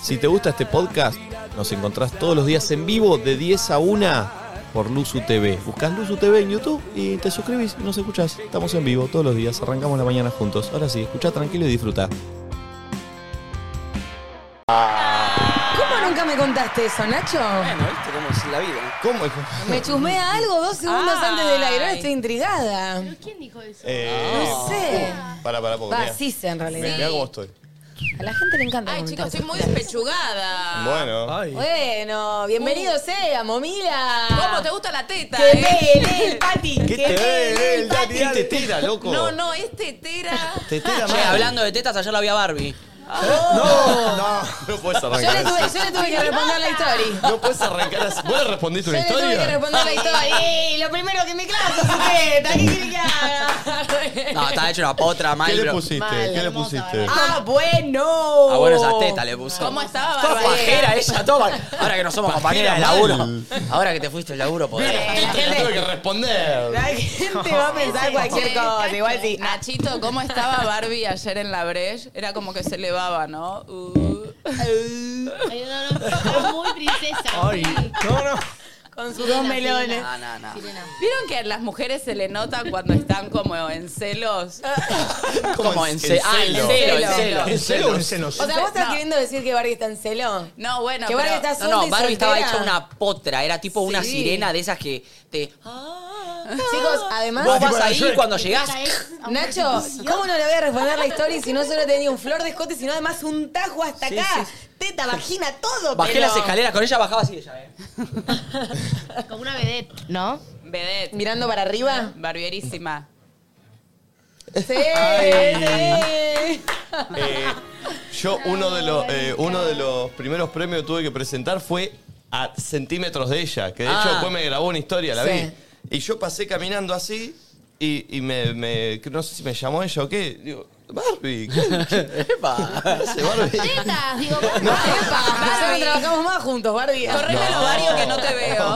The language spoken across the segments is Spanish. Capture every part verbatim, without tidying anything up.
Si te gusta este podcast, nos encontrás todos los días en vivo de diez a una por Luzu T V. Buscás Luzu T V en YouTube y te suscribís y nos escuchás. Estamos en vivo todos los días, arrancamos la mañana juntos. Ahora sí, escuchá tranquilo y disfruta. ¿Cómo nunca me contaste eso, Nacho? Bueno, viste cómo es la vida. ¿Cómo? Me chusmea algo dos segundos Ay. antes del aire, ahora estoy intrigada. ¿Pero quién dijo eso? Eh, No sé. Para, para, poco. Va, sí sé en realidad. Mirá cómo estoy. A la gente le encanta Ay, comentar chicos, estoy muy esas cosas. despechugada. Bueno. Ay. Bueno, bienvenido sea, Momila. ¿Cómo te gusta la teta? ¡Que eh? pegue el pati! ¿Qué ¡Que te pegue el ve? pati! ¿Qué te tira, loco? No, no, es tetera. Te tira Che, mal. hablando de tetas, ayer la vi a Barbie. No, no. No puedes Yo arrancar le, tuve, así. yo le tuve que responder la historia. No puedes arrancar así. ¿Vos le respondiste Yo una le tuve que historia? responder la historia. Y lo primero que me clava es su teta. ¿Qué quiere que haga? No, estaba hecho una potra, mal, ¿Qué le pero- pusiste? Mal, ¿Qué le hermosa, pusiste? Ah, bueno. Ah, bueno, esas tetas le puso. ¿Cómo estaba, Toda Barbie? pajera ella, toma. Ahora que no somos compañeras de laburo. mal. Ahora que te fuiste del laburo, podés. Le tuve que responder. La gente va a pensar cualquier cosa. Igual sí. Nachito, ¿cómo estaba Barbie ayer en la Breche? Era como que se elevaba, ¿no? Uh. Ay, no, no, es muy princesa. Ay, no, no. Con sus dos melones. No, no, no. Sirena. ¿Vieron que a las mujeres se le nota cuando están como en celos? Como en ce- ah, en celo, en celo. ¿En celo o en celos? O sea, ¿vos estás No. queriendo decir que Barbie está en celo? No, bueno, Que Barbie pero... está No, no, suelta y Barbie estaba soltera. hecha una potra, era tipo una Sí. sirena de esas que te... Chicos, además... Vos vas ahí cuando llegás... Esta es Nacho, ¿cómo no le voy a responder la historia si no solo tenía un flor de escote, sino además un tajo hasta Sí, acá? sí. Teta, vagina, todo. Bajé pero- las escaleras, con ella bajaba así ella, eh. como una vedette, ¿no? Vedette, Mirando para arriba. barbierísima. Sí, sí. Eh, yo uno de los eh, uno de los primeros premios que tuve que presentar fue a centímetros de ella, que de hecho Ah. después me grabó una historia, la Sí. vi. Y yo pasé caminando así y, y me, me- no sé si me llamó ella o qué. Digo, Barbie, ¿qué, qué Epa. hace Barbie? Tetas, digo, Epa, nosotros trabajamos más juntos, Barbie. Correme No. el ovario que no te veo.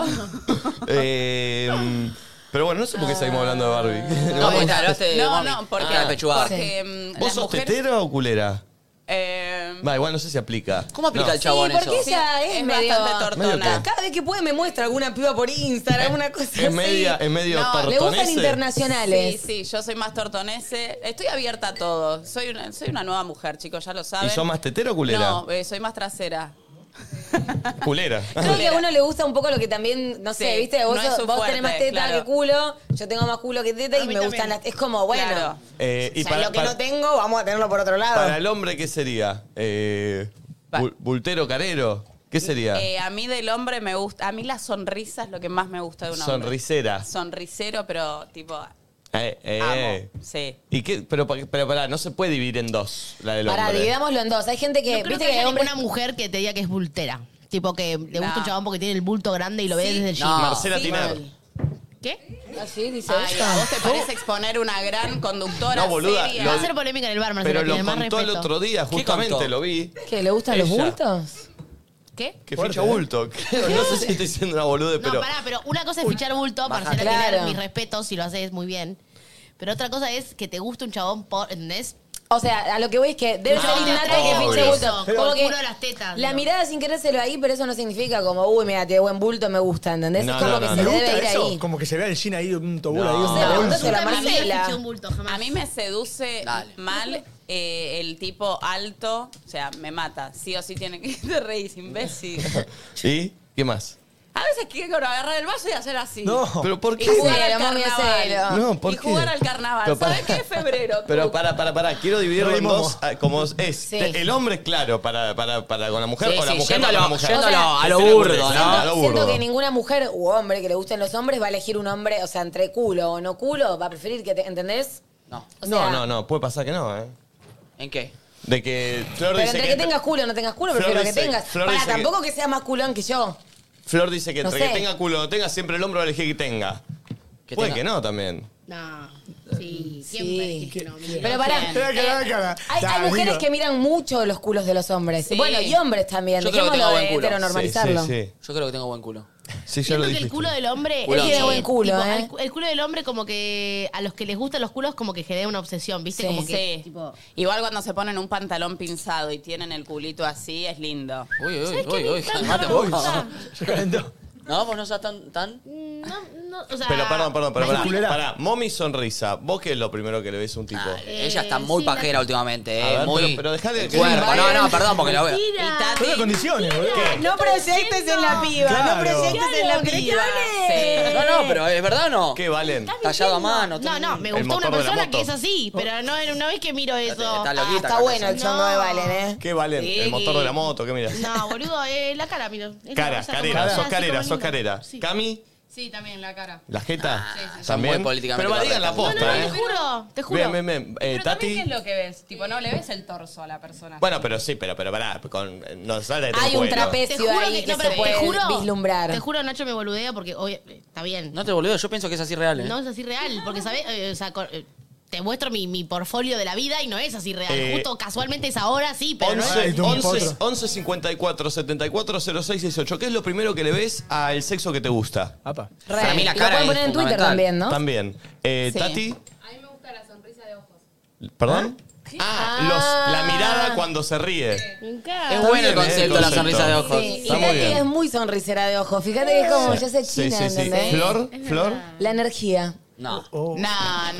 Eh, pero bueno, no sé por qué seguimos hablando de Barbie. No, porque te hablaste de No, mami. no, porque, Ah, de pechugada. porque mm, ¿Vos las sos mujeres... tetera o culera? Eh, Va, igual no sé si aplica. ¿Cómo aplica No. el chabón Sí, porque eso? ella es, es medio... bastante Medio tortona. que- Cada vez que puede me muestra alguna piba por Instagram, alguna cosa Es así. media, es medio No, tortonese. Le gustan internacionales. Sí, sí, yo soy más tortonese. Estoy abierta a todo. Soy una, soy una nueva mujer, chicos, ya lo saben. ¿Y sos más tetera o culera? No, eh, soy más trasera. Culera. Creo que a uno le gusta un poco lo que también, no sé, Sí, ¿viste? Vos, no es sos- su vos fuerte, tenés más teta claro. que culo, yo tengo más culo que teta y mí me gustan también. las... Es como, bueno, Claro. Eh, y o sea, para, lo que para- no tengo, vamos a tenerlo por otro lado. para el hombre, ¿qué sería? Eh, Pa- bul- ¿Bultero, carero? ¿Qué sería? Eh, a mí del hombre me gusta, a mí la sonrisa es lo que más me gusta de un hombre. Sonrisera. Sonrisero, pero tipo, Eh, eh. amo. Sí. ¿Y qué? Pero, pa- pero pará, no se puede dividir en dos la del Pará, hombre. dividámoslo en dos. Hay gente que, No creo viste que que, haya hay hombres... ninguna mujer que te diga que es bultera. Tipo que le gusta No. un chabón porque tiene el bulto grande y lo ve Sí. desde el No. gym. Marcela Sí, Tiner. mal. ¿Qué? Así dice Ay, ella. ¿a vos te parece exponer una gran conductora No, boluda, seria? lo- Va a ser polémica en el bar, Marcela, Pero lo tiene más contó el respeto. otro día, ¿Qué justamente contó? lo vi. ¿Qué, le gustan los Ella. bultos? ¿Qué? Que Fuerte, ficha ¿eh? bulto. Creo, no sé si estoy diciendo una bolude, No, pero... pará, pero una cosa es fichar bulto, Baja. Marcela, Claro. tener mis respetos si lo haces muy bien. Pero otra cosa es que te guste un chabón por, ¿entendés? O sea, a lo que voy es que debe No, ser te innata atrae que obvio. fiche bulto. Eso, Como con que culo a las tetas, la digo. mirada sin querérselo ahí, pero eso no significa como, uy, mira, tiene buen bulto, me gusta, ¿entendés? No, es como no, que no, se no. le ¿Me debe gusta ir eso? ahí. Como que se vea el jean ahí, un tobul No. ahí, un No sé, bolso. pregúntaselo a Nunca en mi vida Marcela. fiché un bulto, jamás. A mí me seduce Dale. mal eh, el tipo alto, o sea, me mata. Sí o sí tiene que te reís, imbécil. ¿Y? ¿Qué más? A veces quiero agarrar el vaso y hacer así. No. ¿Pero por Y qué? jugar Hacelo, al mami, carnaval. hacelo. No, ¿por y qué? jugar al carnaval. Pero para- ¿Sabes qué? Febrero. tú. Pero para, para, para, quiero dividirlo en Momo. dos. ah, Como es, Sí. te- el hombre es claro para, para, para con la mujer Sí, o la sí, mujer yendo para a la lo- mujer. yendo a lo- O sea, a lo Ese era burdo, el- ¿no? a lo Siento burdo. que ninguna mujer u hombre que le gusten los hombres va a elegir un hombre, o sea, entre culo o no culo, va a preferir que te, ¿entendés? No. O No, sea, no, no, puede pasar que no, ¿eh? ¿En qué? De que Flor Pero dice entre que... que tengas culo o no tengas culo, Flor prefiero que dice- tengas. Flor Para, dice que- tampoco que sea más culón que yo. Flor dice que No entre sé. que tenga culo o no tenga, siempre el hombre va a elegir que tenga. Que Puede tenga. que no también. No, sí, Sí. siempre dijiste que no. mentira. Pero pará, Espera que la cara. hay, Da, hay mujeres digo. que miran mucho los culos de los hombres. Sí. Bueno, y hombres también. Yo creo que Dejémoslo tengo de buen culo. heteronormalizarlo. Sí, sí, sí. Yo creo que tengo buen culo. Sí, ya Siento lo que dijiste. el culo del hombre... Él tiene eh, buen culo, tipo, ¿eh? al- el culo del hombre como que a los que les gustan los culos como que genera una obsesión, ¿viste? Sí. Como que, Sí. tipo... Igual cuando se ponen un pantalón pinzado y tienen el culito así, es lindo. Uy, uy, ¿Sabes qué? uy, uy. Me Calmate encanta, un me poco. gusta. Se calentó. No, vos no sos tan. tan... No, no, o sea... Pero perdón, perdón, pero pará, Musculera. pará. Mommy sonrisa. ¿Vos qué es lo primero que le ves a un tipo? Ah, Eh, ella está muy sí, la- pajera últimamente, A eh. ver, muy. pero- pero dejale el que- cuerpo. Sí, No, no, perdón, porque lo veo. Mentira. Y Tati- Son las condiciones, boludo. No proyectes en la piba, no Claro. proyectes en la Claro, piba. Sí. No, no, pero ¿es verdad o no? ¿Qué valen? Tallado a mano. No, no, me El gustó una motor de la persona moto. que es así, pero no en una vez que miro eso. Está Ah, loquita. está con bueno eso. el chongo de Valen, ¿eh? ¿Qué valen? Sí. El motor de la moto, ¿qué miras? No, boludo, eh, la cara, miro. Es Cara, una cosa carera, como- sos así carera, como sos linda. carera. Sí. ¿Cami? Sí, también la cara. ¿La jeta? Ah, sí, sí. Son ¿También? muy políticamente Pero va, digan la correctos. posta, No, no, ¿eh? te juro, te juro. Bien, bien, bien. Eh, Pero también, ¿qué Tati. es lo que ves? Tipo, no le ves el torso a la persona. Bueno, pero sí, pero, pero pará, con, no sale de Hay un cuero. Te trapecio juro ahí que, que no, se pero te puede juro, vislumbrar. te juro, Nacho me boludea porque obvio, está bien. No te boludo, yo pienso que es así real, eh. No es así real, porque sabes, Eh, o sea, con- eh, te muestro mi, mi portfolio de la vida y no es así real. Eh, Justo casualmente es ahora, sí, pero no es. Ay, once, tú, once, otro. once cincuenta y cuatro setenta y cuatro cero seis sesenta y ocho. ¿Qué es lo primero que le ves al sexo que te gusta? Apa. Re. Para mí la Y lo cara pueden es poner en Twitter fundamental. también, ¿no? También. Eh, Sí. Tati, A mí me gusta la sonrisa de ojos. ¿perdón? Ah, los, la mirada cuando se ríe. Me encanta. Es bueno el bien, eh, concepto de la concepto. sonrisa de ojos. Sí, y Está muy Tati bien. es muy sonrisera de ojos. Fíjate que es como ya se Sí, china, sí, sí. ¿entendés? Flor, Flor. La energía. No. Oh. No,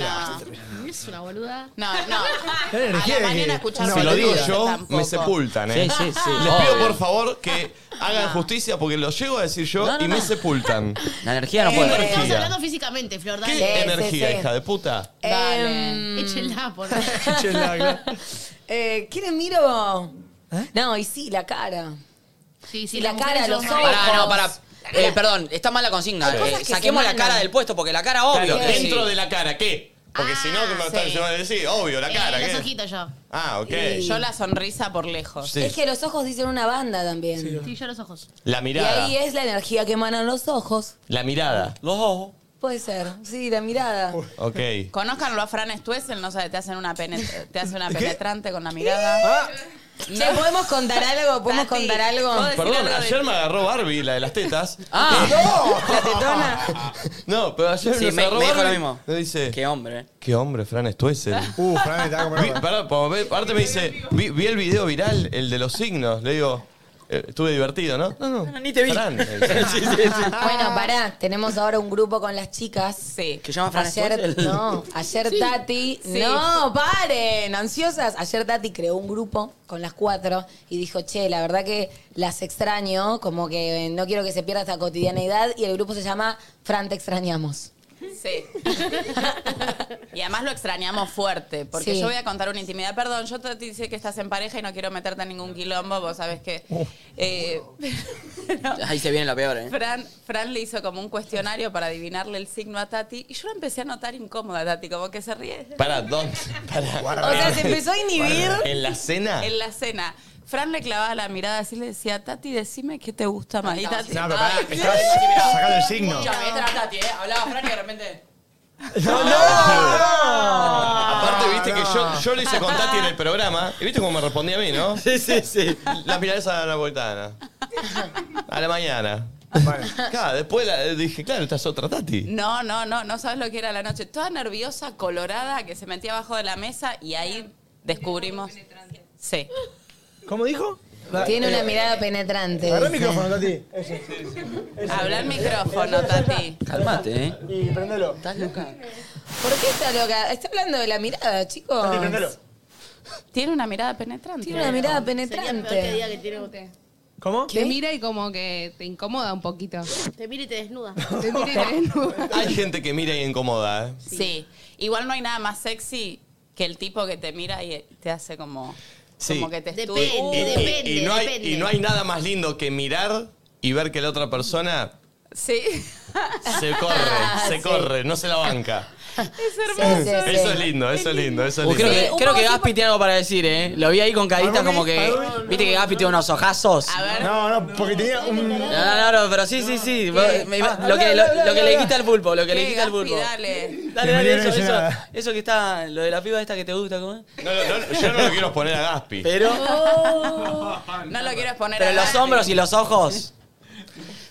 no. Es una boluda. No, no. La A energía la de mañana que- escuchar una Si lo digo batería. yo, tampoco. me sepultan, ¿eh? Sí, sí, sí. Les pido Obvio. por favor que hagan justicia porque lo llego a decir yo No, no, y me no. sepultan. La energía no Eh, puede. Estamos energía. hablando físicamente, Flor, ¿Qué dale. energía, sí, sí. hija de puta? Em, Échenla, por favor. Échenla, claro. eh, ¿Quieren miro? No, y sí, la cara. Sí, sí, Y la las cara, mujeres los son- ojos. Pará, no, pará. Eh, perdón, está mal la consigna. Hay Eh, cosas que saquemos se la cara mandan. del puesto porque la cara, obvio. Claro, que dentro sí. de la cara, ¿qué? Porque si no, que me Ah, están sí. se van a decir, obvio, la cara, Eh, los ¿qué? ojitos yo. Ah, ok. Yo la sonrisa por lejos. Sí. Es que los ojos dicen una banda también. Sí, yo los ojos. La Y mirada. ahí es la energía que emanan los ojos. La mirada. Los ojos. Puede ser, sí, la mirada. Ok. Conozcanlo a Fran Stuessel, no sabe, te hacen una penet- te hace una penetrante con la mirada. Che, ¿podemos contar algo? ¿Podemos Tati, contar algo? ¿puedo decir Perdón, algo de ayer ti? me agarró Barbie, la de las tetas. Ah, La tetona. No, pero ayer Sí, nos me- agarró me dijo Barbie. lo mismo. Me dice, qué hombre. eh. qué hombre, Fran Stuessel. Uh, Fran, está como Vi, loco. pará, po- ve- aparte me dice, vi, vi el video viral, el de los signos. Le digo, eh, estuve divertido, ¿no? No, no. No, ni te vi. Fran, el- Sí, sí, sí. Bueno, pará, tenemos ahora un grupo con las chicas. Sí. ¿Que se llama Fran Ayer, Stuessel? no, ayer Tati, Sí. no, paren, ansiosas. Ayer Tati creó un grupo con las cuatro y dijo, che, la verdad que las extraño, como que no quiero que se pierda esta cotidianeidad y el grupo se llama Fran, te extrañamos. Sí. Y además lo extrañamos fuerte, porque Sí. yo voy a contar una intimidad. Perdón, yo te dice que estás en pareja y no quiero meterte en ningún quilombo, vos sabés que... eh, pero Ahí se viene la peor, ¿eh? Fran, Fran le hizo como un cuestionario para adivinarle el signo a Tati y yo la empecé a notar incómoda, Tati, como que se ríe. Pará, ¿dónde? Pará. O sea, se empezó a inhibir. ¿En la cena? En la cena, Fran le clavaba la mirada así y le decía, Tati, decime qué te gusta más. Y Tati, No, pero pará, ay, estabas sacando el signo. Escuchame, esta era Tati, ¿eh? Hablaba Fran y de repente... Aparte, viste que yo, yo lo hice con Tati en el programa. Y viste cómo me respondía a mí, ¿no? Sí, sí, sí. La milanesa napolitana. A la mañana. Bueno. Claro, después la- dije, claro, esta es otra Tati. No, no, no, no sabes lo que era la noche. Toda nerviosa, colorada, que se metía abajo de la mesa y ahí descubrimos. Sí. ¿Cómo dijo? Tiene una mirada penetrante. Agarra el dice. micrófono, Tati. Ese. Habla el micrófono, Tati. Cálmate, ¿eh? Y prendelo. ¿Estás loca? ¿Por qué está loca? Está hablando de la mirada, chicos. Tati, prendelo. Tiene una mirada penetrante. Tiene una mirada Sería peor que penetrante. diga que tiene usted. ¿Cómo? Te mira y como que te incomoda un poquito. Te mira y te desnuda. Te mira y te desnuda. Hay gente que mira y incomoda, ¿eh? Sí. Igual no hay nada más sexy que el tipo que te mira y te hace como, Sí. como que te Depende, estudia. Y, y- depende, y no hay, depende. y no hay nada más lindo que mirar y ver que la otra persona Sí. se corre, se Sí. corre, no se la banca. Sí, sí, sí. Eso es lindo, eso es lindo, eso es Uy, lindo. creo Sí, que, un creo que poco Gaspi tiene algo para decir, ¿eh? Lo vi ahí con carita Para como mí, que... para mí. ¿Viste que Gaspi tiene unos ojazos? A ver. No, no, porque tenía un... No, no, no, pero sí, sí, sí. Me- lo, que, lo, lo que le quita el pulpo, lo que le ¿Qué, quita el Gaspi? pulpo. Dale. Dale, dale, eso, Bienvenido, eso, señora. eso que está, lo de la piba esta que te gusta, ¿cómo es? No, no, no, yo no lo quiero poner a Gaspi. Pero, No lo quiero exponer pero a los Gaspi. hombros y los ojos.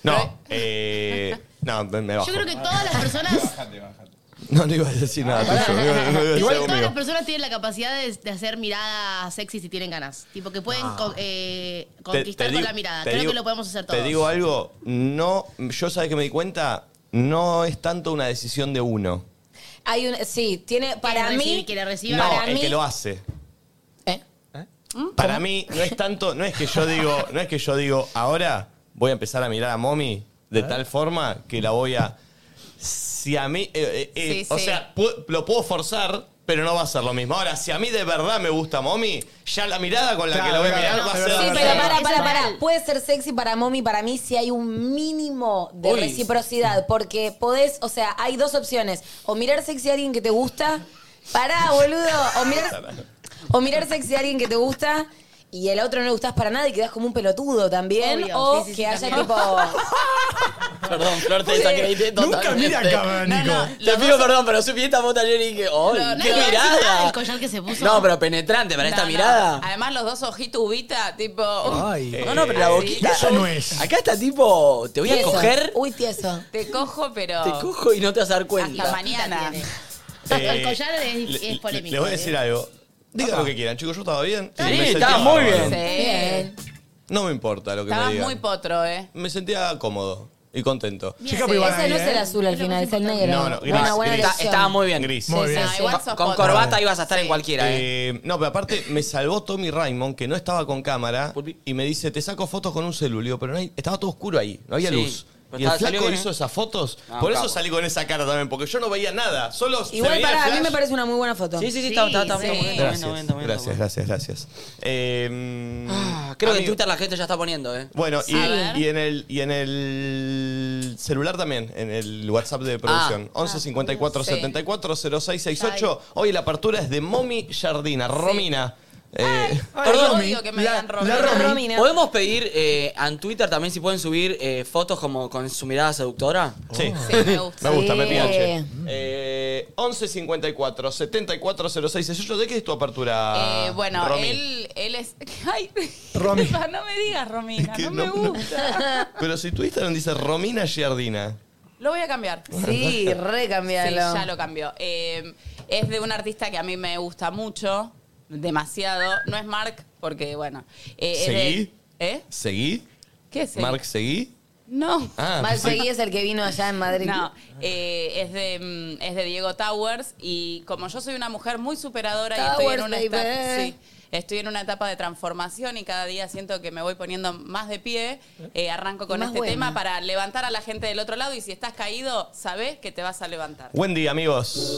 No, eh, no, me bajo. Yo creo que todas las personas, No, no iba a decir nada tuyo. No, iba- no iba a decir Igual algo todas mío. las personas tienen la capacidad de, de hacer miradas sexy si tienen ganas. Tipo que pueden co- eh, Te- conquistar te con digo- la mirada. te Creo digo- que lo podemos hacer todos. Te digo algo, no, yo sabes que me di cuenta, no es tanto una decisión de uno. Hay un, sí, tiene, para Quiere mí... recibir, quiere recibir. No, para el mí- que lo hace. ¿Eh? Para mí no es tanto, no es que yo digo, no es que yo digo, ahora voy a empezar a mirar a Mommy de tal forma que la voy a. Si a mí, eh, eh, Sí, o sí. sea, pu- lo puedo forzar, pero no va a ser lo mismo. Ahora, si a mí de verdad me gusta Mommy, ya la mirada con la Claro, que la voy a claro, mirar va a pero ser. no, Sí, no, pero no. para, Eso para, es para. real. Puede ser sexy para Mommy para mí si hay un mínimo de Uy. reciprocidad. Porque podés, o sea, hay dos opciones. O mirar sexy a alguien que te gusta. Pará, boludo. O mirar, o mirar sexy a alguien que te gusta y el otro no le gustás para nada y quedás como un pelotudo también. Obvio, o sí, sí, sí, que haya también. tipo. Perdón, Flor, te desacredité Nunca totalmente. mira acá, Nico. No, no. Te pido perdón, pero subí esta foto ayer y dije, ¡ay, No, qué no, encima mirada! el collar que se puso. No, pero penetrante para esta No, no. mirada. Además, los dos ojitos ubita, tipo. Ay. No, no, pero la boquita. Eso no es. Acá está tipo, te voy a Tieso. coger, Uy, tieso. Te cojo, pero. te cojo y no te vas a dar Hasta cuenta. mañana. El collar es, le- es polémico. Les voy a ¿eh? decir algo. Digan lo que quieran, chicos, yo estaba bien. Sí, Me sentía estaba muy bárbaro. bien. Sí. Bien. No me importa lo que me Estabas digan. muy potro, ¿eh? Me sentía cómodo y contento. Chica, pero igual Ese ahí, no es el ¿eh? azul al final, es el negro. No, no, gris, buena, buena gris. Está- elección. estaba muy bien. Gris. Muy bien. No, sí. igual Con, sos con potro. corbata ibas a estar en cualquiera, ¿eh? Eh, no, pero aparte me salvó Tommy Raymond, que no estaba con cámara, Pulpi. y me dice, te saco fotos con un celular, pero no hay- estaba todo oscuro ahí, no había Sí. luz. Pero Y el estaba- salió flaco bien, hizo ¿eh? esas fotos, Ah, por un eso capo. salí con esa cara también, porque yo no veía nada, solo se Igual veía para el a mí me flash. parece una muy buena foto. Sí, sí, sí, Sí, está, está, está, sí. está muy bien, Gracias, está bien, está bien, está bien. gracias, gracias, gracias. Eh, Ah, creo que en amigo- Twitter la gente ya está poniendo, ¿eh? Bueno, y, A ver. y en el y en el celular también, en el WhatsApp de producción. once cincuenta y cuatro sí. setenta y cuatro cero seis sesenta y ocho. Hoy la apertura es de Mommy Jardina, Romina. Eh, Perdón, Romy, odio que me la- digan Romy. la Romy. Romina. ¿Podemos pedir eh, en Twitter también si pueden subir eh, fotos como con su mirada seductora? sí. Sí, me gusta. Me gusta, me Sí. piache. Eh, once cincuenta y cuatro setenta y cuatro cero seis sesenta y ocho. ¿De qué es tu apertura? Eh, bueno, Romy? él, él es. Ay, Romy. disculpa, no me digas Romina, Es que no, me no- gusta. Pero si tu Instagram dice Romina Giardina. Lo voy a cambiar. Sí, Sí, recambialo. ya lo cambió. Eh, es de un artista que a mí me gusta mucho, demasiado. No es Mark, porque bueno. eh, es de- ¿Seguí? ¿Eh? ¿Seguí? ¿Qué es? ¿Marc Seguí? No. Ah, Mal pensé- Seguí es el que vino allá en Madrid. No, eh, es, de, mm, es de Diego Towers y como yo soy una mujer muy superadora y estoy en Towers, una baby. etapa, sí, estoy en una etapa de transformación y cada día siento que me voy poniendo más de pie, eh, arranco con más este buena. tema para levantar a la gente del otro lado y si estás caído, sabés que te vas a levantar. Wendy, amigos.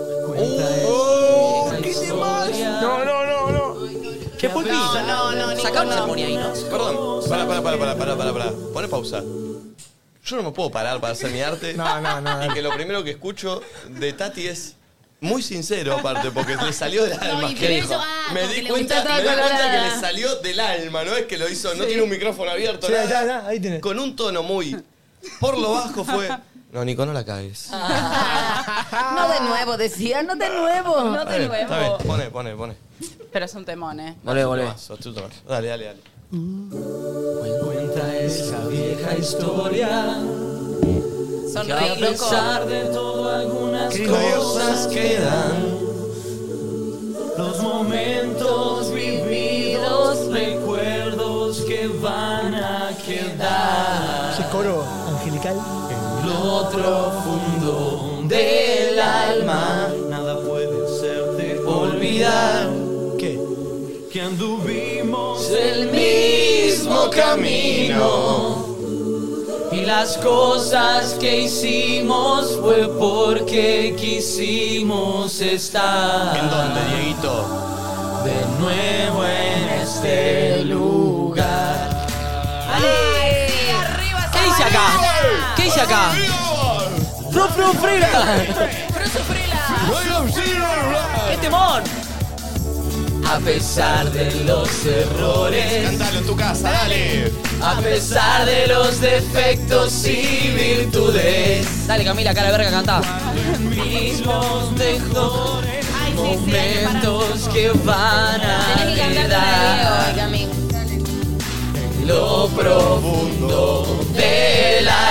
No, no, no, no. ¿Qué pulpi? No, no, Nico, Sacá un no. ceremonia ahí, ¿no? Perdón, para, para, para, para, para, para, para. Pone pausa. Yo no me puedo parar para hacer mi arte. No, no, no, Y dale. que lo primero que escucho de Tati es muy sincero, aparte, porque le salió del alma. y ¿Qué pero dijo? eso, ah, me como di que le cuenta, gusta me di toda cuenta que colorada. le salió del alma, no es que lo hizo, no tiene un micrófono abierto, Sí, nada. ya, ya, ahí tenés. Con un tono muy por lo bajo fue. No, Nico, no la cagues. No de nuevo, decía, no de nuevo. No Está de bien, está bien. nuevo. Pone, pone, pone. Pero es un temón, ¿eh? Volvé, volvé. Tomazo, tú tomas. Dale, dale, dale. Cuenta esa vieja historia Son que a re locos. pesar de todo algunas Qué lindo, Diego. cosas quedan. Los momentos vividos, recuerdos que van a quedar. Ese coro angelical. Lo profundo del alma, nada puede hacerte olvidar ¿Qué? que anduvimos el mismo camino y las cosas que hicimos fue porque quisimos estar ¿En dónde, Dieguito? de nuevo en este lugar. ¡Ay, arriba ¿Qué hice acá? ¿Qué hice acá? ¡Fru, fru, frila! ¡Fru sufrila! ¡Qué temón! A pesar de los errores, Cántalo en tu casa, dale. a pesar de los defectos y virtudes, Dale, Camila, cara de verga, cantá. mismos mejores Ay, sí, sí, momentos que van a Tenés que cantar la de Diego, quedar. Camil. Lo profundo del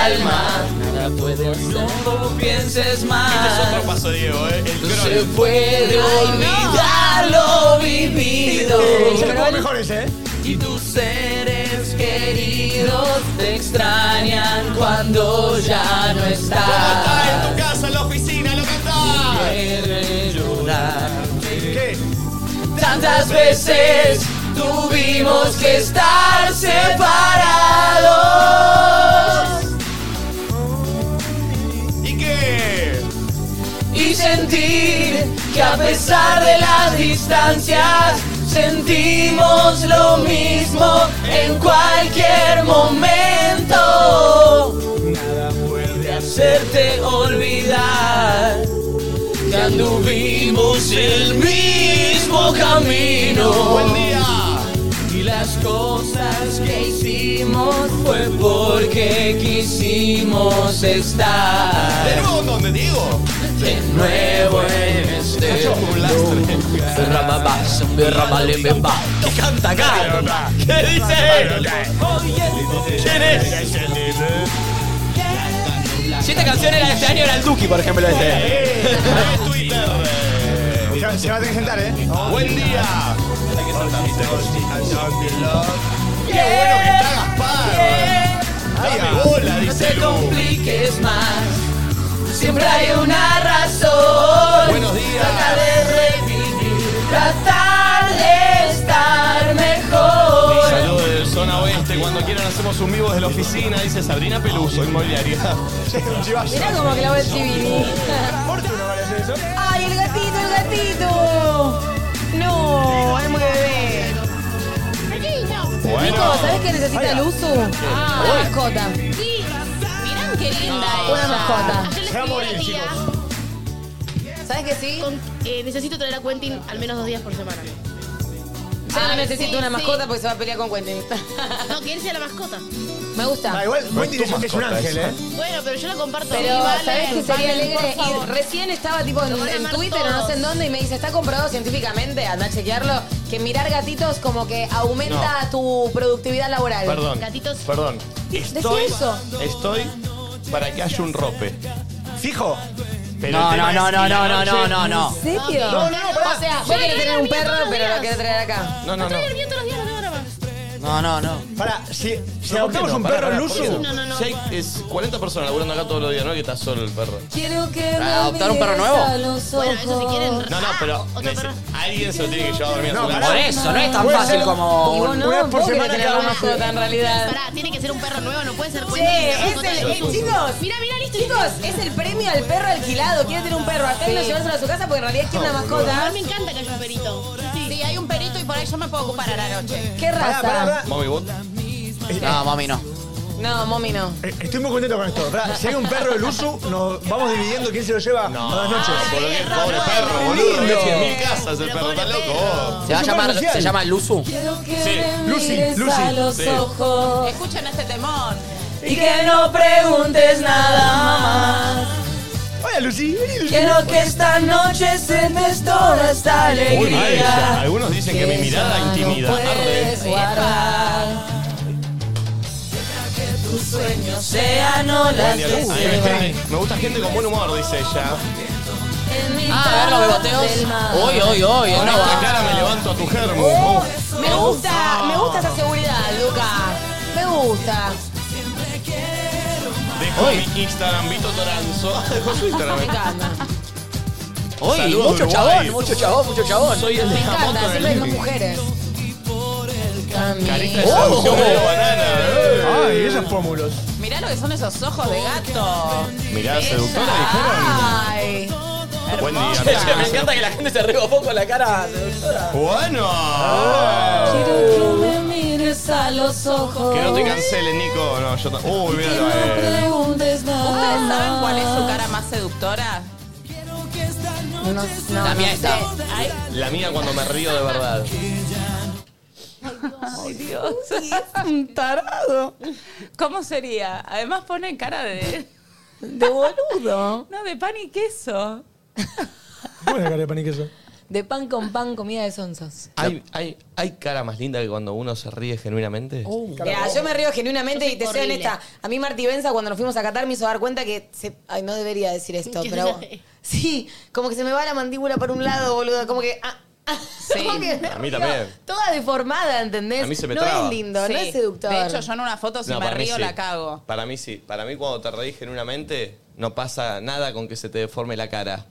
alma. Nada puede hacer como pienses más. Este es otro paso, Diego, ¿eh? El No se cron. puede olvidar lo vivido. Se me mejores, ¿eh? Y tus seres queridos te extrañan cuando ya no estás. ¿Cómo está en tu casa, en la oficina? ¡Lo cantás! Quieres llorar. ¿Qué? Tantas veces tuvimos que estar separados. ¿Y qué? Y sentir que a pesar de las distancias sentimos lo mismo en cualquier momento. Nada puede hacerte olvidar que anduvimos el mismo camino. ¡Buen día! Y las cosas que hicimos fue porque quisimos estar ¿De nuevo dónde, Diego? de nuevo en este Un lastre. ¿Qué canta acá? ¿Qué dice? ¿Quién es? Si esta canción era de este año, era el Duki, por ejemplo, este. Eh, Twitter. Se, se va a tener que sentar, ¿eh? Buen día. Qué bueno que está Gaspar. Dame bola, No dice te Lu. compliques más. Siempre hay una razón. Buenos días. Trata de revivir, tratar de estar mejor. Saludos del Zona Oeste. Cuando quieran hacemos un vivo desde la oficina, dice Sabrina Peluso, inmobiliaria. Mirá como que la ve el Chivini. Fortuna vale hacer eso. ¡Ay, el gatito, el gatito! No, es muy bebé. Nico, ¿sabés qué necesita el uso? Una mascota. Sí, mirá qué linda Una ella. mascota. Ayer le Se va a escribí morir, a la tía, ¿Sabés que sí? con- eh, necesito traer a Quentin al menos dos días por semana. Yo no Ay, necesito sí, una sí. mascota porque se va a pelear con Quentin. No, que él sea la mascota. Me gusta. Ah, igual, Wendy tu dice que es un mascota ángel, esa. ¿eh? Bueno, pero yo la comparto. Pero, Sí, vale, ¿sabés qué sería vale, alegre? por favor. Y recién estaba tipo en, Lo van a en amar Twitter o no sé en todos. dónde y me dice, está comprobado científicamente, anda a chequearlo, que mirar gatitos como que aumenta tu productividad laboral. Perdón. Gatitos. Perdón. Estoy, eso. estoy para que haya un rope. Fijo. Pero No, el tema no, no, es no, que la no, no, noche- no, no, no. ¿En serio? No, no, no, pará. O sea, vos querés tener un perro, pero lo querés traer acá. No, no, no. El mío todos los días lo tengo grabado. No, no, no. Pará, si, si No, adoptamos no, un pará, perro pará, en ¿por qué Luzu. No, no, no. Si hay es cuarenta personas laburando acá todos los días, no es que está solo el perro. Quiero que me ¿Adoptar un perro mires nuevo? a los Bueno, eso si quieren. No, no, pero Ah, otro nece- perro. alguien se lo tiene que llevar a dormir a No, su pará. casa. Por eso, no es tan Puede fácil ser- como. Y vos no, Una vez por vos querés semana tener cada la uno. mascota en realidad. Pará, tiene que ser un perro nuevo, no puede ser Che, Quentin. es la mascota el, de eh, Luzu. chicos, Mira, mira, listo. chicos, es el premio al perro alquilado. Quiere tener un perro acá y no llevárselo a su casa porque en realidad quiere una A mascota. mí me encanta que haya un perito. Sí. Sí, hay un perito y por ahí yo me puedo ocupar a la noche. ¿Qué Pará, pará, raza? pará. Mami, vos. No, mami, no. No, mommy no. Eh, Estoy muy contento con esto. Pará, si hay un perro de Luzu, nos vamos dividiendo quién se lo lleva No, a las noches. por lo que es pobre no, perro, no, boludo. lindo. cien mil casas el Pero perro, pobre está loco perro. vos. Se va a Es un llamar, perro social. se llama Luzu. Quiero que Sí. me Lucy, mires Lucy. a los Sí. ojos Escuchen este temón. y que no preguntes nada más. Hola, Lucy. Vení, Lucy. Quiero que esta noche sientes toda esta Uy, alegría. ella. Algunos dicen que mi mirada ya no intimida. puedes Arre. guardar. Tus sueños sean olas Buen día, que Lu. A mí se me, van gente- me gusta gente con buen humor, dice ella. en mitad Ah, a ver los beboteos. del mar. Hoy, hoy, hoy. Con no esta va. cara me levanto a tu germo. Uf. Me gusta, me gusta esa seguridad, Luca. Me gusta. Dejo mi Instagram, Vito Toranzo. Dejo su Instagram. Me encanta. Hoy, Saludos mucho de chabón, Uruguay. mucho chabón, mucho chabón. Soy el de Me la moto encanta, en el siempre hay más living. mujeres. Carita de Oh. seducción de banana. eh. Ay, esos pómulos. Mirá lo que son esos ojos de gato. Mirá, seductora, dijeron. Ay. Buen día. Che, che, me encanta que la gente se rebofó con la cara. Bueno. Quiero que me mires a los ojos. Que no te canceles, Nico. No, yo también. Uy, Que míralo no a él. preguntes ¿Ustedes nada. saben cuál es su cara más seductora? No, no, La mía no está. sé. Ay, La mía cuando me río de verdad. Ay, Dios. Es un tarado. ¿Cómo sería? Además pone cara de... de boludo. No, de pan y queso. ¿Cómo es la cara de pan y queso? de pan con pan, comida de sonsos. ¿Hay, hay, ¿Hay cara más linda que cuando uno se ríe genuinamente? Mira, yo me río genuinamente Yo y te soy soy horrible. honesta. A mí Martí Benza, cuando nos fuimos a Qatar, me hizo dar cuenta que... Se, ay, no debería decir esto, Que pero... se- Sí, como que se me va la mandíbula para un lado, boludo. Como que... ah, ah, Sí. como que me A mí río también. Toda deformada, ¿entendés? A mí se me no traba. es lindo, no Sí. es seductor. De hecho, yo en una foto, si No, me para mí río, sí. la cago. Para mí sí. Para mí cuando te reís genuinamente no pasa nada con que se te deforme la cara.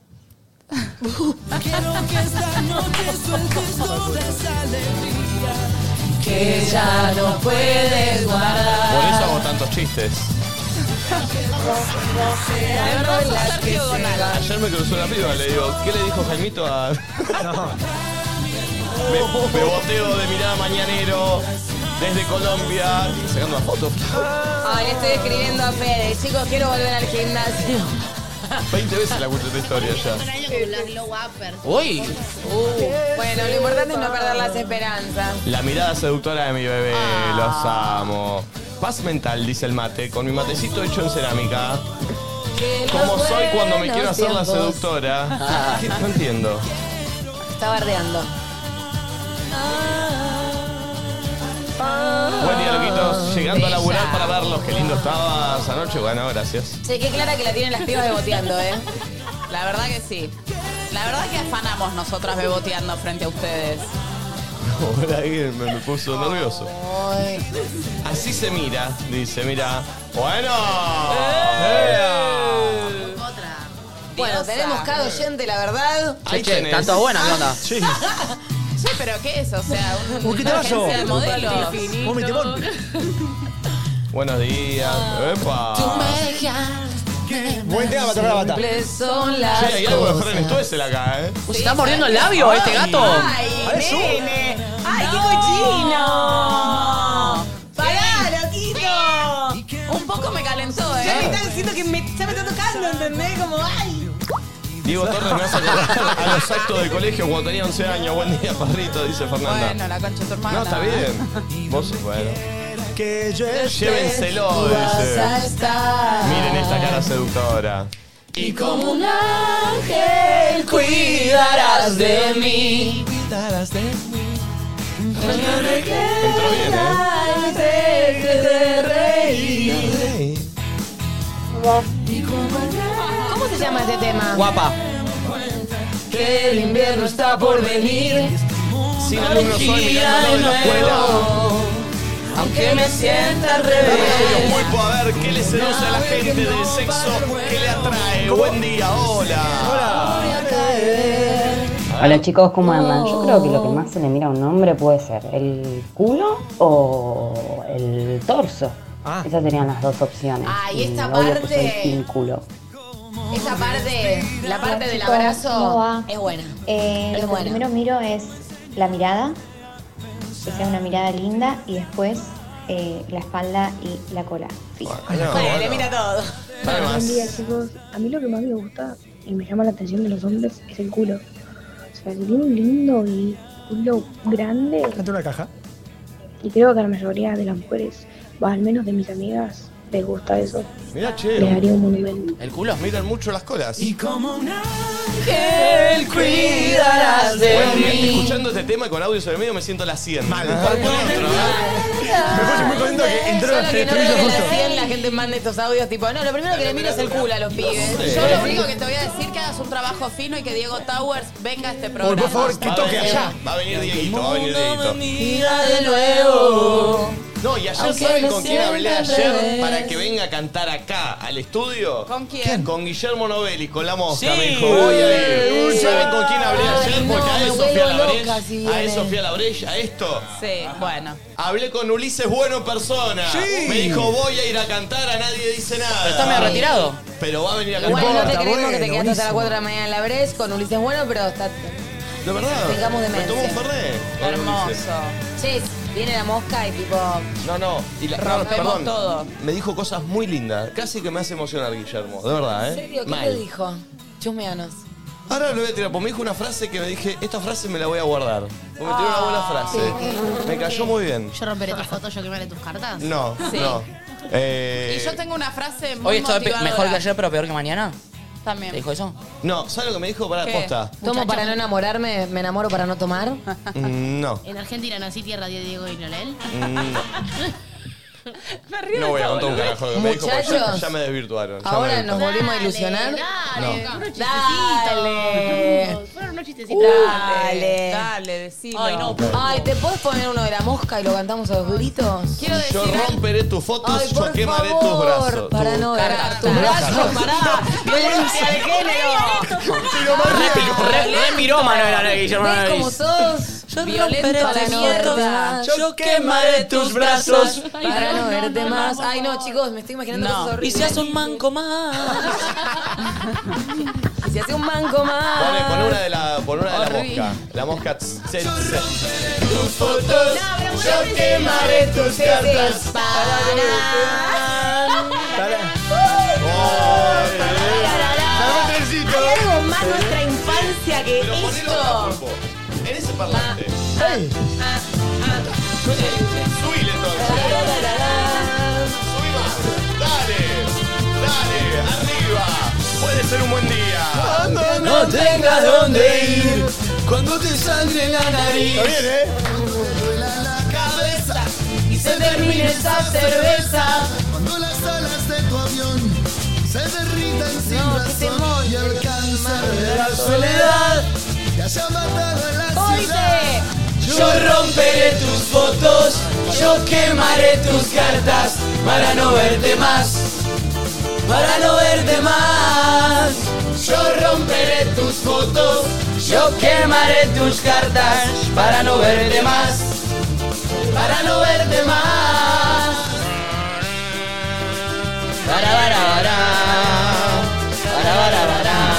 que ya no puedes guardar. Por eso hago tantos chistes. De verdad, sos Sergio Gonal. Ayer me cruzó una piba, le digo, ¿qué le dijo Jaimito a...? me, me boteo de mirada mañanero desde Colombia. Sacando una foto. Ay, le estoy escribiendo a Fede. Chicos, quiero volver al gimnasio. veinte veces la cuento esta historia ya. Un año con las glow uppers. Uy, Uh, bueno, lo importante es no perder las esperanzas. La mirada seductora de mi bebé, los amo. Paz mental, dice el mate, con mi matecito hecho en cerámica. Como soy cuando me quiero hacer la seductora. ¿Qué? No entiendo. Está bardeando. Buen día, loquitos. Llegando a laburar para verlos. Qué lindo estabas anoche. Bueno, gracias. Che, qué clara que la tienen las pibas beboteando, ¿eh? La verdad que sí. La verdad que afanamos nosotras beboteando frente a ustedes. Ahora alguien me, me puso nervioso. Ay. Así se mira, dice, mira. Bueno. Otra. Bueno, Diosa. tenemos cada oyente, la verdad. Ahí che, tenés. tanto buena, ¿qué onda? Sí. Che, ¿pero qué es? O sea, un, ¿Un qué te una pasó? agencia de modelos. ¿Vos mi timón? Buenos días. Epa. Buen tema para tocar la bata. Son las Che, hay algo de cosas. Fran Estuesel acá, ¿eh? ¿Se está mordiendo el labio este gato? ¡Ay, Ahora es nene! ¡Ay, qué cochino! ¡Pará, loquito! Un poco me calentó, Ya me ¿eh? está diciendo que me, ya me está tocando, ¿entendés? Como, ¡ay! Diego Torres me hace acordar a los actos del colegio cuando tenía once años. Buen día, perrito, dice Fernanda. Bueno, la concha de tu hermana. No, está bien. Vos, bueno. Que yo Llévenselo, dice. estar. Miren esta cara seductora. Y como un ángel cuidarás de mí. Entró bien, ¿eh? Y dejes de reír. ¿Cómo se llama este tema? Guapa. Que el invierno está por venir. Sin alumnos hoy mirándolo en la escuela. Aunque me sienta al Dame revés. pulpo a ver qué le seduce a la gente del sexo que le atrae. Buen día, hola. Hola chicos, ¿cómo andan? Yo creo que lo que más se le mira a un hombre puede ser el culo o el torso. Ah. Esas serían las dos opciones. Ay, Y esta obvio que parte- soy sin culo. Esa parte, la parte del chicos, ¿cómo abrazo va? es buena. Eh, Es lo que buena. primero miro es la mirada, que sea una mirada linda, y después eh, la espalda y la cola. Fijo. Bueno, Bueno, bueno. le mira todo. Dale más. Buen día chicos, a mí lo que más me gusta y me llama la atención de los hombres es el culo. O sea, que tiene un lindo y culo grande, Date una caja. y creo que a la mayoría de las mujeres, o al menos de mis amigas, les gusta eso. Mira, Les che. haría un monumento. ¿El culo? Miran mucho las colas. Que cuidarás de Bueno, mí. escuchando este tema y con audio sobre el medio me siento la cien. Mal. Un par por otro, ¿no? Me puse muy contento que entró Solo el que no estribillo veo que justo. la cien la gente mande estos audios tipo, no, lo primero que le miro es el culo a los pibes. Yo lo único que te voy a decir que hagas un trabajo fino y que Diego Towers venga a este Por, programa. por favor, que Va a toque venir- allá. Va a venir Dieguito, va a venir Dieguito. Mira de nuevo. No, y ayer Aunque saben me con quién hablé sienta al ayer revés. para que venga a cantar acá, al estudio. ¿Con quién? Con Guillermo Novelli, con la mosca. Sí. Me dijo, voy a ir. ¿Saben con quién hablé Ay, ayer? no, Porque a me eso vuelvo fui a la loca brecha. si A viene. eso fui a la brecha, a esto. Sí, bueno. Hablé con Ulises Bueno en persona. Sí. Me dijo, voy a ir a cantar, a nadie dice nada. Pero está medio retirado. Pero va a venir a Igual cantar. no te importa, creemos que te bueno, quedaste hasta las buenísimo. cuatro de la mañana en la Bres con Ulises Bueno, pero está... De verdad. Tengamos Me demencia. tomó un fernet. con Hermoso. Ulises. Che, viene la mosca y tipo... No, no. Y la, Rompemos perdón, todo. Me dijo cosas muy lindas. Casi que me hace emocionar, Guillermo. De verdad, ¿eh? ¿En serio? ¿Qué Mal. te dijo? Chusmeanos. Ahora lo voy a tirar, porque me dijo una frase que me dije, esta frase me la voy a guardar. Porque me tiró una buena frase. Me cayó muy bien. Yo romperé tus fotos, yo quemaré tus cartas. No, Sí. no. Eh, Y yo tengo una frase muy Hoy estoy pe- motivadora. mejor que ayer, pero peor que mañana. También. ¿Te dijo eso? No, ¿sabes lo que me dijo para ¿Qué? posta? Tomo para no enamorarme, me enamoro para no tomar. Mm, no. En Argentina nací tierra de Diego y Lolel. Mm, no. Me río No de voy a todo, contar un boludo. carajo de lo que me dijo porque ya, Muchachos, ya me desvirtuaron. ya me Ahora desvirtuaron. nos volvimos a ilusionar. Dale, No. unos chistecitos. Dale. Fueron unos chistecitos. Dale. Dale, decilo. Ay, no. Ay, ¿te puedes poner uno de la mosca y lo cantamos a los gritos? Quiero decir Yo romperé tus fotos, Ay, yo por quemaré favor, tus brazos. para Tu- no ver Carta. tus brazos. Pará. Violencia de género. Re, re, re pirómano era el Guillermo ¿Ves cómo Novelis. sos? Yo romperé para tus no verte mierdas. más. Yo quemaré tus brazos. Para no verte más. Ay, no, chicos, me estoy imaginando No. cosas Y horribles. se hace un manco más. Y se hace un manco más. Pone, pone una de la, pon una de la Horrible. mosca. La mosca. tss, tss, tss. Tus fotos, yo quemaré tus cartas para Ay, algo más nuestra infancia que Pero ponelo acá, esto. pulpo. En ese parlante. Ey, Subile entonces. Subí más. Dale. Dale. Arriba. Puede ser un buen día. No tengas dónde ir cuando te sangre la nariz. está bien, ¿eh? Y se termine esa cerveza. Cuando las alas de tu avión se derritan sin razón y el cáncer de la Soledad. te haya matado en la ¿Cómo ciudad. dice? Yo romperé tus fotos, yo quemaré tus cartas para no verte más, para no verte más. Yo romperé tus fotos, yo quemaré tus cartas para no verte más, para no verte más. Para, para, para, para, para, para.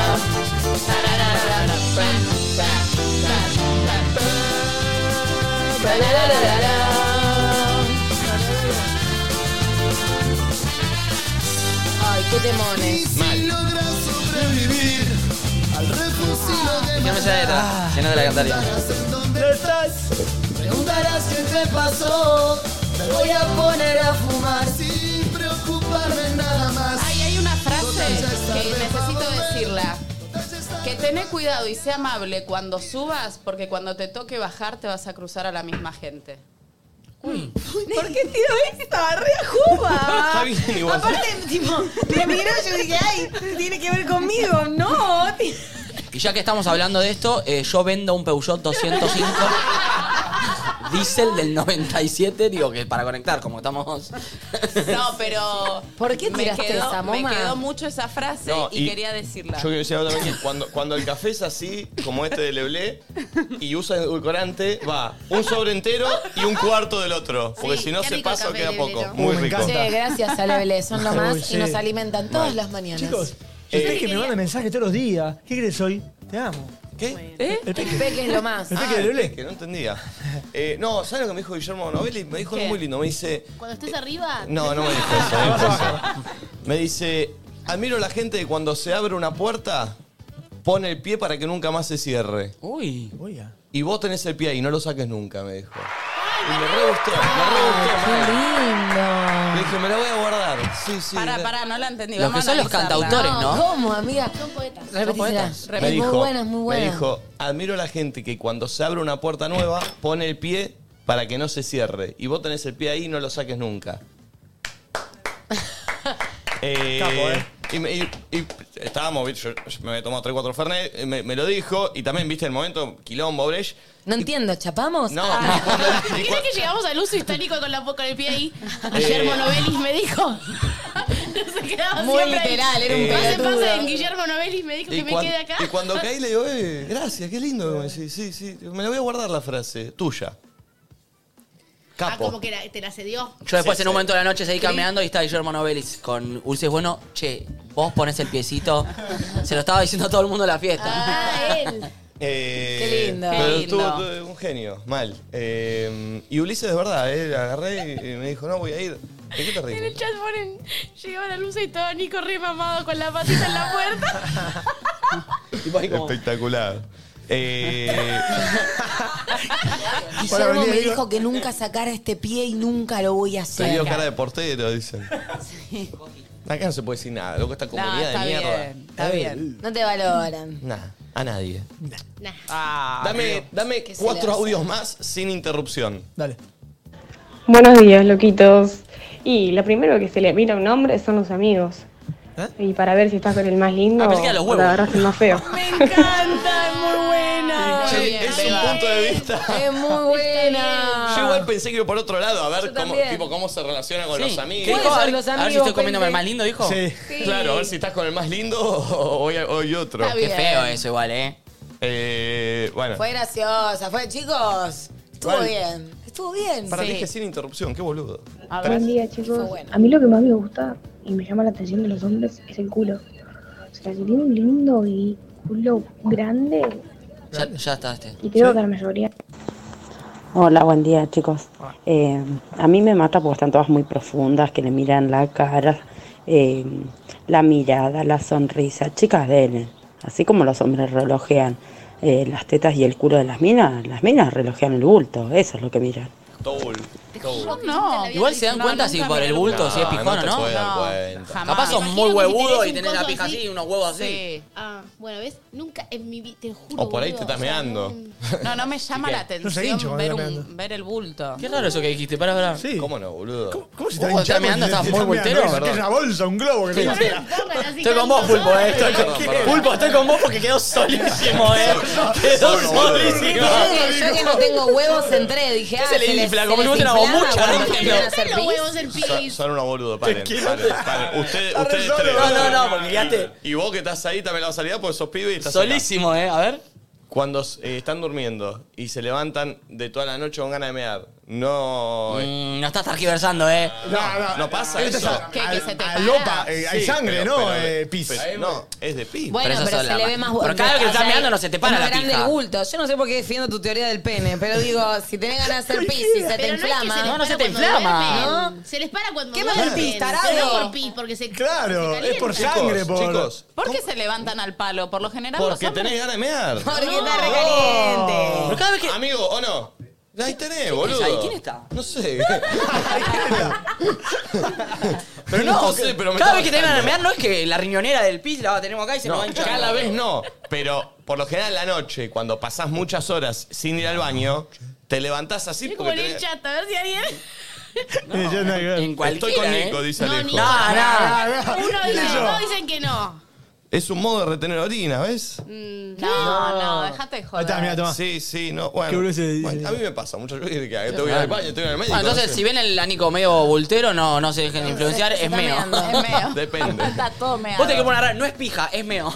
Ay, qué temones. Si logras sobrevivir al refugio de No me sé la letra, si no te la cantaría. en donde estás, preguntarás qué te pasó. Te voy a poner a fumar sin preocuparme nada más. Ay, hay una frase que necesito decirla. Que tené cuidado y sea amable cuando subas, porque cuando te toque bajar te vas a cruzar a la misma gente. ¿Por qué tiro esta? ¡Re juba! Está bien igual. Aparte, tipo, me miró y yo dije, ay, tiene que ver conmigo. No, ti- Y ya que estamos hablando de esto, eh, yo vendo un Peugeot doscientos cinco diésel del noventa y siete, digo que para conectar, como estamos... No, pero ¿Por qué me tiraste quedó, esa, me Moma? quedó mucho esa frase No, y, y quería decirla. Yo quiero decir algo también que cuando, cuando el café es así, como este de Leblé, y usa edulcorante, va un sobre entero y un cuarto del otro. Porque Sí, si no qué se rico el pasa o café queda de poco. Leblé, ¿no? Muy Uh, me rico. encanta. Che, gracias a Leble, son lo más Uy, y sí. nos alimentan todas las mañanas. Chicos, ustedes que me mandan mensajes todos los días. ¿Qué crees hoy? Te amo. ¿Qué? ¿Eh? El peque. El peque es lo más. El peque Ah, de el Leblé. peque, no entendía. Eh, no, ¿sabes lo que me dijo Guillermo Novelli? Me dijo algo muy lindo. Me dice. Cuando estés arriba. No, no me dijo eso. no me dijo eso. Me dice. Admiro a la gente que cuando se abre una puerta, pone el pie para que nunca más se cierre. Uy. Uy, ya. Y vos tenés el pie ahí, no lo saques nunca, me dijo. Y me re gustó, me re gustó. Qué man. lindo. Le dije, me la voy a guardar. Sí, sí. Pará, le- pará, no la entendí. Los Vamos que son a los analizarla. cantautores, ¿no? ¿Cómo, amiga? Son poetas. Repetísela. poetas. Me Es dijo, muy buena, es muy buena. Me dijo, admiro a la gente que cuando se abre una puerta nueva, pone el pie para que no se cierre. Y vos tenés el pie ahí y no lo saques nunca. eh, Capo, ¿eh? Y, me- y- y estábamos, ¿viste? Yo, yo me había tomado tres cuatro Fernet, eh, me, me lo dijo, y también, viste, el momento, quilombo, Brecht. No entiendo, ¿chapamos? No, Ah. y cuando- y ¿Crees cua- que llegamos al uso histórico con, la, con el pie ahí? Guillermo Novelis me dijo. No se quedaba Muy siempre ahí. literal, era un Eh, Pase, pelotudo. pase, Guillermo Novelis me dijo y que me cuan- quede acá. y cuando caí le digo, eh, gracias, qué lindo. que me decís. Sí, sí, me la voy a guardar la frase, tuya. Ah, Capo. como que la- te la cedió. Yo después Sí, en un sí. momento de la noche seguí caminando y estaba Guillermo Novelis con Ulises Bueno. Che, vos ponés el piecito. Se lo estaba diciendo a todo el mundo en la fiesta. Ah, él. Eh, Qué lindo. Pero Qué lindo. estuvo estuvo un genio, mal. Eh, y Ulises, de verdad, eh, agarré y me dijo, no, voy a ir. ¿De qué te En el ríes? chat ponen, llegaba la luz y estaba Nico re mamado con la patita en la puerta. Tipo ahí como- Espectacular. Eh, Guillermo Hola, me Diego. dijo que nunca sacara este pie y nunca lo voy a te dio hacer. cara de portero, dicen. Acá no se puede decir nada, loco, esta No, comunidad está de mierda. bien, está bien. No te valoran. Nah, a nadie. Ah, Dame, dame ¿Qué se cuatro le hace? audios más sin interrupción. Dale. Buenos días, loquitos. Y lo primero que se le mira a un hombre son los amigos. Y para ver si estás con el más lindo Ah, pensé que eran los o huevos. te agarras el más feo. Me encanta, es muy buena. Che, es un punto de vista. Es muy buena. Yo igual pensé que iba por otro lado, a ver Yo cómo, también. tipo, cómo se relaciona con Sí. los ¿Qué amigos. dijo? A ver, los a ver si amigos, estoy comiéndome el Pente? más lindo, dijo. Sí. Sí. Claro, a ver si estás con el más lindo o hoy, hoy otro. Está Qué bien. feo eso igual, ¿eh? Eh, bueno, Fue graciosa, fue, chicos. Estuvo ¿Cuál? bien. Estuvo bien. para Sí. dije sin interrupción, qué boludo. A ver. Buen día, chicos. Fue bueno. A mí lo que más me gusta y me llama la atención de los hombres es el culo. O sea, si tiene un lindo y culo grande, Ya, ya está este. y creo que la mayoría. Hola, buen día, chicos. Eh, a mí me mata porque están todas muy profundas, que le miran la cara, eh, la mirada, la sonrisa. Chicas, denle. Así como los hombres relojean eh, las tetas y el culo de las minas, las minas relojean el bulto. Eso es lo que miran. Toul. Yo no. Igual se dan No, cuenta si nunca por me el lo- bulto, si es No, pijón no o te no. puedes dar No, cuenta. jamás. Capaz sos Me muy imagino que si huevudo tenés y un tenés la coso pija así. así y unos huevos así. Sí. Ah, bueno, ¿ves? Nunca en mi vida, te juro. O por ahí te boludo, estás o sea, meando. no- No, no me llama la No se atención hincha cuando ver, está un- meando. ver el bulto. Qué raro eso que dijiste, para, para. Sí. ¿Cómo no, boludo? ¿Cómo, cómo se ¿Vos está estás mirando? ¿Estás muy voltero? Es que es una bolsa, un globo que Sí, te sí. Pongan así Estoy con tanto. vos, Pulpo, eh. Estoy con... Perdón, perdón. Pulpo, estoy con vos porque quedó solísimo, eh. Quedó Solo, boludo. solísimo. Yo que, yo que no tengo huevos entré, dije, ¿Qué ah, se le les- infla? se Como les si fuera una inflama bombucha, cuando no quieren entiendo. hacer Los pis. huevos en Son, pis. son unos boludos, paren, paren, paren. Usted, Arre ustedes solo. tres. No, no, no, porque quedaste Y vos que estás ahí también la vas a salida porque sos pibe y estás acá. solísimo, eh. A ver. Cuando eh, están durmiendo y se levantan de toda la noche con ganas de mear, no... Mm, no estás targiversando, eh. No, no. ¿No pasa Ahí estás eso? a- ¿Qué, que se te a- a para? lopa, eh, hay Sí, sangre, pero- ¿no? pero- Eh, pis. pero- no, es de pis. Bueno, Pero pero, eso se es la le ma- ve más Pero cada vez que o estás sea, meando no se te para es la más grande pija. el bulto. Yo no sé por qué defiendo tu teoría del pene, pero digo, si tenés ganas de hacer pis y se te Pero no es que inflama. se les No, no se para te cuando inflama. duermen. Se les para cuando ¿Qué más duermen. del pis, Pero tarado? no por pis, porque se Claro, se es por calienta. sangre, por. Chicos, ¿Por qué se levantan al palo? Por lo general los porque hombres... tenés ganas de mear. Porque está recaliente. Pero cada vez que. Amigo, ¿o no? Ahí tenés, ¿Quién boludo. es ahí? ¿Quién está? No sé. Pero no, No sé, pero me cada está vez que te van a bajando. mear no es que la riñonera del pis la tenemos acá y se nos No, va hinchando. cada vez no. Pero por lo general en la noche, cuando pasás muchas horas sin ir al baño, te levantás así Es como porque en el tenés- chat, a ver si alguien. Eh, ya no hay que ver. En Estoy cualquiera, con ¿eh? Nico, dice No, Alejo. ni- No, no. Uno dice, no dicen que no. Es un modo de retener orina, ¿ves? Mm, No, no, déjate de Ahí joder. está, mira, toma. Sí, sí, no. Bueno, Qué boludo dice- bueno, a mí me pasa mucho. Yo que que tengo que ir al baño, tengo que ir al médico. Bueno, entonces, no sé. si ven el anico medio bultero, no, no se dejen influenciar, Se- se es está meo. meando. Es meo. Depende. Está todo meado. Vos tenés que poner a no es pija, es meo.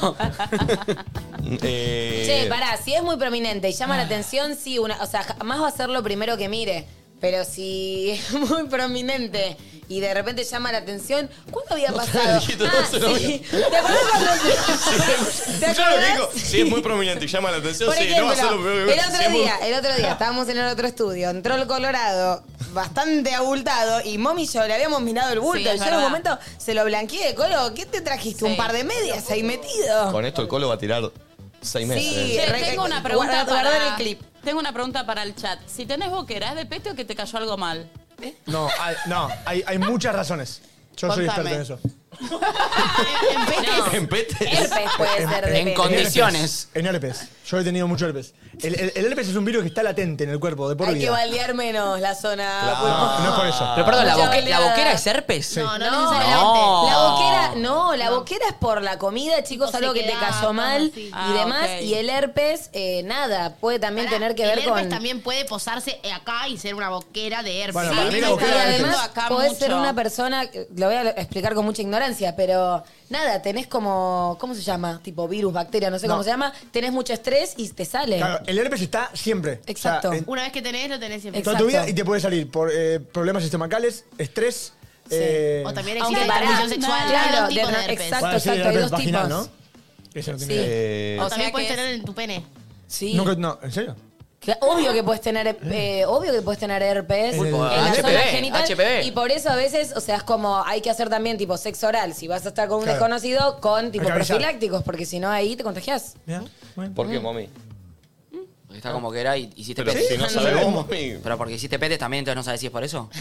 Eh, Che, pará, si es muy prominente y llama la atención, sí, una, o sea, jamás va a ser lo primero que mire. Pero si es muy prominente y de repente llama la atención, ¿cuándo había pasado? dijiste, Ah, no se lo sí. ¿Te acordás cuando te, ¿te Claro que acordás? digo, si es muy prominente y llama la atención, Por sí, no va a ser lo ejemplo, primero que el si otro es muy- día, el otro día estábamos en el otro estudio, entró el Colorado bastante abultado y Mom y yo le habíamos mirado el bulto Sí, es y yo en un verdad. momento se lo blanqueé. Colo, ¿qué te trajiste? ¿Un Sí. par de medias ahí metido? Con esto el colo va a tirar seis meses. Sí, Che, re- tengo una pregunta guarda- para... guardar el clip. Tengo una pregunta para el chat. Si tenés boquera, ¿es de pete o que te cayó algo mal? No, hay, no, hay, hay muchas razones. Yo soy Contame. experto en eso. En pete. En pete. Herpes puede ser de en pene. condiciones. En herpes. Yo he tenido mucho herpes. El, el- el herpes es un virus que está latente en el cuerpo de por Hay que vida. baldear menos la zona. Claro. pulpo. No, no es por eso. Pero perdón, ¿la, Mucha boque- ¿la oleada. boquera es herpes? No, no, No, necesariamente. No. La boquera, no, la boquera es por la comida, chicos, Tipo algo que te sequedad, cayó cosas mal así. y Ah, demás. ok. Y el herpes, eh, nada, puede también Pará, tener que el ver herpes con. también puede posarse acá y ser una boquera de herpes. Bueno, Sí, para mí la y boquera es además herpes. Acá podés mucho. ser una persona, lo voy a explicar con mucha ignorancia, pero nada, tenés como, ¿cómo se llama? Tipo virus, bacteria, no sé No. cómo se llama, tenés mucho estrés y te sale. Claro, el herpes está siempre. Exacto. O sea, en Una vez que tenés, lo tenés siempre. toda tu vida Exacto. y te puede salir por eh, problemas estomacales, estrés. eh, O también Aunque existe para- transmisión sexual. claro, hay dos de- tipos de herpes. exacto. bueno, sí, el hay herpes dos vaginal, tipos. ¿no? Ese no Sí. tiene. Eh, O O también sea puedes que tener en tu pene. Sí. Nunca- no, ¿en serio? Cla- Obvio que puedes tener, eh, obvio que puedes tener herpes Pulpo, en la H P V, zona genital H P V. y por eso a veces, o sea, es como hay que hacer también tipo sexo oral si vas a estar con un Claro. desconocido con tipo Hay que avisar. profilácticos porque si no ahí te contagias. Mira, bueno. ¿Por qué, mami? Porque está como que era y hiciste Pero pete. si no sabes vos, mami. Pero porque hiciste pete también, entonces no sabes si es por eso.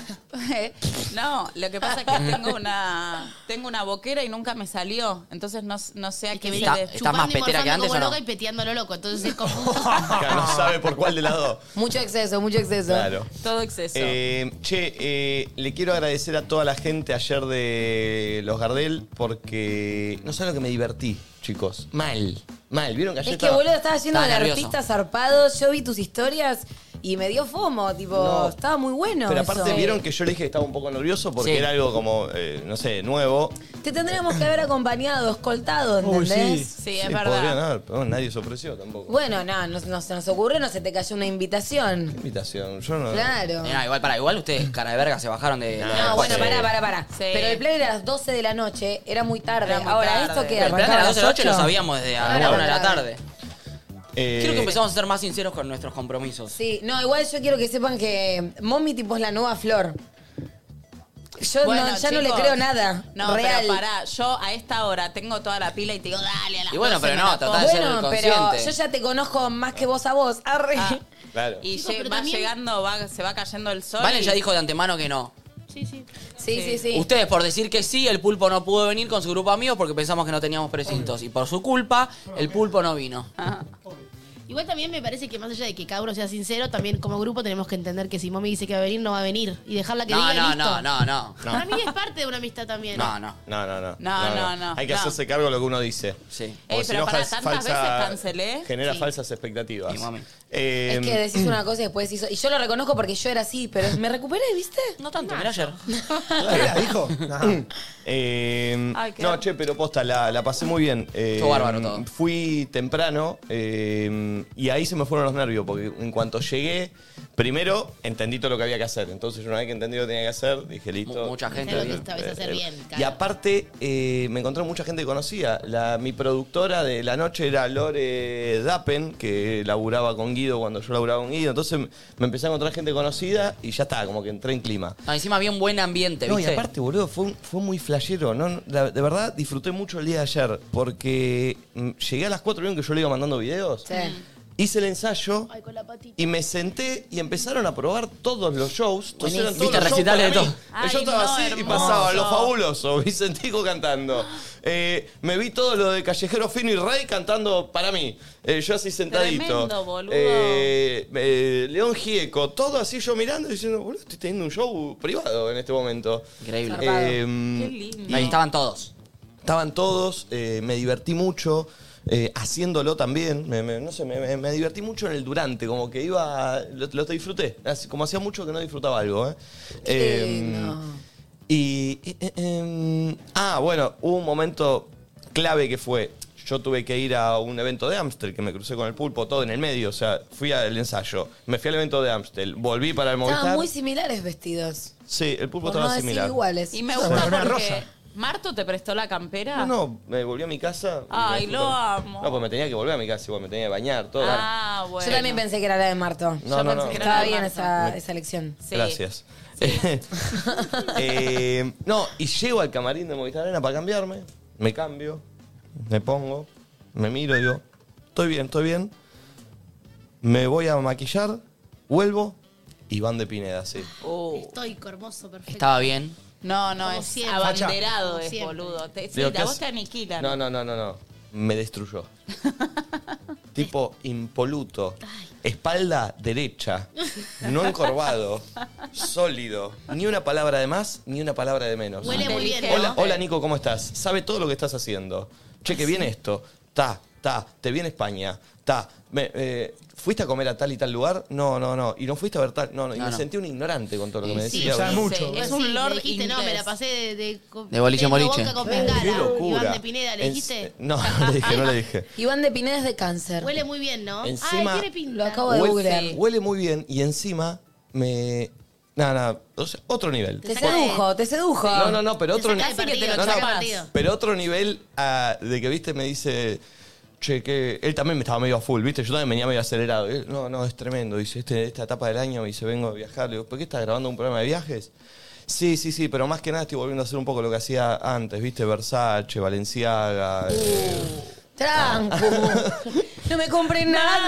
No, lo que pasa es que tengo una tengo una boquera y nunca me salió. Entonces no, no sé a qué venís viene. Está- estás más petera que antes, ¿o no? Loca y peteando lo loco, entonces es como... No sabe por cuál de las dos. Mucho exceso, mucho exceso. Claro. Todo exceso. Eh, che, eh, le quiero agradecer a toda la gente ayer de Los Gardel porque no saben lo que me divertí, chicos. Mal, mal. ¿Vieron que ayer Es que, estaba- boludo, estaba lleno Estaba de nervioso. artistas zarpados. Yo vi tus historias y me dio fomo. Tipo, No. estaba muy bueno. Pero eso. aparte vieron que yo le dije que estaba un poco nervioso porque Sí. era algo como, eh, no sé, nuevo. Te tendríamos que haber acompañado, escoltado, ¿entendés? Sí, es Sí, verdad. podrían haber, pero bueno, nadie se ofreció tampoco. Bueno, no, no, no se nos ocurre, no se te cayó una invitación. Invitación, yo no... Claro. Eh, no, igual, para, igual ustedes, cara de verga, se bajaron de... No, bueno, pará, pará, pará. Pero el plan era a las doce de la noche, era muy tarde. Era muy Ahora, tarde. ¿esto que El plan de las doce de la noche ocho? lo sabíamos desde a Ahora, la una de la ahora. tarde. Eh, Quiero que empecemos a ser más sinceros con nuestros compromisos. Sí, no, igual yo quiero que sepan que Mommy tipo es la nueva Flor. Yo Bueno, no- ya no le chicos, creo nada. No, real. pero pará, yo a esta hora tengo toda la pila y te digo, dale a las Y bueno, doce pero me no, la tratá pongo. de ser Bueno, pero consciente. yo ya te conozco más que vos a vos. Arre. Claro. Y Chicos, lle- pero va también- llegando, va, se va cayendo el sol. Valen y- ya dijo de antemano que no. Sí, sí. Sí, sí, sí. Ustedes por decir que sí, el pulpo no pudo venir con su grupo de amigos porque pensamos que no teníamos precintos. Y por su culpa, el pulpo no vino. Igual también me parece que más allá de que cada uno sea sincero, también como grupo tenemos que entender que si Mommy dice que va a venir, no va a venir. Y dejarla que No, diga y no, listo. no, no, no. Para mí es parte de una amistad también. No, no. No, no, no. No, no, no, Hay que no. hacerse cargo de lo que uno dice. Sí. Ey, Porque si pero no, para fal- tantas falsa- veces cancelé. Genera Sí. falsas expectativas. Sí, mami. Eh, Es que decís una cosa y después hizo. Y yo lo reconozco porque yo era así, pero me recuperé, ¿viste? No tanto, mirá ayer. ¿Qué era, dijo? Ajá. Eh, Ay, qué no, ar- che, pero posta, la, la pasé muy bien. Eh, Estuvo bárbaro todo. Fui temprano eh, y ahí se me fueron los nervios, porque en cuanto llegué, primero entendí todo lo que había que hacer. Entonces, una vez que entendí lo que tenía que hacer, dije, listo. Mu- mucha gente. Sé lo que sabés hacer bien, Y claro. aparte, eh, me encontré mucha gente que conocía. La, mi productora de la noche era Lore Dappen, que laburaba con Guido cuando yo laburaba con Guido. Entonces me empecé a encontrar gente conocida y ya está, como que entré en clima. Ah, encima había un buen ambiente, No, y ¿viste? aparte, boludo, fue, un- fue muy flashero. ¿no? La- de verdad, disfruté mucho el día de ayer porque mm, llegué a las cuatro, ¿vieron que yo le iba mandando videos? Sí. Hice el ensayo Ay, con la patita. y me senté y empezaron a probar todos los shows. Entonces eran todos Viste los shows recitales para de mí. todo. Y yo Ay, estaba no, así y hermoso. pasaba lo fabuloso, Vicentico cantando. Eh, me vi todo lo de Callejero Fino y Rey cantando para mí. Eh, yo así sentadito. Tremendo, boludo. Eh, eh, León Gieco, todo así yo mirando y diciendo, boludo, estoy teniendo un show privado en este momento. Increíble. Eh, Qué lindo. Ahí estaban todos. Estaban todos, eh, me divertí mucho. eh, haciéndolo también, me, me- no sé, me, me- me divertí mucho en el durante, como que iba, lo, lo disfruté, Así- como hacía mucho que no disfrutaba algo. ¿eh? Qué Eh, lindo. y, y, eh, em, ah, bueno, hubo un momento clave que fue, yo tuve que ir a un evento de Amstel, que me crucé con el pulpo, todo en el medio, o sea, fui al ensayo, me fui al evento de Amstel, volví para el Movistar. Estaban muy similares vestidos. Sí, el pulpo Por estaba no decir similar. iguales. Y me Una gusta rosa. porque Marto te prestó la campera. No, no, me volví a mi casa. y Ay, me fui lo para- amo. No, pues me tenía que volver a mi casa, igual me tenía que bañar, todo. Ah, bueno. Yo también pensé que era la de Marto. No, Yo no, pensé no. que era Estaba la de bien Marto. esa, esa elección. Sí. Gracias. Eh, no, y llego al camarín de Movistar Arena para cambiarme. Me cambio, me pongo, me miro, digo, estoy bien, estoy bien. Me voy a maquillar, vuelvo y van de Pineda, sí. Uh. Estoico, hermoso, perfecto. Estaba bien. No, no, Como es siempre. abanderado, Como es siempre. boludo. Te, sí, Digo, a ¿qué vos hace? te aniquilan. No, no, no, no, no. Me destruyó. Tipo impoluto. Espalda derecha. No encorvado. Sólido. Ni una palabra de más, ni una palabra de menos. Huele muy bien, ¿no? Hola, hola Nico, ¿cómo estás? Sabe todo lo que estás haciendo. Che, que viene esto. Ta, ta, te viene España. Ta. Me, eh, ¿Fuiste a comer a tal y tal lugar? No, no, no. Y no fuiste a ver tal. No, no. Y No, me no. sentí un ignorante con todo lo que me Sí, decía. sabe boludo. mucho. Es Sí, un le lord dijiste, no, inglés. me la pasé de... De, De boliche en boliche. Boca con Qué Bengala. locura. Iván de Pineda, ¿le En- dijiste? No, no le dije, no le dije. Iván de Pineda es de cáncer. Huele muy bien, ¿no? Encima- Ay, tiene pinta. Lo acabo de Huele, googlear. huele muy bien y encima me. Nada, nada. O sea, otro nivel. Te sedujo, te sedujo. No, no, no, pero Te otro saca de nivel. partido, No, te no, saca de partido. pero otro nivel ah, de que, viste, me dice. Che, que él también me estaba medio a full, ¿viste? Yo también venía medio acelerado. Él, no, no, es tremendo. Dice, este, esta etapa del año, me dice, vengo a viajar. Le digo, ¿por qué estás grabando un programa de viajes? Sí, sí, sí, pero más que nada estoy volviendo a hacer un poco lo que hacía antes, ¿viste? Versace, Balenciaga. eh, Tranco. No me compré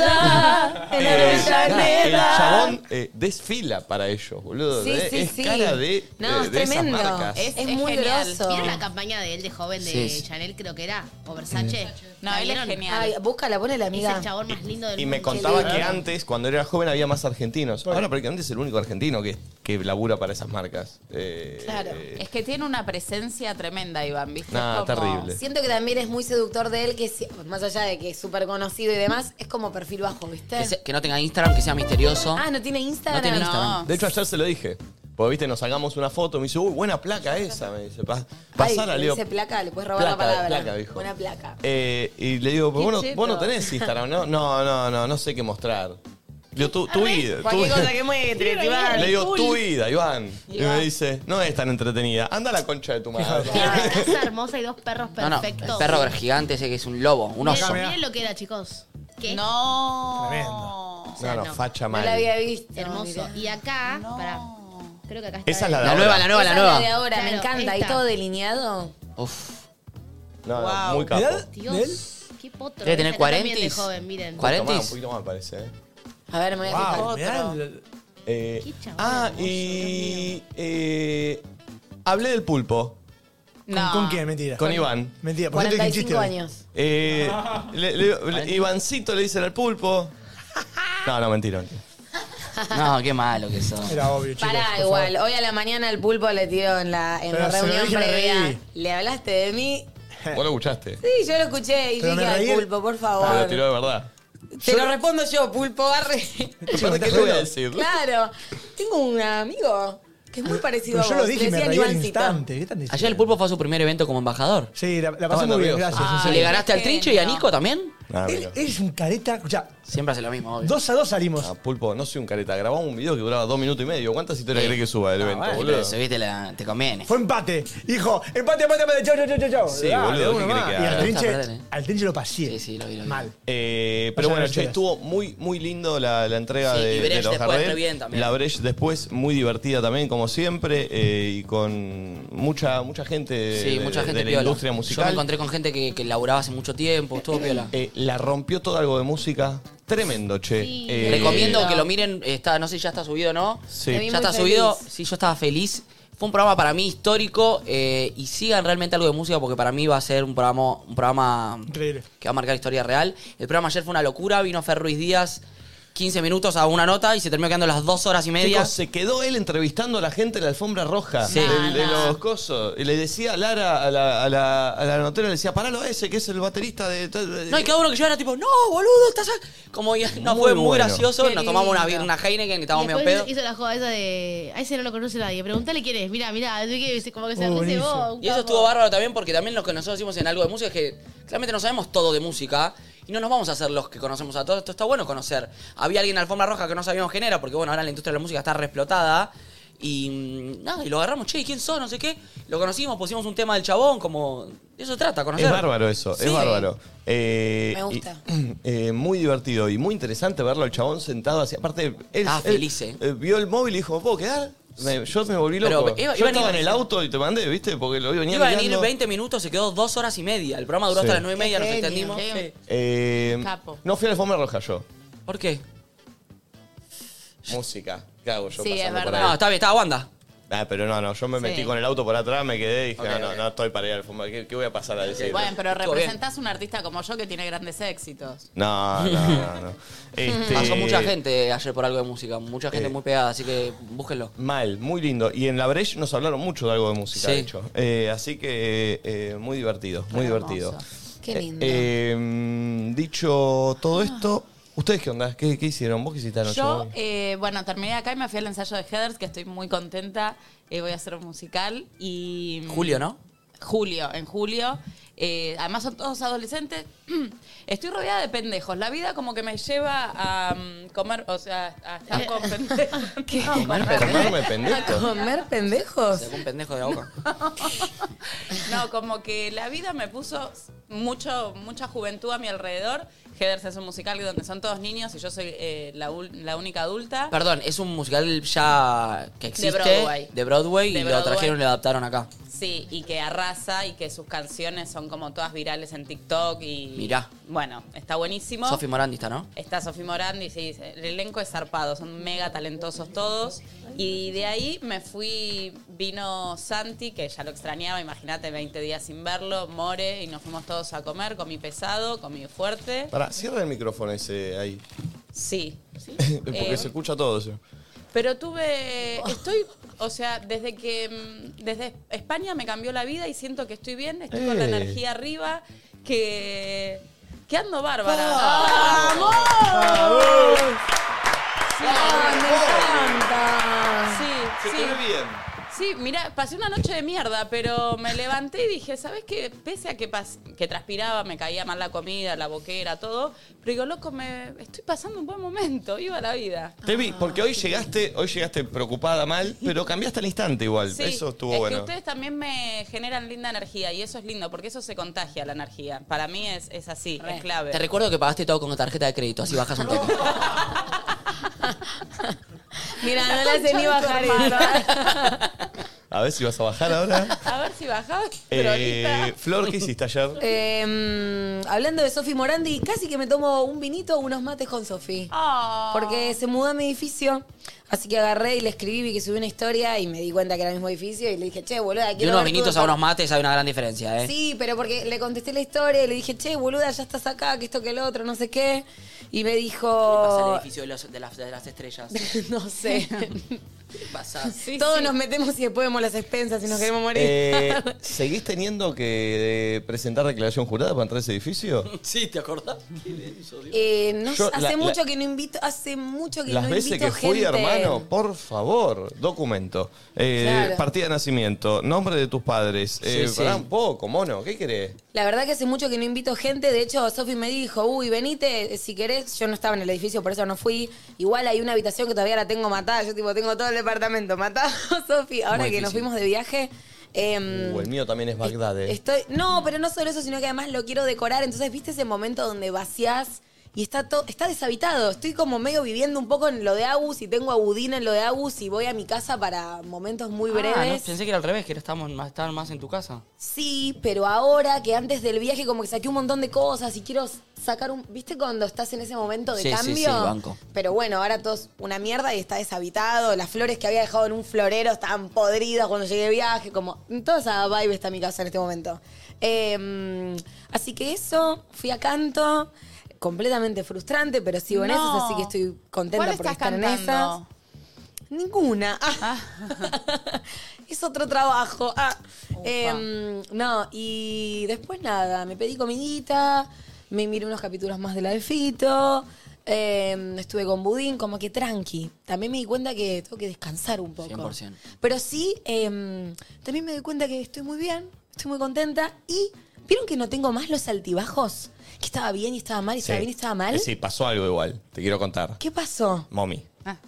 nada en la Eh, el Avellaneda. chabón eh, desfila para ellos, boludo. Sí, Eh, sí, es sí. cara de, No, de- es de esas tremendo. marcas. Es, Es muy genial. grosso. ¿Vieron la campaña de él de joven de Sí, sí. Chanel, creo que era? ¿O Versace? No, ¿La él es vieron? genial. Ay, búscala, ponle la Es amiga. el chabón más lindo del Y mundo. me contaba lindo. que antes, cuando era joven, había más argentinos. Ahora prácticamente es el único argentino que, que labura para esas marcas. Eh, Claro. eh, Es que tiene una presencia tremenda, Iván, ¿viste? Nah, Es como- terrible. Siento que también es muy seductor de él, que si- más allá de que es súper conocido y demás, es como perfil bajo, ¿viste? Que, se- que no tenga Instagram, que sea misterioso. Ah, ¿no tiene Instagram? No tiene Instagram. De hecho, ayer se lo dije. Porque, viste, nos sacamos una foto. Me dice, uy, buena placa esa. Me dice, "Pa- pasala, Ay, Leo. dice placa, le puedes robar Placa, la palabra. placa, dijo. Buena placa. Eh, y le digo, pero vos no, cheto. vos no tenés Instagram, ¿no? No, no, no, no sé qué mostrar. Le digo, tu, tu vida. tu Cualquier vida. cosa que muestre, Iván. Le digo, tu vida, Iván. Y Iván. me dice, no es tan entretenida. Anda a la concha de tu madre. Tiene una casa hermosa y dos perros No, no, perfectos. el perro gigante ese que es un lobo, un oso. Miren, miren lo que era, chicos. ¿Qué? No. Tremendo. O sea, No, no, no. facha No mal. la había visto. Hermoso. mirá. Y acá, pará, creo que acá está. Esa es la de La ahora. nueva, la nueva, la Esa es nueva. de ahora, me Claro, encanta. Y esta. todo delineado. Uf. No, no, Wow. muy capo. ¿Edad Dios, de él? qué potro. Debe tener Ese acá también cuarentis. de joven, miren. Un Cuaren- poquito más, un poquito más, parece. ¿eh? A ver, me voy a fijar. Wow, mirá el- Eh, Qué chabón ah, hermoso, y... eh, hablé del pulpo ¿Con, No. ¿Con quién? Mentira. con Iván. Mentira, por eso te dije cuarenta y cinco chiste. años. Eh, le- le- le- Ivancito le dicen al pulpo. No, no, mentira, mentira. No, qué malo que son. Era obvio, chicos. Pará, por igual. favor. Hoy a la mañana el pulpo le tiró en la, en Pero la se lo reunión dije, me previa. reí. ¿Le hablaste de mí? ¿Vos lo escuchaste? Sí, yo lo escuché y Pero dije me al reí. pulpo, por Pero lo favor. tiró de verdad. Te lo respondo yo, pulpo, arre. Aparte, ¿qué le voy a decir? Claro. Tengo un amigo que es muy parecido Pero a yo vos. lo dije y le me decían reí al Ivancito. instante. ¿Qué tan diciendo? Ayer el pulpo fue a su primer evento como embajador. Sí, la, la pasé Estaba muy bien, nervioso. gracias. en ¿Y serio. le ganaste al Trinche y a genio. Nico también? No, Él, mira. él es un careta. Escucha, Siempre hace lo mismo, obvio. dos a dos salimos. Ah, pulpo, no soy un careta. Grabamos un video que duraba dos minutos y medio. ¿Cuántas historias crees que suba del evento, Bueno, boludo? pero subiste la, te conviene. Fue empate. Hijo, empate, empate, empate. Chau, chau, chau, chau, chau. Sí, Dale, boludo, uno ¿qué más. querés que Y al haga? Trinche, Perder, eh. al Trinche lo pasé. Sí, sí, lo vi, lo vi. Mal. Eh, pero Vayan bueno, a che, ustedes. estuvo muy, muy lindo la, la entrega Sí, de, y Brecht de los después Gardel. re bien también. La Brecht después muy divertida también, como siempre, eh, y con mucha mucha gente de, Sí, de- mucha gente de la piola. industria Yo me musical. encontré con gente que, que laburaba hace mucho tiempo, estuvo piola. Eh, la rompió todo algo de música. Tremendo, che. Sí. Eh, Recomiendo que lo miren, está, no sé si ya está subido o no. Sí. Me vi Ya muy está feliz. subido, sí, yo estaba feliz. Fue un programa para mí histórico eh, y sigan realmente algo de música porque para mí va a ser un programa, un programa Increíble. que va a marcar historia real. El programa ayer fue una locura, vino Fer Ruiz Díaz, quince minutos a una nota y se terminó quedando las dos horas y media. Chicos, se quedó él entrevistando a la gente en la alfombra roja Sí. del- de, No, no. los cosos. Y le decía a Lara, a la, a la, a la notera, le decía, paralo a ese, que es el baterista de... No, y cada uno que yo era tipo, no, boludo, estás acá". Como ya, no, Muy fue muy bueno. gracioso. Qué Nos tomamos una, lindo. una Heineken que Y estábamos medio después pedo. hizo la joda esa de. A ese no lo conoce nadie. Preguntale quién es. Mira, mira. Como que se Oh, dice buenísimo. vos. un Y eso capo. estuvo bárbaro también porque también lo que nosotros decimos en algo de música es que claramente no sabemos todo de música y no nos vamos a hacer los que conocemos a todos. Esto está bueno conocer. Había alguien en la alfombra roja que no sabíamos quién era porque bueno, ahora la industria de la música está re explotada. Y mm, nada, y lo agarramos, che, ¿quién sos? No sé qué. Lo conocimos, pusimos un tema del chabón, como... De eso se trata, conocer. Es bárbaro eso, Sí. es bárbaro. Eh, Me gusta. y- eh, muy divertido y muy interesante verlo al chabón sentado así. Aparte, él, Estaba él, feliz, eh. eh, vio el móvil y dijo, ¿me puedo quedar? Me- yo me volví loco. Pero iba- yo iba a estaba venir- en el auto y te mandé, ¿viste? Porque lo venía Iba a venir mirando. veinte minutos, se quedó dos horas y media. El programa duró Sí. hasta las nueve y media, Qué nos genio. extendimos. Qué- Sí. Eh, Capo. no fui a la alfombra roja yo. ¿Por qué? Música. ¿Qué hago yo Sí, es pasando por verdad. ahí? No, está bien, estaba Wanda. Ah, pero no, no, yo me Sí. metí con el auto por atrás, me quedé y dije, Ok, no, no, ok. no estoy para ir a la alfombra. ¿Qué, qué voy a pasar a decir? Bueno, pero Estuvo representás un artista como yo que tiene grandes éxitos. No, no, no, no. Este, Pasó mucha gente ayer por algo de música, mucha gente Eh. muy pegada, así que búsquenlo. Mal, muy lindo. Y en la Breche nos hablaron mucho de algo de música, Sí. de hecho. Eh, así que eh, muy divertido, muy Hermoso. divertido. Qué lindo. Eh, mm, dicho todo esto, ¿ustedes qué onda? ¿Qué, qué hicieron? ¿Vos qué hiciste anoche? Yo, eh, bueno, terminé acá y me fui al ensayo de Heathers, que estoy muy contenta. Eh, voy a hacer un musical y... Julio, ¿no? Julio, en julio. Eh, además son todos adolescentes. Estoy rodeada de pendejos. La vida como que me lleva a mm, comer, o sea, a estar con pendejos. ¿Qué? No, Comer comer- pendejos. Comerme pendejo. ¿Comer pendejos? Sacó un pendejo de la boca. No, como que la vida me puso mucho, mucha juventud a mi alrededor. Heathers es un musical donde son todos niños y yo soy eh, la, ul- la única adulta. Perdón, es un musical ya que existe. Broadway. De Broadway De y lo Broadway. trajeron y lo adaptaron acá. Sí, y que arrasa y que sus canciones son como todas virales en TikTok y... Mirá. Bueno, está buenísimo. Sofi Morandi está, ¿no? Está Sofi Morandi, sí, el elenco es zarpado, son mega talentosos todos. Y de ahí me fui, vino Santi, que ya lo extrañaba, imagínate, veinte días sin verlo, More, y nos fuimos todos a comer, comí pesado, comí fuerte. Pará, cierra el micrófono ese ahí. Sí. Porque Eh, se escucha todo eso. Pero tuve, estoy, o sea, desde que, mm, desde España me cambió la vida y siento que estoy bien, estoy con la Eh. energía arriba, que, que ando bárbara. ¡Vamos! Sí, ¡Ay, me encanta! Sí, Se sí. te ve bien. Sí, mira, pasé una noche de mierda, pero me levanté y dije, ¿sabes qué? Pese a que, pas- que transpiraba, me caía mal la comida, la boquera, todo, pero digo, loco, me estoy pasando un buen momento, iba la vida. Te vi, porque hoy llegaste, hoy llegaste preocupada mal, pero cambiaste al instante igual. Sí, Eso estuvo es bueno. que ustedes también me generan linda energía y eso es lindo, porque eso se contagia la energía. Para mí es, es así, es clave. Te recuerdo que pagaste todo con tarjeta de crédito, así bajas un toque. Mira, no le hace ni bajar eso. A ver si vas a bajar ahora. A ver si bajás. Eh, Flor, ¿qué hiciste ayer? Eh, hablando de Sofi Morandi, casi que me tomo un vinito o unos mates con Sofi. Oh. Porque se mudó a mi edificio. Así que agarré y le escribí, vi que subí una historia y me di cuenta que era el mismo edificio y le dije, che, boluda, De quiero unos ver vinitos todo a para- unos mates hay una gran diferencia, ¿eh? Sí, pero porque le contesté la historia y le dije, che, boluda, ya estás acá, que esto, que el otro, no sé qué. Y me Pasa el dijo... edificio de, los- de las, de las estrellas. no sé. ¿Qué pasa? Todos nos metemos y después vemos las expensas y nos queremos morir. Eh, ¿Seguís teniendo que eh, presentar declaración jurada para entrar a ese edificio? Sí, ¿te acordás? Eh, no, Yo, hace la- mucho la- que no invito, hace mucho que Las no veces invito que fui, gente. hermano, por favor, documento. Eh, Claro. Partida de nacimiento, nombre de tus padres. Eh, Sí, sí. pará un poco, mono, ¿qué querés? La verdad que hace mucho que no invito gente. De hecho, Sofi me dijo, uy, venite, si querés. Yo no estaba en el edificio, por eso no fui. Igual hay una habitación que todavía la tengo matada. Yo tipo tengo todo el departamento matado, Sofi. Ahora Muy que nos difícil. fuimos de viaje... em, Uh, el mío también es Bagdad, eh. Estoy, no, pero no solo eso, sino que además lo quiero decorar. Entonces, ¿viste ese momento donde vacías y está todo, está deshabitado? Estoy como medio viviendo un poco en lo de Agus y tengo a Budín en lo de Agus y voy a mi casa para momentos muy Ah, breves. no, pensé que era al revés, que estábamos más, estaban más en tu casa. Sí, pero ahora que antes del viaje como que saqué un montón de cosas y quiero sacar un... ¿Viste cuando estás en ese momento de Sí, sí, cambio? sí, banco. Pero bueno, ahora todo es una mierda y está deshabitado. Las flores que había dejado en un florero estaban podridas cuando llegué de viaje. Como toda esa vibe está en mi casa en este momento. Eh, así que eso, fui a canto. Completamente frustrante, pero sigo en No. esas, así que estoy contenta ¿Cuál porque estás están en esas. cantando? Ninguna. Ah. es otro trabajo. Ah. Em, no, y después nada, me pedí comidita, me miré unos capítulos más de la de Fito, em, estuve con Budín, como que tranqui. También me di cuenta que tengo que descansar un poco. cien por ciento. Pero sí, em, también me di cuenta que estoy muy bien, estoy muy contenta y ¿vieron que no tengo más los altibajos? Que estaba bien y estaba mal y estaba Sí. bien y estaba mal. Eh, Sí, pasó algo igual, te quiero contar. ¿Qué pasó? Mommy.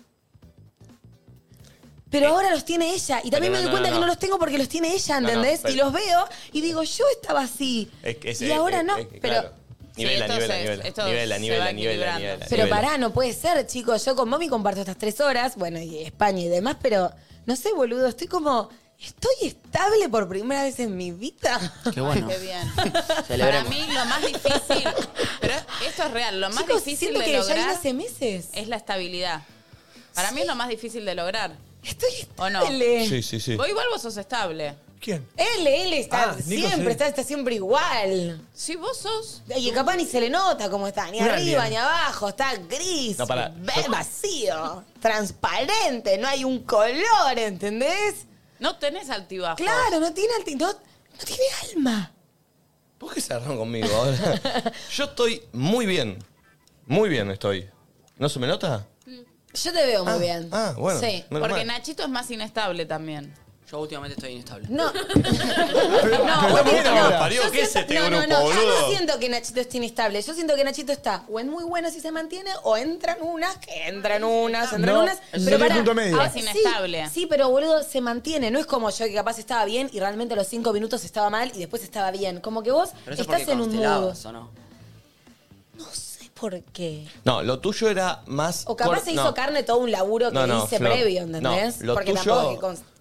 Pero ahora los tiene ella. Y también Pero me no, doy no, cuenta no, que no no. los tengo porque los tiene ella, No, no, ¿entendés? pero- Y los veo y digo, yo estaba así. Es que ese- y ahora es- no. es que, pero claro. Nivela, esto nivela, se- nivela, esto nivela, se nivela, va nivela, equilibrando. nivela, pero nivela. pará, no puede ser, chicos. Yo con Mommy comparto estas tres horas. Bueno, y España y demás, pero no sé, boludo. Estoy como. Estoy estable por primera vez en mi vida. Qué bueno. Qué bien. Para Celebremos. mí lo más difícil, pero esto es real, lo más Chicos, difícil siento de que ya lograr vine hace meses. es la estabilidad. Para mí es lo más difícil de lograr. Estoy ¿O no? estable. Sí, sí, sí. Vos igual vos sos estable. ¿Quién? Él, él está Ah, Nico, siempre, sí. está, está siempre igual. Si vos sos... Y capaz ni se le nota cómo está, ni Un arriba alien. ni abajo, está gris, No, pará. ve- vacío, transparente, no hay un color, ¿entendés? No tenés altibajos. Claro, no tiene alti- no, no tiene alma. ¿Por qué se agarraron conmigo ahora? Yo estoy muy bien. Muy bien estoy. ¿No se me nota? Yo te veo muy Ah, bien. ah, bueno. Sí. Menos Porque mal. Nachito es más inestable también. Yo últimamente estoy inestable. No. Pero, No, pero bueno, está bien no. ahora. Parió, Yo ¿qué es siento- este no, grupo, no, no, yo boludo? no siento que Nachito esté inestable. Yo siento que Nachito está o en muy bueno si se mantiene, o entran unas, que entran unas, entran No, unas. es Pero el pará, punto medio. ahora Es inestable. Sí, sí, pero boludo, se mantiene. No es como yo que capaz estaba bien y realmente a los cinco minutos estaba mal y después estaba bien. Como que vos Pero eso es estás porque en un mood. constelabas, ¿o no? No sé por qué. No, lo tuyo era más... O capaz cor- se hizo no. carne todo un laburo que No, no, hice Flor. previo, ¿entendés? No, lo porque tuyo- tampoco es que cons-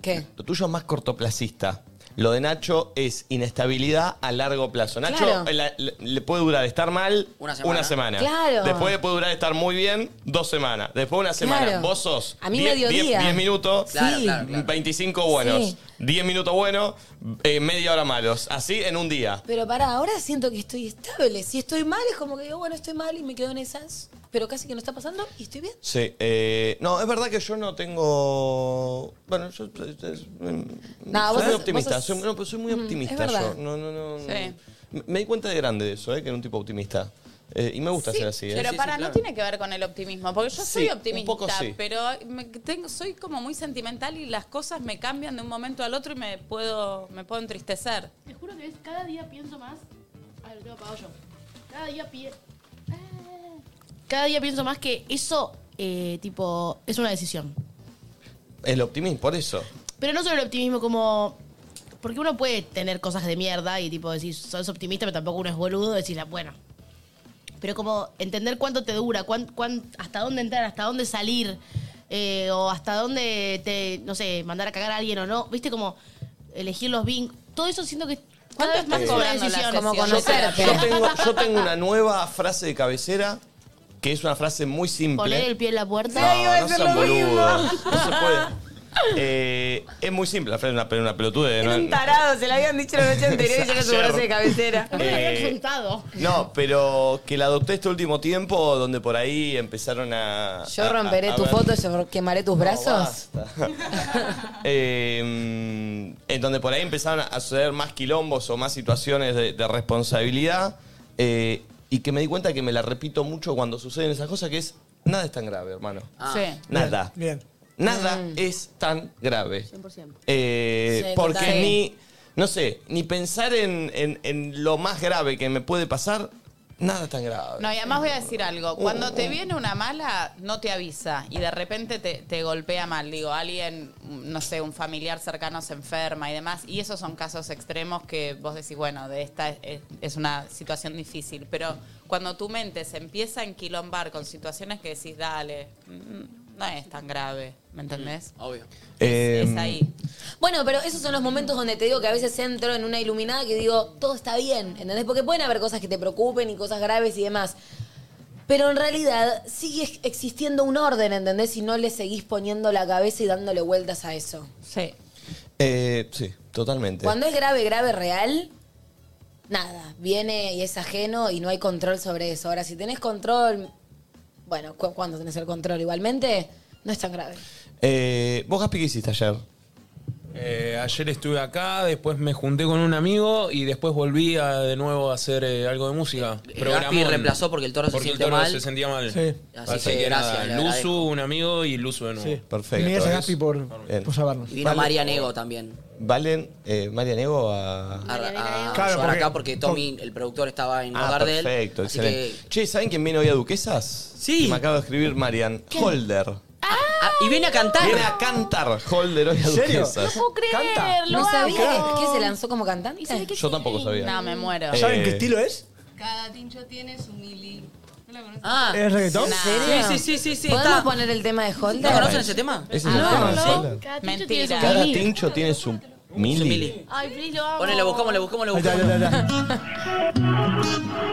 ¿Qué? Lo tuyo es más cortoplacista. Lo de Nacho es inestabilidad a largo plazo. Nacho Claro. eh, la- le, le puede durar estar mal Una una semana. semana. Claro. Después le puede durar estar muy bien dos semanas. Después una semana. Claro. Vos sos A mí diez mediodía. diez minutos, Claro, Sí. claro, claro. veinticinco buenos, Sí. diez minutos buenos, eh, media hora malos. Así en un día. Pero pará, ahora siento que estoy estable. Si estoy mal, es como que digo, bueno, estoy mal y me quedo en esas. Pero casi que no está pasando y estoy bien. Sí, eh, no, es verdad que yo no tengo. Bueno, yo eh, eh, No, soy vos muy sos- optimista. vos sos- soy, no, pero soy muy Mm, optimista es verdad. yo. No, no, no. Sí. no. Me di cuenta de grande de eso, eh, que era un tipo optimista. Eh, y me gusta Sí, ser así. eh. Pero Sí, para, sí, no claro. tiene que ver con el optimismo, porque yo Sí, soy un optimista, poco sí. pero me tengo, soy como muy sentimental y las cosas me cambian de un momento al otro y me puedo, me puedo entristecer. Te juro que es, cada día pienso más. Ay, lo tengo apagado yo. Cada día pienso. Cada día pienso más que eso, eh, tipo, es una decisión. El optimismo, por eso. Pero no solo el optimismo como. Porque uno puede tener cosas de mierda y tipo decir, sos optimista, pero tampoco uno es boludo, decir, bueno. Pero como entender cuánto te dura, cuán, cuán- hasta dónde entrar, hasta dónde salir, eh, o hasta dónde te, no sé, mandar a cagar a alguien o no. Viste, como elegir los vínculos. Todo eso siento que cada vez más estás es una cobrando la decisión. sesión? Como Yo, conocerte. yo tengo, yo tengo una nueva frase de cabecera que es una frase muy simple. Poner el pie en la puerta. No, no sean boludos. No se puede. Eh, es muy simple, la frase es una, una pelotude. ¿no? Un tarado, se lo habían dicho la noche anterior y llega su Ayer. frase de cabecera. Eh, resultado. No, pero que la adopté este último tiempo, donde por ahí empezaron a. Yo a- romperé a- a tu ver- foto, yo quemaré tus No, brazos. basta. Eh, en donde por ahí empezaron a suceder más quilombos o más situaciones de, de responsabilidad. eh, y que me di cuenta que me la repito mucho cuando suceden esas cosas, que es nada es tan grave, hermano. Sí. Nada. Bien. Nada Mm. es tan grave. cien por ciento. Eh, Sí, porque total. ni, no sé, ni pensar en, en- en lo más grave que me puede pasar, nada es tan grave. No, y además voy a decir algo. Cuando te viene una mala, no te avisa y de repente te, te golpea mal. Digo, alguien, no sé, un familiar cercano se enferma y demás. Y esos son casos extremos que vos decís, bueno, de esta es, es- es una situación difícil. Pero cuando tu mente se empieza a enquilombar con situaciones que decís, dale, mm, no es tan grave, ¿me entendés? Obvio. Eh, Es ahí. Bueno, pero esos son los momentos donde te digo que a veces entro en una iluminada que digo, todo está bien, ¿entendés? Porque pueden haber cosas que te preocupen y cosas graves y demás. Pero en realidad sigue ex- existiendo un orden, ¿entendés? Si no le seguís poniendo la cabeza y dándole vueltas a eso. Sí. eh, sí, totalmente. Cuando es grave, grave, real, nada, viene y es ajeno y no hay control sobre eso. Ahora, si tenés control, bueno, cu- ¿cuándo tenés el control? Igualmente, no es tan grave. Eh, ¿Vos, Gaspi, qué hiciste ayer? Eh, ayer estuve acá, después me junté con un amigo y después volví a, de nuevo a hacer eh, algo de música. El Gaspi reemplazó porque el toro se porque siente el toro mal. se sentía mal. Sí. Así que gracias, le Luzu, agradezco. un amigo y Luzu de nuevo. Sí. Perfecto. Y gracias, Gaspi, por, Bien. por sabernos. Y vino Vale. María Nego también. ¿Valen eh, María Nego a...? A, a Claro, ayudar porque- acá porque Tommy, el productor, estaba en Ah, Gardel. perfecto, así excelente. que- Che, ¿saben quién viene hoy a Duquesas? Sí. Me acaba de escribir Marian. Holder. Ah, y viene a cantar. Viene a cantar Holder hoy a ¿En serio? Duquesas. No puedo creerlo. ¿No sabía amo. que, que se lanzó como cantante? Yo tampoco sabía. No, me muero. Eh, ¿Saben qué estilo es? Cada tincho tiene su mili. ¿No la conocen? Ah, ¿Es reggaetón? ¿En serio? sí, sí, sí, sí. ¿Podemos Está. poner el tema de Holder? ¿No conocen ese tema? ¿Ese es Ah, el tema de no. Holder? Cada tincho Mentira. tiene su Cada mili. tincho tiene su Su mili. mili. Ay, Feliz, lo amo. Ponele, buscamos, le buscamos, le Ahí está, buscamos. ahí está, ahí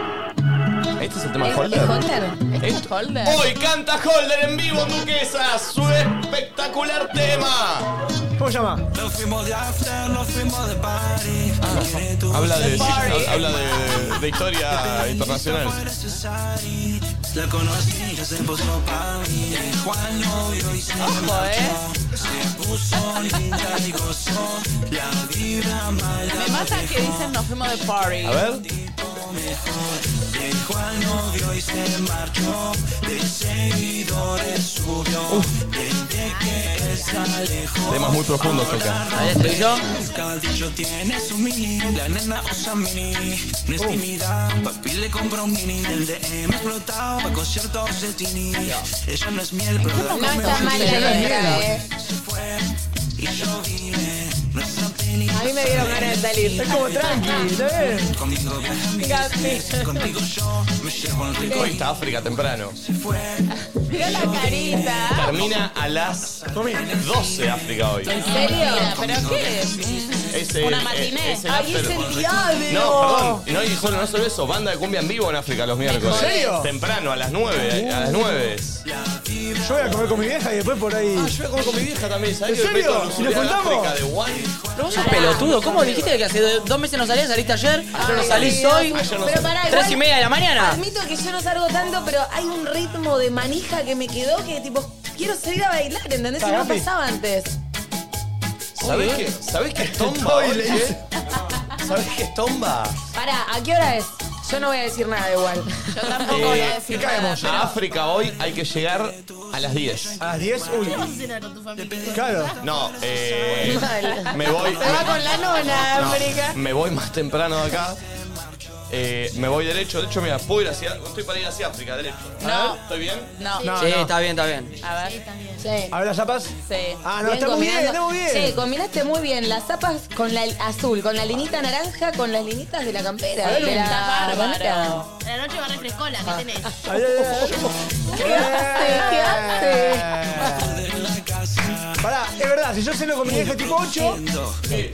está. ¿Este es el tema de ¿Es, Holder? es Holder? ¿Es Holder? Hoy canta Holder en vivo en Duquesas. Su espectacular tema. ¿Cómo se llama? Nos fuimos de after, nos fuimos de party. Habla de, habla de, de historia internacional. La conocí, ya se puso pa' mí. Dejó al novio y se Ojo, eh. se puso linda y gozó. La vibra mala. Me mata que dicen nos fuimos de party. A ver. Dejó al novio y se marchó. De seguidores subió. Desde que él se alejó. Temas muy profundos acá. Ahí estoy yo. Cada dicho tiene su mini, la nena usa mini. No es tímida, papi le compró un mini. El D M explotado pa' conciertos de Tini. Ella no es miel, pero la No está come mal la letra, eh. se fue y yo vine. Nuestra peli. A mí me dieron ganas de salir. Es como tranqui, ¿está bien? Gasti. Contigo yo me llevo el rico. Hoy está África temprano. Mirá la carita. Termina a las doce África hoy. ¿En serio? ¿Pero qué es? Es el, Una matiné. es el Ay, after. es el diablo. No, perdón. No, y solo, no solo eso, banda de cumbia en vivo en África los miércoles. ¿En serio? Temprano, a las nueve. A las nueve. Yo voy a comer con mi vieja y después por ahí. Ah, yo voy a comer con mi vieja también. ¿Sabés ¿En que serio? Beto nos ¿Y nos subió a juntamos? África de One? Pero vos sos pelotudo. ¿Cómo dijiste que hace dos meses no salías? ¿Saliste ayer? ¿Ayer no salís hoy? Ayer no Pero salí. pará, ¿Tres igual, y media de la mañana? Admito que yo no salgo tanto, pero hay un ritmo de manija que me quedó que tipo, quiero salir a bailar, ¿entendés? Y no Gapi. pasaba antes. ¿Sabés qué? ¿Sabés qué es tomba hoy, che? ¿Sabés qué es tomba? Pará, ¿a qué hora es? Yo no voy a decir nada igual. Yo tampoco voy a Eh, decir ¿qué nada. caemos? A África hoy hay que llegar a las diez. A las diez, uy. ¿Qué vas a cenar con tu familia? Claro. No, eh, me voy. Se va con la nona, No, África. me voy más temprano de acá. Eh, me voy derecho. De hecho, mira, puedo ir hacia. Estoy para ir hacia África, derecho. A No. ver, ¿estoy bien? No. No, Sí, no. está bien, está bien. A ver. Sí. A ver las zapas. Sí. Ah, no, Bien estamos bien, combinando. estamos bien. Sí, combinaste muy bien las zapas con la azul, con la linita naranja, con las linitas de la campera. A ver, de la está bárbaro. remera. A la noche va refrescola, ¿qué tenés? Ay, ay, ay. ¿Qué hace? ¿Qué hace? Pará, es verdad, si yo ceno con mi vieja tipo ocho, Eh,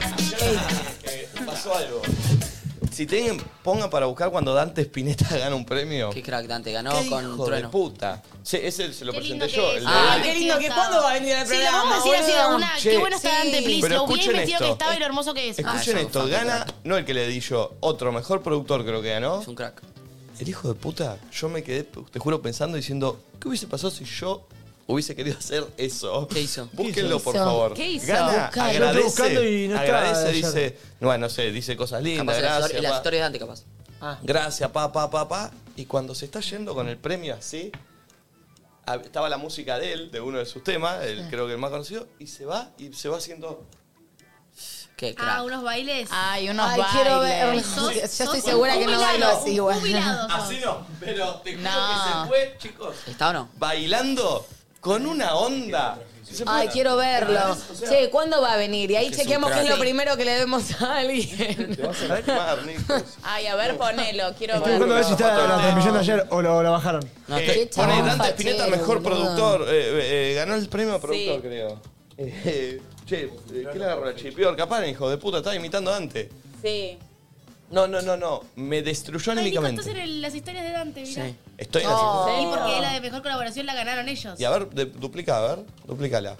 pasó algo. Si tienen, pongan para buscar cuando Dante Spinetta gana un premio. Qué crack, Dante ganó ¿Qué con hijo de Trueno. puta. Sí, ese se lo Qué presenté lindo yo. que El es. de- Ah, Qué lindo que cuándo va a venir al Sí, lo programa. vamos a decir así de boludo? una. Che, Qué bueno está sí. Dante, please. Pero Lo vi escuchen vestido que esto. estaba y lo hermoso que es. Ah, Escuchen yo esto, fan de gana, Trueno. no el que le di yo, otro mejor productor creo que ganó. Es un crack. El hijo de puta, yo me quedé, te juro, pensando diciendo, ¿qué hubiese pasado si yo hubiese querido hacer eso? ¿Qué hizo? Búsquenlo, ¿Qué por hizo? favor. ¿Qué hizo? Gana, Buscalo. Yo estoy agradece, buscando y no está agradece, ayer. dice, bueno, no sé, dice cosas lindas, Capaz la gracias, historia- la pa. historia de Dante, capaz. Gracias, pa, pa, pa, pa. Y cuando se está yendo con el premio así, a- estaba la música de él, de uno de sus temas, el, creo que el más conocido, y se va, y se va haciendo... Qué Ah, crack. unos bailes. Ay, unos Ay, bailes. quiero ver. Sos- Yo estoy sos segura un que no jubilado, bailo así un igual. jubilado sos. Así no, pero te juro No. que se fue, chicos, ¿Está o no? bailando con una onda. Se fue- Ay, quiero verlo. O sea, Che, ¿cuándo va a venir? Y ahí Que es un chequeamos qué es crack. lo primero que le demos a alguien. Te vas a quemar, Nico. Ay, a ver, ponelo. Quiero estoy buscando a ver si verlo. está la transmisión de ayer o lo, la bajaron. No, Eh, está- pone chabón Dante Spinetta, fachero, mejor boludo. productor. eh, eh, ganó el premio a productor, Sí. creo. Eh, che, eh, ¿qué le agarró la chipior? Capaz, hijo de puta, estaba imitando a Dante. Sí. No, no, no, no. Me destruyó Ay, Nico, anímicamente. estás en el- las historias de Dante, mirá. Sí. Estoy en Oh. la Sí, porque la de mejor colaboración la ganaron ellos. Y a ver, de- duplica, a ver, duplícala.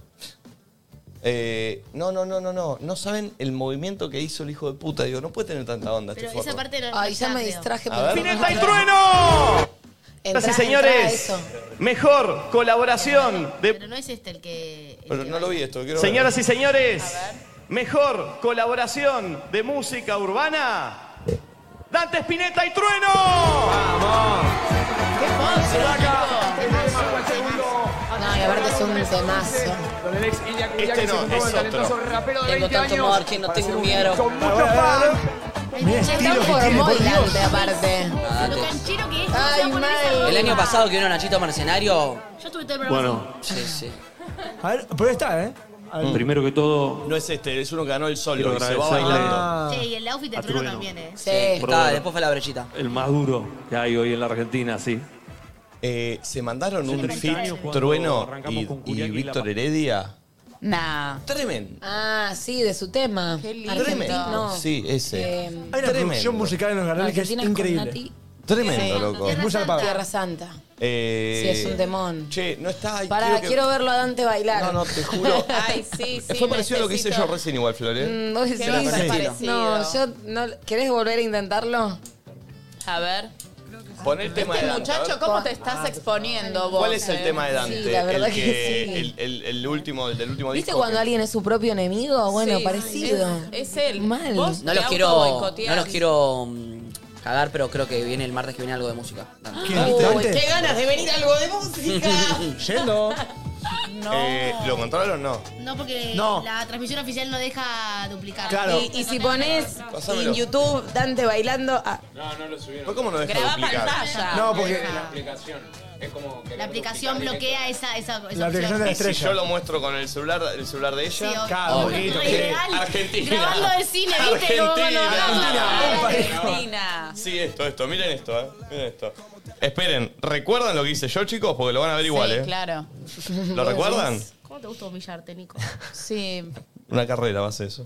Eh, no, no, no, no, no. No saben el movimiento que hizo el hijo de puta. Digo, no puede tener tanta onda Pero este esa forro. parte no no Ay, ya está, me creo. distraje. A ver. ¡Pineta y trueno! Entrá, Señoras y entrá señores, eso. mejor colaboración de... Pero no es este el que... el Pero que no lo vi baila. esto, quiero Señoras ver. y señores, mejor colaboración de música urbana, Dante Spinetta y Trueno. ¿Qué No, y aparte es un temazo. Con el ex Iñak Este no, es otro. Tengo tanto margen, no tengo miedo. Con mucho fan. Mira Es estilo tan que tiene, formó por Dios. Dante, aparte. Lo Dante. canchero que es. Ay, ¿cómo se va a poner mal. esa El año ropa? pasado que vino Nachito Mercenario. Yo estuve todo el programa Bueno, Sí, sí. A ver, pero ahí está, ¿eh? A ver. primero que todo, No es este, es uno que ganó el solo Quiero y se va agradecerle- bailando. Ah. así. Sí, y el outfit de A Trueno Trueno. también, ¿eh? Sí. Está, después fue la brechita. el más duro que hay hoy en la Argentina, sí. Eh, se mandaron un Siempre fit extraño cuando Trueno arrancamos y, con y Curiaki y la Víctor pa- Heredia. Nah. Tremendo. Ah, sí, de su tema. Qué lindo. Argentino. Sí, ese. Eh, Hay una Tremendo. producción musical en los canales que es Argentina con increíble. Nati. Tremendo, loco. Es muy zarpado. Tierra Santa. Eh, Sí, es un temón. Che, no está. ay, Pará, quiero, que- verlo a Dante bailar. No, no, te juro. Ay, sí, sí. Fue parecido a lo que hice yo necesito. recién igual, Flor, ¿eh? Mm, vos Qué decís- lindo Sí. parecido. No, yo no. ¿Querés volver a intentarlo? A ver. Pon el tema Este de Dante. a muchacho, ver. ¿cómo te estás exponiendo vos? ¿Cuál es el eh? tema de Dante? Sí, la verdad el que sí. El, el, el último, el del último ¿Viste disco. cuando que- alguien es su propio enemigo? Bueno, Sí, parecido. Es, es él. Mal. Vos No te los quiero, autoboicoteás. no los quiero mm, cagar, pero creo que viene el martes que viene algo de música. Dante. ¿Quién? Uy, ¿Dante? qué ganas de venir algo de música. Yendo. No. Eh, ¿Lo controlaron o no? No, porque No. la transmisión oficial no deja duplicar. Claro. Y, y si pones Pásamelo. en YouTube Dante bailando. Ah, No, no lo subieron. ¿Por cómo no deja Grabá duplicar? pantalla. No, porque. La aplicación. Es como que La aplicación bloquea esa, esa, esa La aplicación de la Y si estrella. yo lo muestro con el celular, el celular de ella. Sí, obvio. Cada poquito, Ay, sí. real. Argentina. Grabando de cine, ¿viste? Como cuando- Argentina. Argentina. Sí, esto, esto. Miren esto, eh. Miren esto. Esperen, ¿recuerdan lo que hice yo, chicos? Porque lo van a ver igual, Sí, ¿eh? claro. ¿Lo recuerdan? ¿Cómo te gusta humillarte, Nico? Sí. Una carrera va a ser eso.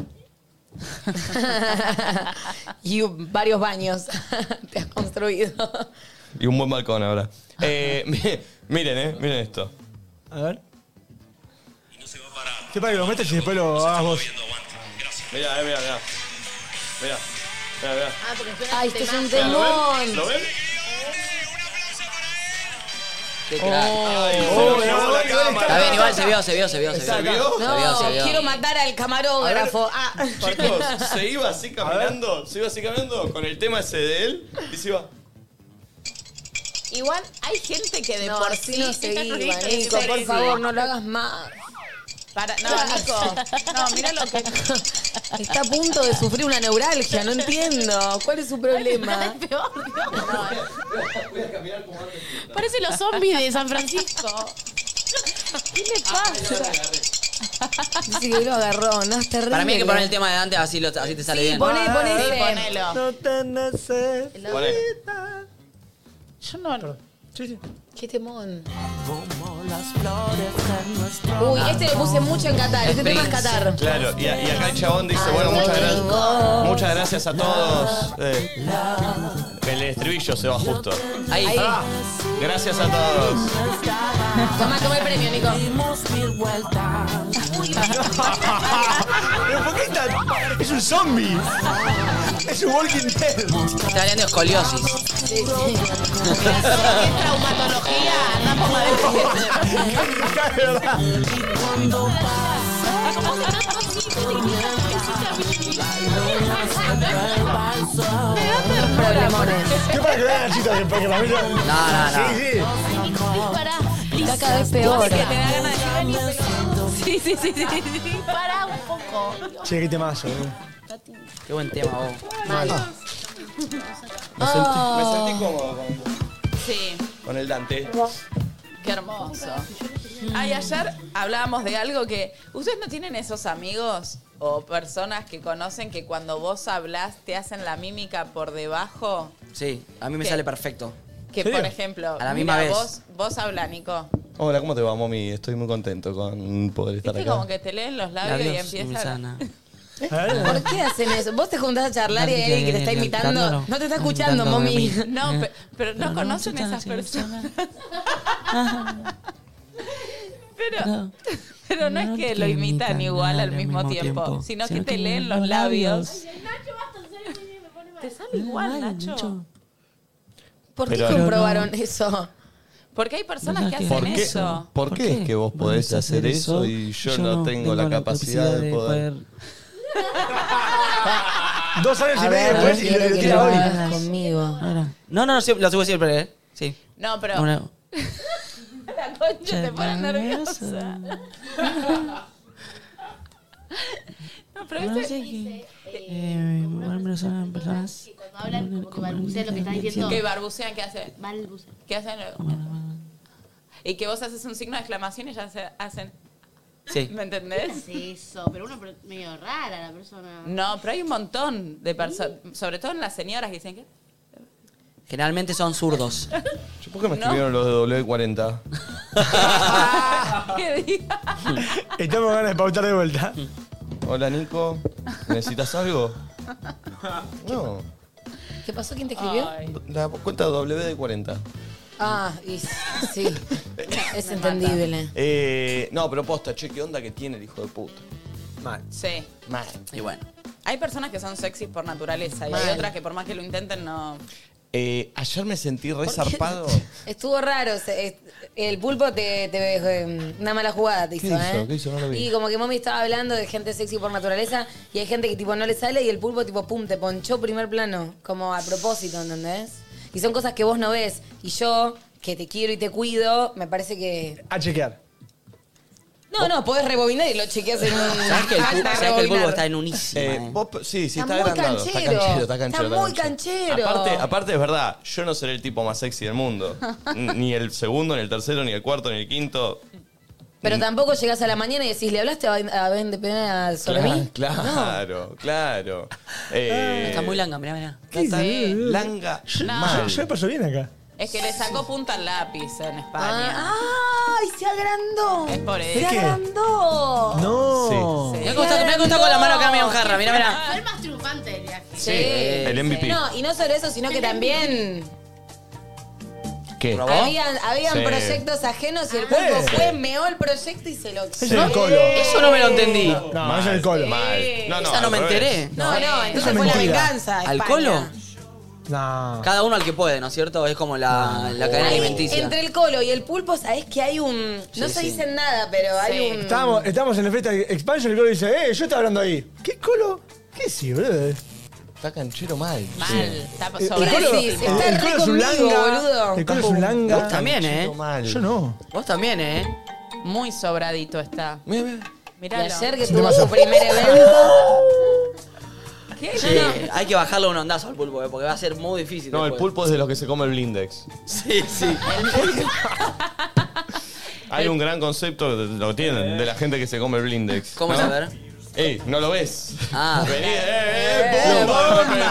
Y varios baños te has construido. Y un buen balcón ahora. Eh, mi- miren, eh. Miren esto. A ver. ¿Qué para que lo metas y después lo hagas vos? Mirá, eh, mirá, mirá. Mirá. Mirá, mirá. Ah, porque suena Ay, esto es un Mirá, ¿lo ven? temón. ¿Lo ven? Qué crack. Ay, Oh, se lo llevó la cámara. Está bien, igual se vio, se vio, se vio. Se ¿Se vio, vio? se No, vio. Se vio. quiero matar al camarógrafo. Ah, Chicos, se iba así caminando, se iba así caminando con el tema ese de él y se iba. Igual hay gente que de no, por así sí... no se iba, Sí, Nico, sí, por sí. favor, no lo hagas más. Para, no, Nico. No, mira lo que... Está a punto de sufrir una neuralgia, no entiendo. ¿Cuál es su problema? Es peor. Parece los zombies de San Francisco. ¿Qué le pasa? Dice que lo agarró, no, es terrible. Para mí hay que poner el tema de Dante, así, lo, así te sale Sí, bien. poné, poné Sí, ese. ponelo. No te nace. Poné. Yo no... Sí, sí. Qué temón. Uy, este lo puse mucho en Qatar. Este tema es Qatar. Claro, y, a- y acá el chabón dice, bueno, muchas gracias. Muchas gracias a todos. Eh, el estribillo se va justo. Ahí. Ahí. Gracias a todos. Toma, toma el premio, Nico. ¿Pero por qué está? Es un zombie. Es un Walking Dead. Está hablando de escoliosis. Sí, sí. ¿Qué traumatología? Anda por la Es verdad. Problemones. ¿Qué para que vean, chicos? Que para que para mí lo- No, no, no. Sí, sí. Pará. Está cada vez peor. Que te da ganas de decir, vení, pero- Sí, sí, sí, sí, sí. Pará un poco. Che, qué temazo, boludo. Qué buen tema, vos. Me sentí, me sentí cómodo con, Sí. con el Dante. Qué hermoso. Ay, ayer hablábamos de algo que... ¿Ustedes no tienen esos amigos o personas que conocen que cuando vos hablás te hacen la mímica por debajo? Sí, a mí me ¿Qué? sale perfecto. Que, ¿Serio? por ejemplo... A la misma mira, vez. Vos, vos habla, Nico. Hola, ¿cómo te va, mami? Estoy muy contento con poder estar Viste acá. como que te leen los labios y empiezan... ¿Por qué hacen eso? Vos te juntás a charlar y hay alguien que te está imitando. No te está escuchando, mami. No, pe- pero no conocen a esas personas. Pero, pero no es que lo imitan igual al mismo tiempo, sino que te leen los labios. Te sale igual, Nacho. ¿Por qué Pero- comprobaron eso? Porque hay personas que ¿Por hacen qué, eso. ¿Por qué es que vos podés hacer eso y yo no tengo la capacidad de poder? Dos años A y medio ver, después y lo, quiero lo que tira lo hoy. hagas conmigo. No, no, no, sí, lo subo siempre, ¿eh? Sí. No, pero Una- la concha te pone nerviosa. No, pero ese... Eh, personas. Cuando hablan, como que balbucean lo que estás diciendo. Que barbucean, ¿qué hacen? Balbucean. ¿Qué hacen? Y que vos haces un signo de exclamación y ya se hacen... Sí. ¿Me entendés? Es eso, pero uno per- medio rara la persona. No, pero hay un montón de personas, sobre todo en las señoras que dicen que... Generalmente son zurdos. ¿Por qué me ¿No? escribieron los de W cuarenta? ¿Qué diga? Estamos ganas de pautar de vuelta. Hola, Nico. ¿Necesitas algo? No. ¿Qué pasó? ¿Quién te escribió? Ay. La cuenta W de cuarenta. Ah, y, sí. Es entendible. Eh, no, pero posta, che, ¿qué onda que tiene el hijo de puta? Mal. Sí. Mal. Y bueno. Hay personas que son sexys por naturaleza y hay Mal. otras que por más que lo intenten no... Eh, ayer me sentí re qué? zarpado. Estuvo raro. se- es- El pulpo te, te eh, una mala jugada te hizo, ¿Qué hizo? ¿eh? ¿Qué hizo? No lo vi. Y como que Mommy estaba hablando de gente sexy por naturaleza y hay gente que tipo no le sale y el pulpo tipo pum, te ponchó primer plano. Como a propósito, ¿entendés? Y son cosas que vos no ves. Y yo, que te quiero y te cuido, me parece que... A chequear. No, no, podés rebobinar y lo chequeas en un... ¿Sabes que el, pu- Falta sabés que el rebobinar. bulbo está en unísima? Eh, eh? vos, sí, sí, Está está, muy agrandado. Está canchero. canchero, está canchero. Está muy canchero. Aparte, aparte es verdad, yo no seré el tipo más sexy del mundo. N- Ni el segundo, ni el tercero, ni el cuarto, ni el quinto. Pero tampoco llegás a la mañana y decís, ¿le hablaste a a Ben de Pena sobre mí? Claro, claro. Eh, Está muy langa, mirá, mirá. ¿Qué Está- dices? Langa No. mal. Yo me paso bien acá. Es que le sacó punta al lápiz en España. Ah, ¡ay, se agrandó! Es por ¡Se eso. qué? agrandó! No. Mirá cómo está, mirá cómo está con la mano acá, mira, un jarra, mirá, mirá. Fue el más triunfante del viaje. Sí. El M V P. No, y no solo eso, sino que también ¿Qué? ¿Probó? habían, habían Sí. proyectos ajenos y el pulpo Eh. fue, meó el proyecto y se lo... Eso es el colo. Eso no me lo entendí. No, Mal, eso es el colo. Mal. No, no, Esa no al me revés. enteré. No, no, Eso entonces es fue la mentira. venganza. ¿Al España. colo? No. Cada uno al que puede, ¿no es cierto? Es como la, la cadena Ahí, alimenticia. entre el colo y el pulpo, sabés que hay un... No Sí, se sí. dicen nada, pero hay Sí. un... Estábamos, estábamos en la fiesta de Expansion y el colo dice, eh, yo estaba hablando ahí. ¿Qué colo? ¿Qué sí, boludo? Está canchero mal. Mal. Está El, el sobre colo, decís? el, Está el re colo es un conmigo, langa. boludo. El colo es un langa. Vos también, ¿eh? Canchero mal. Yo no. Vos también, ¿eh? Muy sobradito está. Mira, mira. Y Miralo. ayer que Sí, tuvo te su pasa. primer evento... ¿Qué? Sí, hay que bajarle un ondazo al pulpo, ¿eh? Porque va a ser muy difícil. No, el después. pulpo es de los que se come el blindex. Sí, sí. Hay un gran concepto, lo tienen, de la gente que se come el blindex. ¿Cómo ¿no? es? A ver. Ey, ¿no lo ves? Ah. Vení, eh, eh, pum,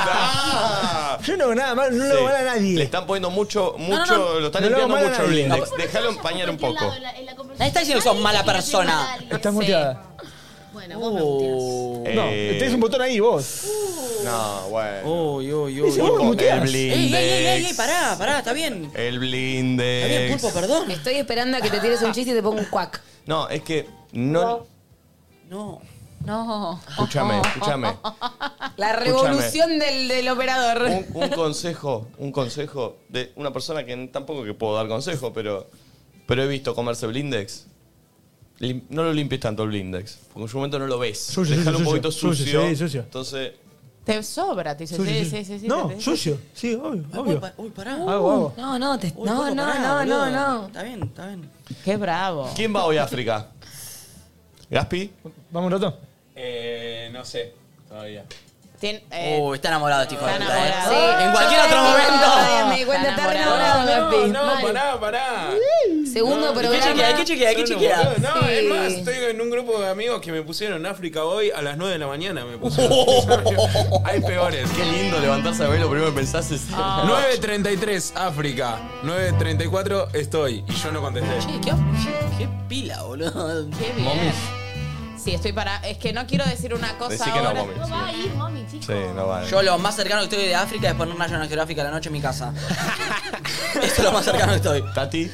ah. Yo no hago nada mal, no le Sí. hago mal a nadie. Le están poniendo mucho, mucho, no, no. lo están No le hago limpiando mal a mucho el nadie. blindex. Déjalo empañar un poco. Nadie está diciendo que sos mala persona. Estás muteada. Bueno, vos me muteas. No, Eh, tenés un botón ahí vos. No, bueno. Uy, uy, uy. Ese vos me El muteás. Ey, ey, ey, ey, ey, blindex. pará, pará, está bien. El Está bien, blindex. pulpo, perdón. Estoy esperando a que te tires un chiste y te pongo un cuac. No, es que no. No. No. Escúchame, escúchame. La revolución del, del operador. Un, un consejo, un consejo de una persona que tampoco que puedo dar consejo, pero, pero he visto comerse blindex. Lim- no lo limpies tanto el blindex, porque en su momento no lo ves. Sucio, Déjalo sucio, un poquito sucio, sucio. sí, sucio. Entonces, Te sobra, te dice. Sucio, Sí, sucio. sí, sí, sí. No, te- sucio. Sí, obvio, Uy, obvio. pa- uy, pará. Hago, hago. No, no, te- Uy, no, pulpo, no, pará, no, no, boludo. no. Está bien, está bien. Qué bravo. ¿quién va hoy a África? ¿Gaspi? ¿Vamos un rato? Eh, no sé, todavía. Tien- eh, Uy, está enamorado este hijo de está puta, ¿eh? enamorado. En cualquier otro Ay, momento. me di cuenta, Está está re enamorado. enamorado, Gaspi. no, Mal. pará, pará. Segundo No, ¿Qué programa. chequea? ¿Qué chequea? ¿Qué Son unos chequea? boludos. No, Sí. es más, estoy en un grupo de amigos que me pusieron África hoy a las nueve de la mañana. Me pusieron. Hay peores. Qué lindo levantarse a ver, lo primero que pensás es... nueve treinta y tres, África. nueve treinta y cuatro, estoy. Y yo no contesté. Che, qué, qué pila, boludo. Qué bien. Momis. Sí, estoy para. Es que no quiero decir una cosa Decí que no, ahora. mami. No va a ir, mami, chicos. Sí, no vale. Yo lo más cercano que estoy de África es poner una National Geographic a la noche en mi casa. Eso es lo más cercano que estoy. ¿Tati?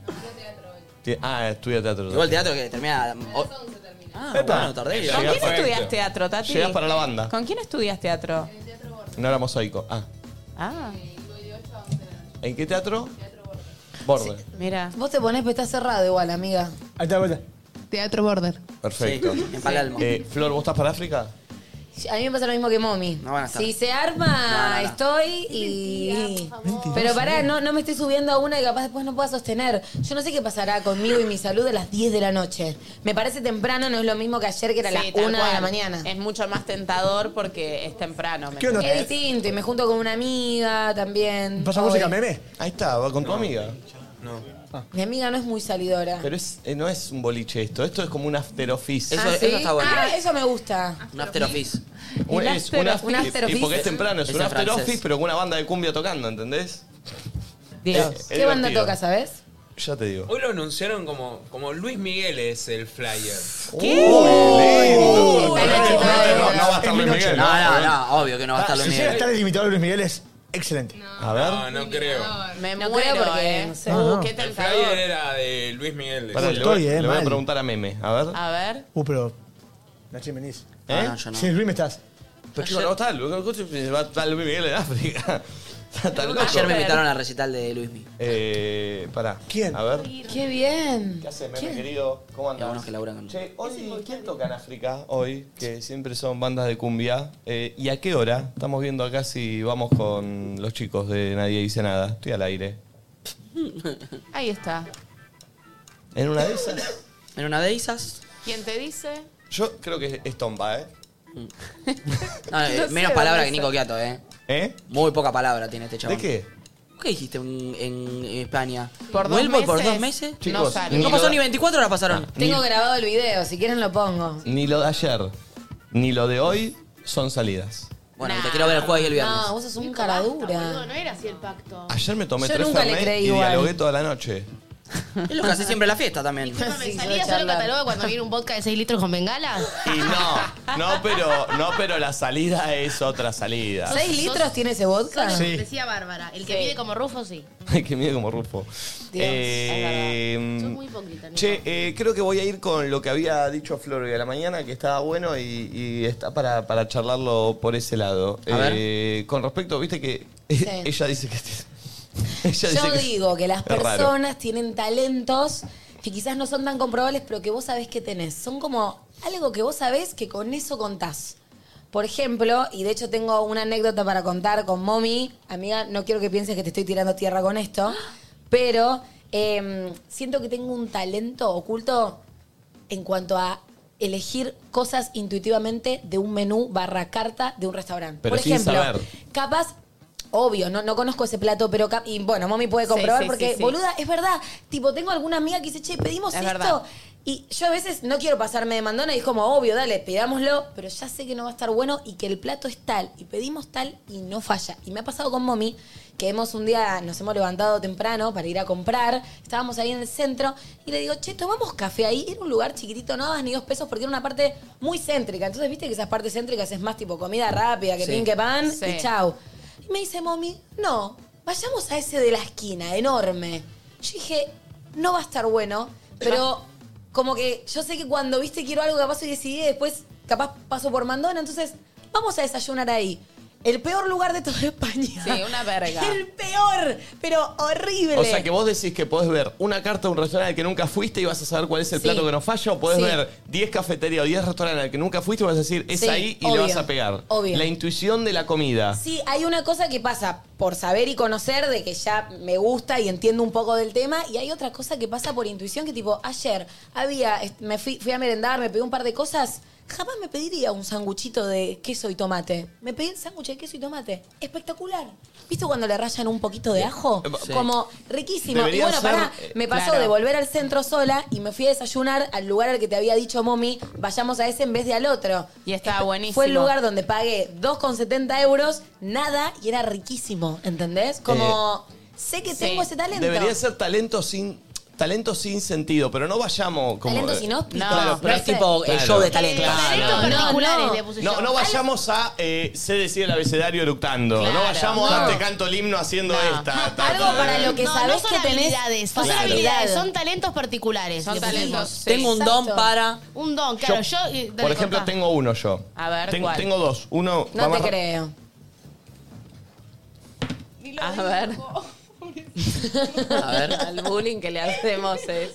Ti- Ah, estudia teatro. Igual teatro que termina... o- Ah, Epa. bueno, tardé. ¿Con quién Perfecto. estudias teatro, Tati? Llegás para la banda. ¿Con quién estudias teatro? No era mosaico. Ah. Ah, ¿En qué teatro? Borde. mira. Vos te ponés, pero está cerrado igual, amiga. Ahí está, vuelta. Teatro Border. Perfecto. Sí, en Palermo. Eh, Flor, ¿vos estás para África? A mí me pasa lo mismo que Momi. No van a estar. Si se arma, No, no, no. estoy y... Pero pará, no, no me estoy subiendo a una y capaz después no pueda sostener. Yo no sé qué pasará conmigo y mi salud a las diez de la noche. Me parece temprano, no es lo mismo que ayer que era Sí, las tal una de la cual. mañana. Es mucho más tentador porque es temprano. ¿me ¿Qué onda? Es entendés? distinto y me junto con una amiga también. ¿Pasa Hoy. música meme? Ahí está, va con tu amiga. No. Mi amiga no es muy salidora. Pero es, eh, no es un boliche esto, esto es como un after office. Eso- Ah, ¿sí? eso está bueno. Ah, eso me gusta. Un after office. Un- el es after- un after, un after y- y office. porque es temprano, es, Es un en after francés. office, pero con una banda de cumbia tocando, ¿entendés? Dios. Es- es ¿Qué banda divertido. toca, sabes? Ya te digo. Hoy lo anunciaron como, como Luis Miguel es el flyer. ¡Qué lindo! Uh, No, no, no, no va a estar Es mi Luis noche. Miguel. No, no, obviamente. no, obvio que no va a estar Ah, Luis si llega a Miguel. estar el limitador de Luis Miguel es excelente. A ver. No, no creo. Me No muero, creo porque, eh. no sé. Uh, No, no. qué El tentador. flyer era de Luis Miguel. Pará, le Estoy, voy, eh, le voy a mal. preguntar a Meme, a ver. A ver. Uh, pero... Nachi, venís. ¿Eh? No, no, yo no. Sí, Luis me estás. Pero chico, no está, Luis- va a estar Luis Miguel en África. Está tan loco. Ayer me invitaron al recital de Luis Miguel. Eh, pará. ¿Quién? A ver. Qué bien. ¿Qué hace, Meme, ¿Quién? querido? ¿Cómo Hay andas? algunos que laburan con... Che, hoy, ¿quién toca en África hoy? Que siempre son bandas de cumbia. Eh, ¿Y a qué hora? Estamos viendo acá si vamos con los chicos de Nadie Dice Nada. Estoy al aire. Ahí está. En una de esas. En una de esas. ¿Quién te dice? Yo creo que es Tomba, ¿eh? No, eh, No sé menos dónde palabra que es. Nico Quiato, ¿eh? ¿Eh? Muy poca palabra tiene este chabón. ¿De qué? ¿Qué dijiste en, en España? ¿Por dos ¿Vuelvo por meses? dos meses? Chicos, No sale. ni No pasó lo- ni veinticuatro horas pasaron. Tengo Ni- grabado el video, si quieren lo pongo. Ni lo de ayer, ni lo de hoy son salidas. Bueno, te quiero ver el jueves y el viernes. No, vos sos un Boludo, caradura. no era así el pacto. Ayer me tomé Yo tres nunca le Fernet creí y igual. dialogué toda la noche. Es lo que hace siempre la fiesta también. Discúlpame, Sí, ¿salía yo solo charlar. catalogo cuando viene un vodka de seis litros con bengala? Y no, no, pero, no, pero la salida es otra salida. ¿Seis litros tiene ese vodka? Sí. Decía Bárbara. El que Sí. pide como Rufo, sí. Que mide como Rufo. Dios, Eh, Sos muy hipócrita, Nico. Che, eh, creo que voy a ir con lo que había dicho Flor hoy a la mañana, que estaba bueno y, y está para, para charlarlo por ese lado. A ver. Eh, con respecto, viste que Sí. ella dice que... ella Yo dice que digo que las es raro. personas tienen talentos que quizás no son tan comprobables, pero que vos sabés que tenés. Son como algo que vos sabés que con eso contás. Por ejemplo, y de hecho tengo una anécdota para contar con Momi. Amiga, no quiero que pienses que te estoy tirando tierra con esto, pero eh, siento que tengo un talento oculto en cuanto a elegir cosas intuitivamente de un menú barra carta de un restaurante. Pero Por sin ejemplo, saber. capaz... Obvio, no, no conozco ese plato, pero... cap- Y bueno, Mami puede Sí, comprobar sí, porque, sí, sí. boluda, es verdad. Tipo, tengo alguna amiga que dice, che, pedimos Es esto. verdad. Y yo a veces no quiero pasarme de mandona y es como, obvio, dale, pidámoslo, pero ya sé que no va a estar bueno y que el plato es tal. Y pedimos tal y no falla. Y me ha pasado con Mami, que hemos un día, nos hemos levantado temprano para ir a comprar. Estábamos ahí en el centro y le digo, che, tomamos café ahí. Era un lugar chiquitito, no dabas ni dos pesos porque era una parte muy céntrica. Entonces, viste que esas partes céntricas es más tipo comida rápida, que Sí. pin, que pan Sí. y chau. Y me dice, Mami, no, vayamos a ese de la esquina, enorme. Yo dije, no va a estar bueno, pero como que yo sé que cuando, viste, quiero algo capaz y decidí, después capaz paso por Mandona, entonces vamos a desayunar ahí. El peor lugar de toda España. Sí, una verga. El peor, pero horrible. O sea que vos decís que podés ver una carta de un restaurante al que nunca fuiste y vas a saber cuál es el Sí. plato que no falla, o podés Sí. ver diez cafeterías o diez restaurantes al que nunca fuiste y vas a decir, es Sí, ahí y obvio, le vas a pegar. obvio. La intuición de la comida. Sí, hay una cosa que pasa por saber y conocer de que ya me gusta y entiendo un poco del tema, y hay otra cosa que pasa por intuición, que tipo, ayer había, est- me fui, fui a merendar, me pedí un par de cosas, jamás me pediría un sanguchito de queso y tomate. Me pedí el sándwich de queso y tomate. Espectacular. ¿Viste cuando le rayan un poquito de ajo? Sí. Como riquísimo. Debería y bueno, ser, pará, eh, me pasó claro. de volver al centro sola y me fui a desayunar al lugar al que te había dicho Momi, vayamos a ese en vez de al otro. Y estaba Espe- buenísimo. Fue el lugar donde pagué dos con setenta euros, nada, y era riquísimo, ¿entendés? Como, sé que sí. tengo ese talento. Debería ser talento sin talento sin sentido, pero no vayamos como Talento eh, inhóspito. No, Claro, No pero es tipo el Claro, show de talento. claro. Talentos No, particulares no. le puse No, yo. no vayamos a eh, sé decir el abecedario eructando. No Claro. vayamos a No. te canto el himno haciendo No. esta. ta, Algo ta, para ta. lo que No, sabés no son que tenés. habilidades, no son Claro. habilidades, son talentos particulares. Son le pusimos. talentos. Sí. Tengo un don Exacto. para... Un don, claro. Yo, Yo, eh, dale, Por ejemplo, contá. tengo uno yo. A ver, Ten- ¿cuál? Tengo dos. Uno No va te más- creo. A ver. A ver. Al bullying que le hacemos es.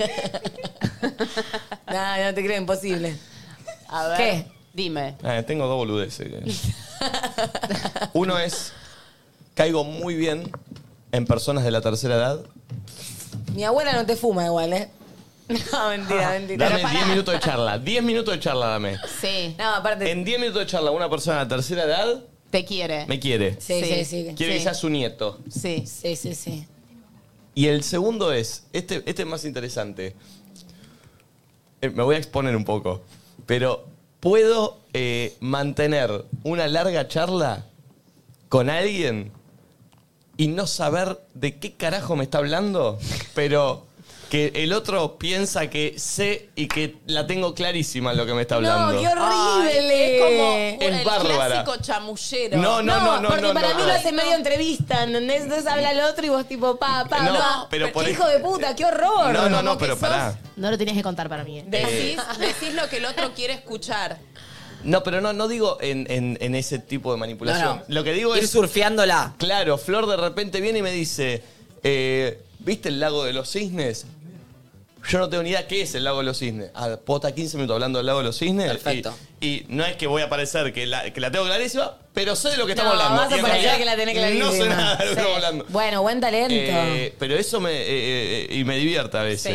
No, no te creo, imposible. A ver. ¿Qué? Dime. Eh, tengo dos boludeces. que- Uno es, caigo muy bien en personas de la tercera edad. Mi abuela no te fuma igual, ¿eh? No, mentira, mentira. Dame diez minutos de charla. diez minutos de charla dame. Sí. No, aparte. En diez minutos de charla, una persona de la tercera edad Te quiere. me quiere. Sí, sí, sí. Quiere que Sí. sea su nieto. Sí. Sí, sí, sí. Y el segundo es, este, este es más interesante. Eh, me voy a exponer un poco. Pero puedo eh, mantener una larga charla con alguien y no saber de qué carajo me está hablando, pero que el otro piensa que sé y que la tengo clarísima lo que me está hablando. No, qué horrible. Es como Es el bárbara. clásico chamullero. No, no, no, no, porque no, para no, mí no. lo hace medio entrevista, ¿entendés? Entonces habla el otro y vos tipo, pa, pa, No, pa. pero por hijo de puta, qué horror. No, no, Como no, que pero sos- pará. No lo tenías que contar para mí. eh. Decís, decís lo que el otro quiere escuchar. No, pero no, no digo en, en- en ese tipo de manipulación. No, no. Lo que digo Ir es... surfeándola. Claro, Flor de repente viene y me dice, eh, ¿viste el lago de los cisnes? Yo no tengo ni idea qué es el lago de los cisnes. Ah, puedo estar quince minutos hablando del lago de los cisnes. Perfecto. Y, y no es que voy a parecer que la, que la tengo clarísima, pero sé de lo que estamos No, hablando. vas a Y en parecer realidad que la tenés clarísima. No sé nada de lo que Sí. estamos hablando. Bueno, buen talento. Eh, pero eso me... eh, eh, y me divierte a veces. Sí.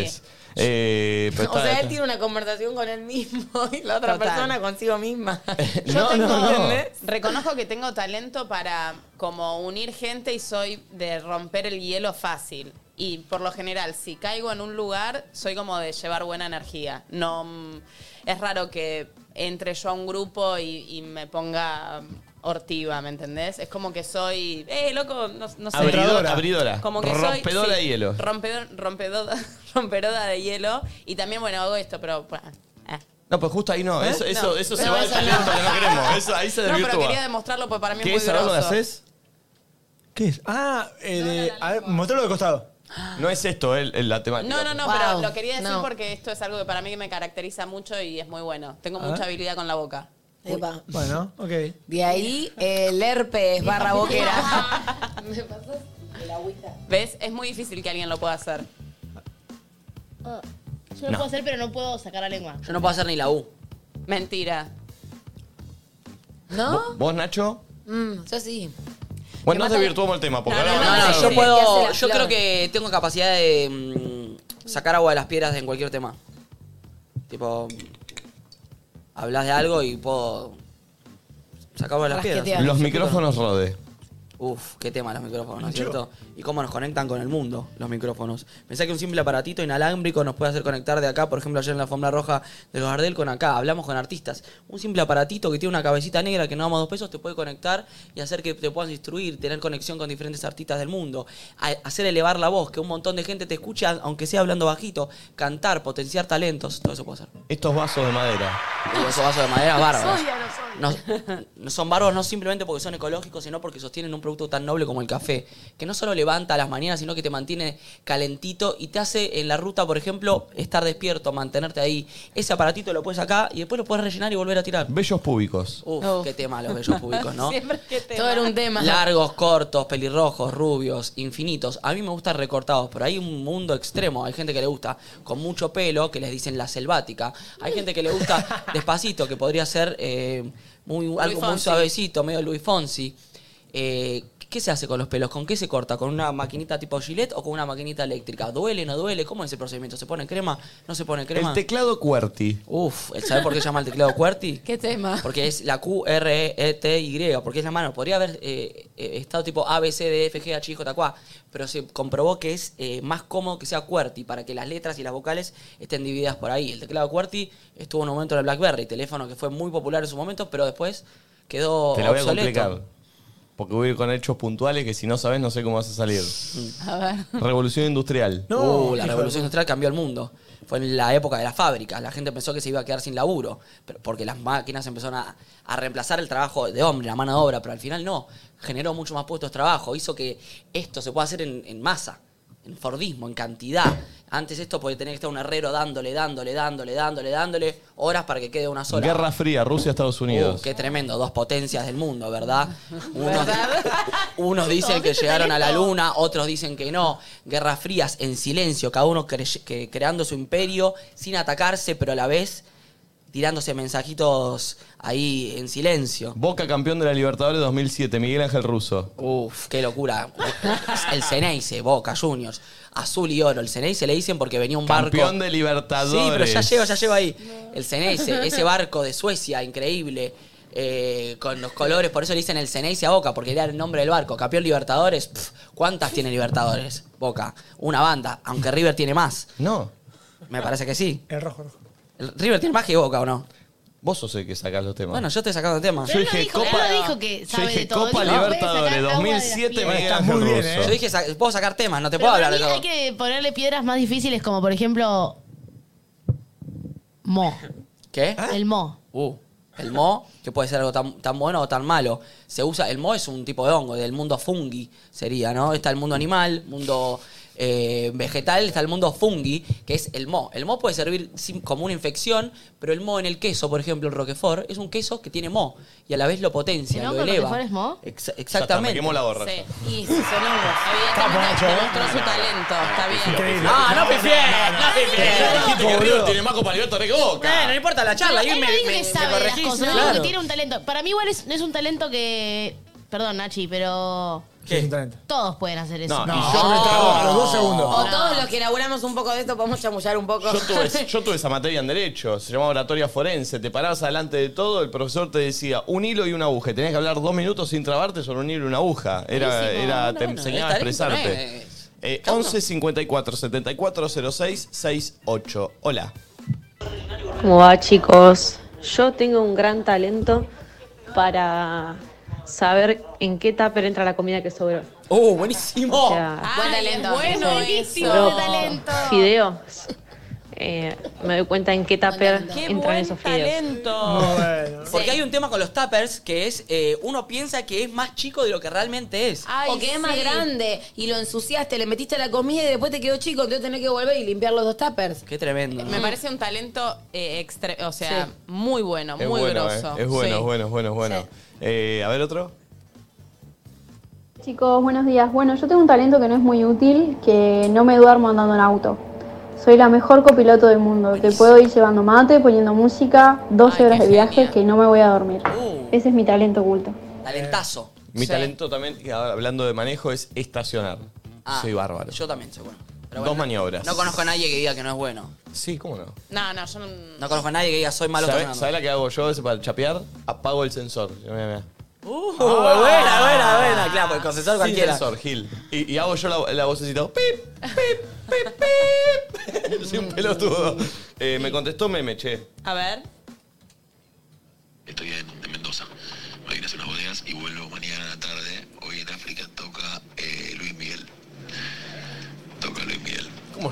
Eh, pero O está- sea, él tiene una conversación con él mismo y la otra Total. persona consigo misma. Yo No, tengo- no, no. Reconozco que tengo talento para como unir gente y soy de romper el hielo fácil. Y por lo general, si caigo en un lugar, soy como de llevar buena energía. No, mm, es raro que entre yo a un grupo y, y me ponga hortiva, ¿me entendés? Es como que soy, eh, loco, no, no sé. Abridora. Abridora. Como que Rompedora soy, de hielo. Rompedor, rompedoda, romperoda de hielo. Y también, bueno, hago esto, pero... bueno, eh. No, pues justo ahí no. ¿Eh? Eso, eso, No. eso se No, va de eso talento no. que no queremos. Eso, ahí se No, pero desvirtúa. quería demostrarlo porque para mí ¿Qué es muy es saber lo que grosso. haces? ¿Qué es? Ah, eh, de, a ver, mostralo de costado. No es esto el, el- la temática. No, no, no, Wow. pero lo quería decir No. porque esto es algo que para mí me caracteriza mucho y es muy bueno. Tengo A mucha ver. habilidad con la boca. Epa. Bueno, ok. De ahí el herpes barra boquera. ¿Me pasas el agüita? ¿Ves? Es muy difícil que alguien lo pueda hacer. Ah, yo lo No. puedo hacer, pero no puedo sacar la lengua. Yo no puedo hacer ni la U. Mentira. ¿No? ¿Vos, Nacho? Mm, yo sí. Bueno, Me no mata- desvirtuamos el tema. Porque No, ahora No, vamos no, a- yo Sí, que hace puedo. la Yo flor. creo que tengo capacidad de mm, sacar agua de las piedras en cualquier tema. Tipo, hablas de algo y puedo sacar agua de las piedras. Rasquetear. Los micrófonos Rode. Uf, qué tema los micrófonos, ¿no es cierto? Y cómo nos conectan con el mundo los micrófonos. Pensá que un simple aparatito inalámbrico nos puede hacer conectar de acá, por ejemplo, ayer en la alfombra roja de los Gardel con acá. Hablamos con artistas. Un simple aparatito que tiene una cabecita negra que no damos dos pesos te puede conectar y hacer que te puedas instruir, tener conexión con diferentes artistas del mundo. A- hacer elevar la voz, que un montón de gente te escuche, aunque sea hablando bajito. Cantar, potenciar talentos, todo eso puede hacer. Estos vasos de madera. Y esos vasos de madera bárbaros. No, no son bárbaros no simplemente porque son ecológicos, sino porque sostienen un producto tan noble como el café, que no solo levanta a las mañanas, sino que te mantiene calentito y te hace en la ruta, por ejemplo, estar despierto, mantenerte ahí. Ese aparatito lo puedes acá y después lo puedes rellenar y volver a tirar. Vellos públicos. Uf, Uf. qué tema los bellos públicos, ¿no? Siempre que te Todo era un tema. Largos, cortos, pelirrojos, rubios, infinitos. A mí me gustan recortados, pero hay un mundo extremo. Hay gente que le gusta con mucho pelo, que les dicen la selvática. Hay gente que le gusta despacito, que podría ser eh, muy, algo muy Fonsi. suavecito, medio Luis Fonsi. Eh, ¿Qué se hace con los pelos? ¿Con qué se corta? ¿Con una maquinita tipo Gillette o con una maquinita eléctrica? ¿Duele, no duele? ¿Cómo es el procedimiento? ¿Se pone crema? ¿No se pone crema? El teclado QWERTY. Uf, ¿sabes por qué se llama el teclado QWERTY? ¿Qué tema? Porque es la Q R E T Y, porque es la mano. Podría haber eh, eh, estado tipo A, B, C, D, F, G, H, I, J, K, pero se comprobó que es eh, más cómodo que sea QWERTY para que las letras y las vocales estén divididas por ahí. El teclado QWERTY estuvo en un momento en el BlackBerry, teléfono que fue muy popular en su momento, pero después quedó Te la voy a obsoleto. complicar. Porque voy a ir con hechos puntuales que si no sabes no sé cómo vas a salir. A ver. Revolución industrial. No, uh, la hijo revolución de- industrial cambió el mundo. Fue en la época de las fábricas. La gente pensó que se iba a quedar sin laburo, pero porque las máquinas empezaron a, a reemplazar el trabajo de hombre, la mano de obra, pero al final no. Generó mucho más puestos de trabajo. Hizo que esto se pueda hacer en, en masa, en Fordismo, en cantidad. Antes esto podía tener que estar un herrero dándole, dándole, dándole, dándole, dándole horas para que quede una sola. Guerra Fría, Rusia, Estados Unidos. Uh, qué tremendo, dos potencias del mundo, ¿verdad? Unos, unos dicen que llegaron a la luna, otros dicen que no. Guerras frías en silencio, cada uno cre- que, creando su imperio sin atacarse, pero a la vez tirándose mensajitos ahí en silencio. Boca campeón de la Libertadores dos mil siete, Miguel Ángel Russo. Uf, qué locura. El Ceneice, Boca Juniors, azul y oro. El Ceneice le dicen porque venía un barco. Campeón de Libertadores. Sí, pero ya llego, ya llego ahí. El Ceneice, ese barco de Suecia, increíble. eh, con los colores, por eso le dicen el Ceneice a Boca, porque era el nombre del barco. Campeón Libertadores, pf, ¿cuántas tiene Libertadores? Boca, una banda, aunque River tiene más. No. Me parece que sí. El rojo, rojo. ¿El River tiene más que Boca o no? Vos sos el que sacás los temas. Bueno, yo te he sacado el tema. Yo dije dijo, Copa, él no dijo que yo sabe dije de todo. Copa Dijo, puede Libertadores sacar agua de las dos mil siete, piedras. Miguel Está Ángel muy bien, Russo. Yo dije, sa- puedo sacar temas, no te Pero puedo para hablar mí de todo. hay que ponerle piedras más difíciles, como por ejemplo. Mo. ¿Qué? El mo. Uh, el mo, que puede ser algo tan, tan bueno o tan malo. Se usa, el mo es un tipo de hongo, del mundo fungi sería, ¿no? Está el mundo animal, mundo eh, vegetal, está el mundo fungi, que es el mo. El mo puede servir sin- como una infección, pero el mo en el queso, por ejemplo, el Roquefort, es un queso que tiene mo y a la vez lo potencia, ¿El lo hongo eleva. Roquefort es mo? Ex- Ya está, me exactamente. quemó la gorra. Sí. Y si son hongos. Evidentemente Nacho, ¿eh? demostró su talento, está bien. Increíble. No, no pifié, no pifié. Dijiste que River tiene más Copa Libertadores que Boca. Eh, no importa la charla, Pero ahí él me, no dijo me, que me sabe de las corregís, cosas, no claro. dijo que tiene un talento. Para mí igual es, no es un talento que Perdón, Nachi, pero... ¿Qué? Es un talento. Todos pueden hacer eso. No, No, y yo yo me trago a los dos segundos. O todos los que elaboramos un poco de esto podemos chamullar un poco. Yo tuve, yo tuve esa materia en Derecho, se llamaba oratoria forense. Te parabas adelante de todo, el profesor te decía un hilo y una aguja. Y tenías que hablar dos minutos sin trabarte sobre un hilo y una aguja. Era, Buenísimo. era, Bueno, te bueno, enseñaba a el talento expresarte. no es- Eh, once cincuenta y cuatro setenta y cuatro cero seis sesenta y ocho. Hola. ¿Cómo va, chicos? Yo tengo un gran talento para saber en qué tupper entra la comida que sobró. ¡Oh, buenísimo! O sea, Buen talento. Bueno, Buenísimo Pero- de talento. fideos. Eh, me doy cuenta en qué tupper ¡Qué entran buen esos fideos. talento! Bueno. Porque hay un tema con los tuppers que es, eh, uno piensa que es más chico de lo que realmente es. Ay, O que es sí. más grande y lo ensuciaste, le metiste la comida y después te quedó chico, entonces tenés que volver y limpiar los dos tuppers. Qué tremendo. ¿no? Me parece un talento eh, extre- o sea, Sí. muy bueno, Es muy bueno, grosso. eh. Es bueno, Sí. es bueno, es bueno, es bueno. Eh, a ver otro. Chicos, buenos días. Bueno, yo tengo un talento que no es muy útil, que no me duermo andando en auto. Soy la mejor copiloto del mundo. Te puedo ir llevando mate, poniendo música, doce Ay, horas qué de viaje genia. que no me voy a dormir. Uh, Ese es mi talento oculto. talentazo. Mi Sí. talento también, que ahora hablando de manejo, es estacionar. Ah, Soy bárbaro. Yo también soy bueno. Pero Dos bueno, maniobras. No conozco a nadie que diga que no es bueno. Sí, ¿cómo no? No, no, yo no... No conozco a nadie que diga soy malo ¿Sabes estacionando. la que hago yo a veces para chapear? Apago el sensor. Mira, mira. Uh, buena, buena, buena. Claro, porque con sensor Sin cualquiera. sensor, Gil. Y, y hago yo la, la vocecita. Pip, pip, pip, pip. Soy un pelotudo. Eh, me contestó Meme, che. A ver. Estoy en, en Mendoza. Voy a ir a hacer unas bodegas y vuelvo mañana a la tarde. Hoy en África toca eh, Luis Miguel. Toca Luis Miguel. ¿Cómo?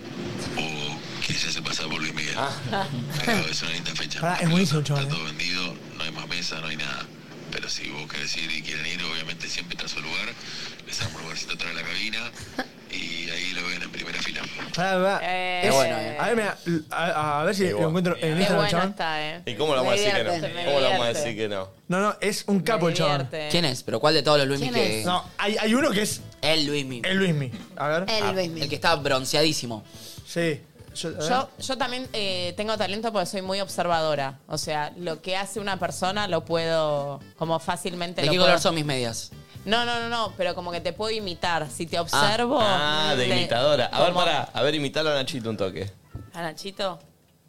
O que se hace pasar por Luis Miguel. Ah. Pero es una linda fecha. Pará, es buenísimo, chaval. Está todo vendido, no hay más mesa, no hay nada. Pero si vos querés ir y quieren ir, obviamente siempre está a su lugar. Les damos un lugarcito atrás de la cabina y ahí lo ven en primera fila. Pará, pará. Eh, Es- bueno, eh. A ver, mira, a, a ver si Qué lo bueno. encuentro en Qué Instagram, bueno chaval. está, eh. ¿Y cómo lo vamos a Me decir que no? divierte, me ¿Cómo lo vamos a divierte. decir que no? No, no, es un capo Me el chaval. divierte. ¿Quién es? ¿Pero cuál de todos los Luismi ¿Quién que...? es? No, hay, hay uno que es El Luismi. el Luismi. A ver. El Luismi. El que está bronceadísimo. Sí. Yo, a ver. Yo, yo también eh, tengo talento porque soy muy observadora. O sea, lo que hace una persona lo puedo como fácilmente... ¿De lo qué puedo- color son mis medias? No, no, no, no, pero como que te puedo imitar. Si te observo... Ah, de te- imitadora. A ver, como- pará. A ver, imitalo a Nachito un toque. ¿A Nachito?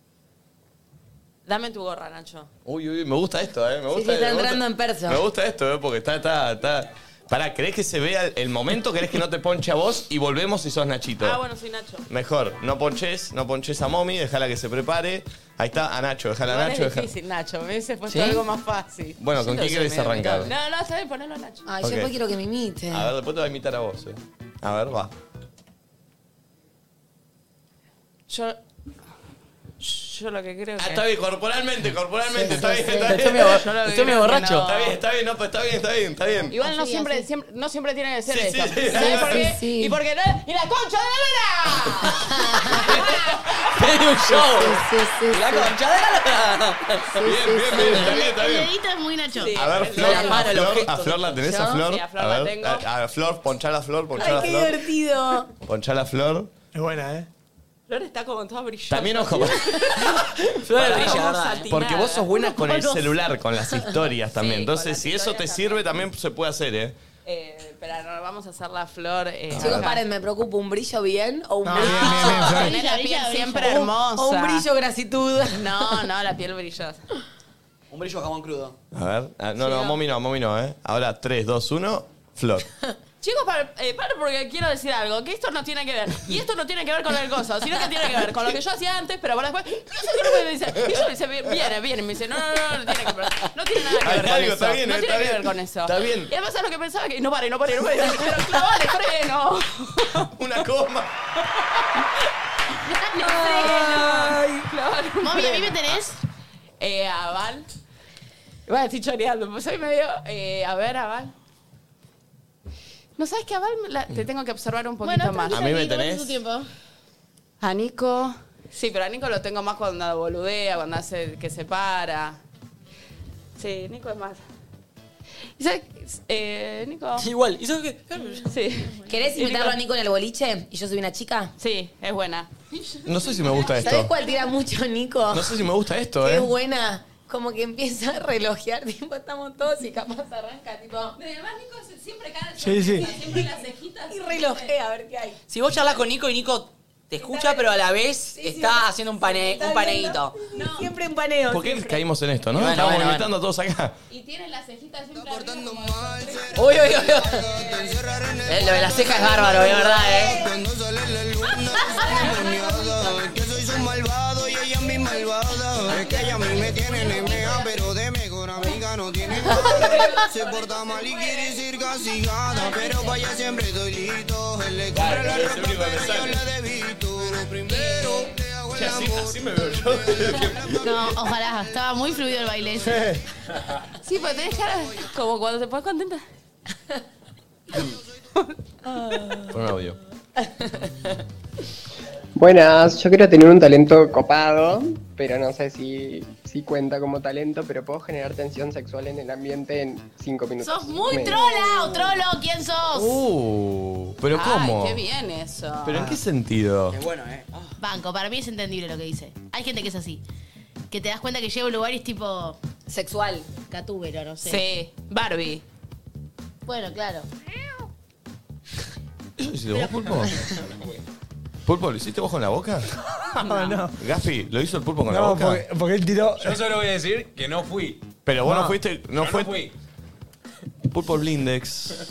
Dame tu gorra, Nacho. Uy, uy, me gusta esto, ¿eh? Me Sí, gusta, sí, está me gusta- entrando en perso. Me gusta esto, ¿eh? Porque está, está, está... Pará, ¿querés que se vea el momento? ¿Querés que no te ponche a vos? Y volvemos si sos Nachito. Ah, bueno, soy Nacho. Mejor, no ponches, no ponches a Momi, déjala que se prepare. Ahí está, a Nacho, déjala a Igual Nacho. es deja- difícil, Nacho. Me hubiese puesto ¿Sí? algo más fácil. Bueno, ¿con Siento qué que querés soy medio arrancar? imitable. No, no, está bien, ponelo a Nacho. Ay, Ok. yo después quiero que me imite. A ver, después te va a imitar a vos, eh. A ver, va. Yo... Yo lo que creo que... Ah, está bien, corporalmente, corporalmente, está bien, está Estoy bien. medio, Yo lo que estoy medio creo que borracho. no. Está bien, está bien, no, pues está bien, está bien, está bien. Igual no Así, siempre, así. siempre, no siempre tiene que ser Sí, eso. sí, sí, ¿Sabes sí, por sí, qué? sí. Y porque no... ¡Y la concha de la Tiene un show. Sí, sí, sí, Y la sí. concha de la... Bien, bien, bien, está bien, está El bien. dedito es muy Nacho. Sí. A ver, El Flor, la mano, a el Flor, objeto. a Flor la tenés, ¿Yo? a Flor. Sí, a Flor la ver, tengo. A, a Flor, ponchala a Flor, ponchala a Ay, qué Flor. divertido. Ponchala a Flor. Es buena, ¿eh? Flor está como toda brillante. También ojo. Flor brilla, Como ¿verdad? satinada. Porque vos sos buena con el Como los- celular, con las historias también. Sí, Entonces, con las si eso te historias sirve, también se puede hacer, ¿eh? Eh, espera, no, vamos a hacer la Flor. Eh, Chicos, acá. paren, me preocupa un brillo bien o un No, brillo. bien, bien, bien, Flor. Tenés la piel Brilla, siempre brilla. hermosa. O un brillo grasitud. No, no, la piel brillosa. Un brillo jamón crudo. A ver. Ah, no, Sí, no, no. Momi no, Momi no, ¿eh? Ahora, tres, dos, uno, Flor. Chicos, para, eh, para porque quiero decir algo, que esto no tiene que ver. Y esto no tiene que ver con el gozo, sino que tiene que ver con lo que yo hacía antes, pero ahora después. No sé qué me dice. Y yo le dice, viene, viene. Y me dice, no, no, no, no tiene que ver. No tiene nada que Hay ver con algo, eso. está bien, no eh, tiene está que ver bien. con eso. Está bien. Y además es lo que pensaba que. No pare, no pare, no pare. Pero clavale, freno. Una coma. Ay, clavale. un Mami, ¿a mí me freno. tenés? Eh, a Val. Bueno, estoy choreando, pues soy medio. Eh, a ver, a Val. ¿No sabes que a Val me la- te tengo que observar un poquito Bueno, más? ¿A mí me tranquila, tómate tenés? tu tiempo. A Nico. Sí, pero a Nico lo tengo más cuando boludea, cuando hace que se para. Sí, Nico es más. ¿Y sabes? Eh, Nico. Igual. ¿Y sabes qué? Sí. ¿Querés Y imitarlo Nico- a Nico en el boliche? ¿Y yo soy una chica? Sí, es buena. No sé si me gusta ¿Sabés esto. cuál tira mucho Nico? No sé si me gusta esto, Qué ¿eh? buena. como que empieza a relojear, tipo, estamos todos y capaz arranca, tipo... Además, Nico siempre cara de Sí, sí. sorpresa, siempre las cejitas. Y relojea, a ver qué hay. Si vos charlas con Nico y Nico te escucha, pero a la vez está haciendo un, pane, Está un paneíto. viendo. Siempre un paneo. ¿Por qué siempre. caímos en esto, no? Bueno, Estamos bueno, invitando a todos acá. Y tiene las cejitas siempre arriba. Uy, uy, uy, uy. Eh, Lo de la ceja es bárbaro, es verdad, ¿eh? Cuando sale la luna, demoniada. Que soy su malvado y ella es mi malvada. Es que ella a mí me tiene enemiga, pero de mejor amiga no tiene nada. Se porta mal y quiere ser castigada, pero para ella siempre estoy listo. Él le compra la ropa, pero yo le debito. Primero le hago el Así, amor. así me veo yo. No, ojalá. Estaba muy fluido el baile ese. Sí, pues tenés cara como cuando te pones contenta. Pon un audio. Buenas, yo quiero tener un talento copado, pero no sé si, si cuenta como talento, pero puedo generar tensión sexual en el ambiente en cinco minutos. ¡Sos muy Me- trola o trolo! ¿Quién sos? Uh, pero ¿cómo? Ay, qué bien eso. ¿Pero en qué sentido? Es bueno, ¿eh? Ah. Banco, para mí es entendible lo que dice. Hay gente que es así. Que te das cuenta que llega a un lugar y es tipo... Sexual. Catúbero, no sé. Sí, Barbie. Bueno, claro. ¿Eso hiciste vos, Pulpo? ¿Pulpo, lo hiciste vos con la boca? No, no. Gaspi, ¿lo hizo el Pulpo con la No, boca? porque, porque él tiró. Yo solo voy a decir que no fui. Pero vos no, No. fuiste, no Yo fue... no fui. Pulpo el Blindex.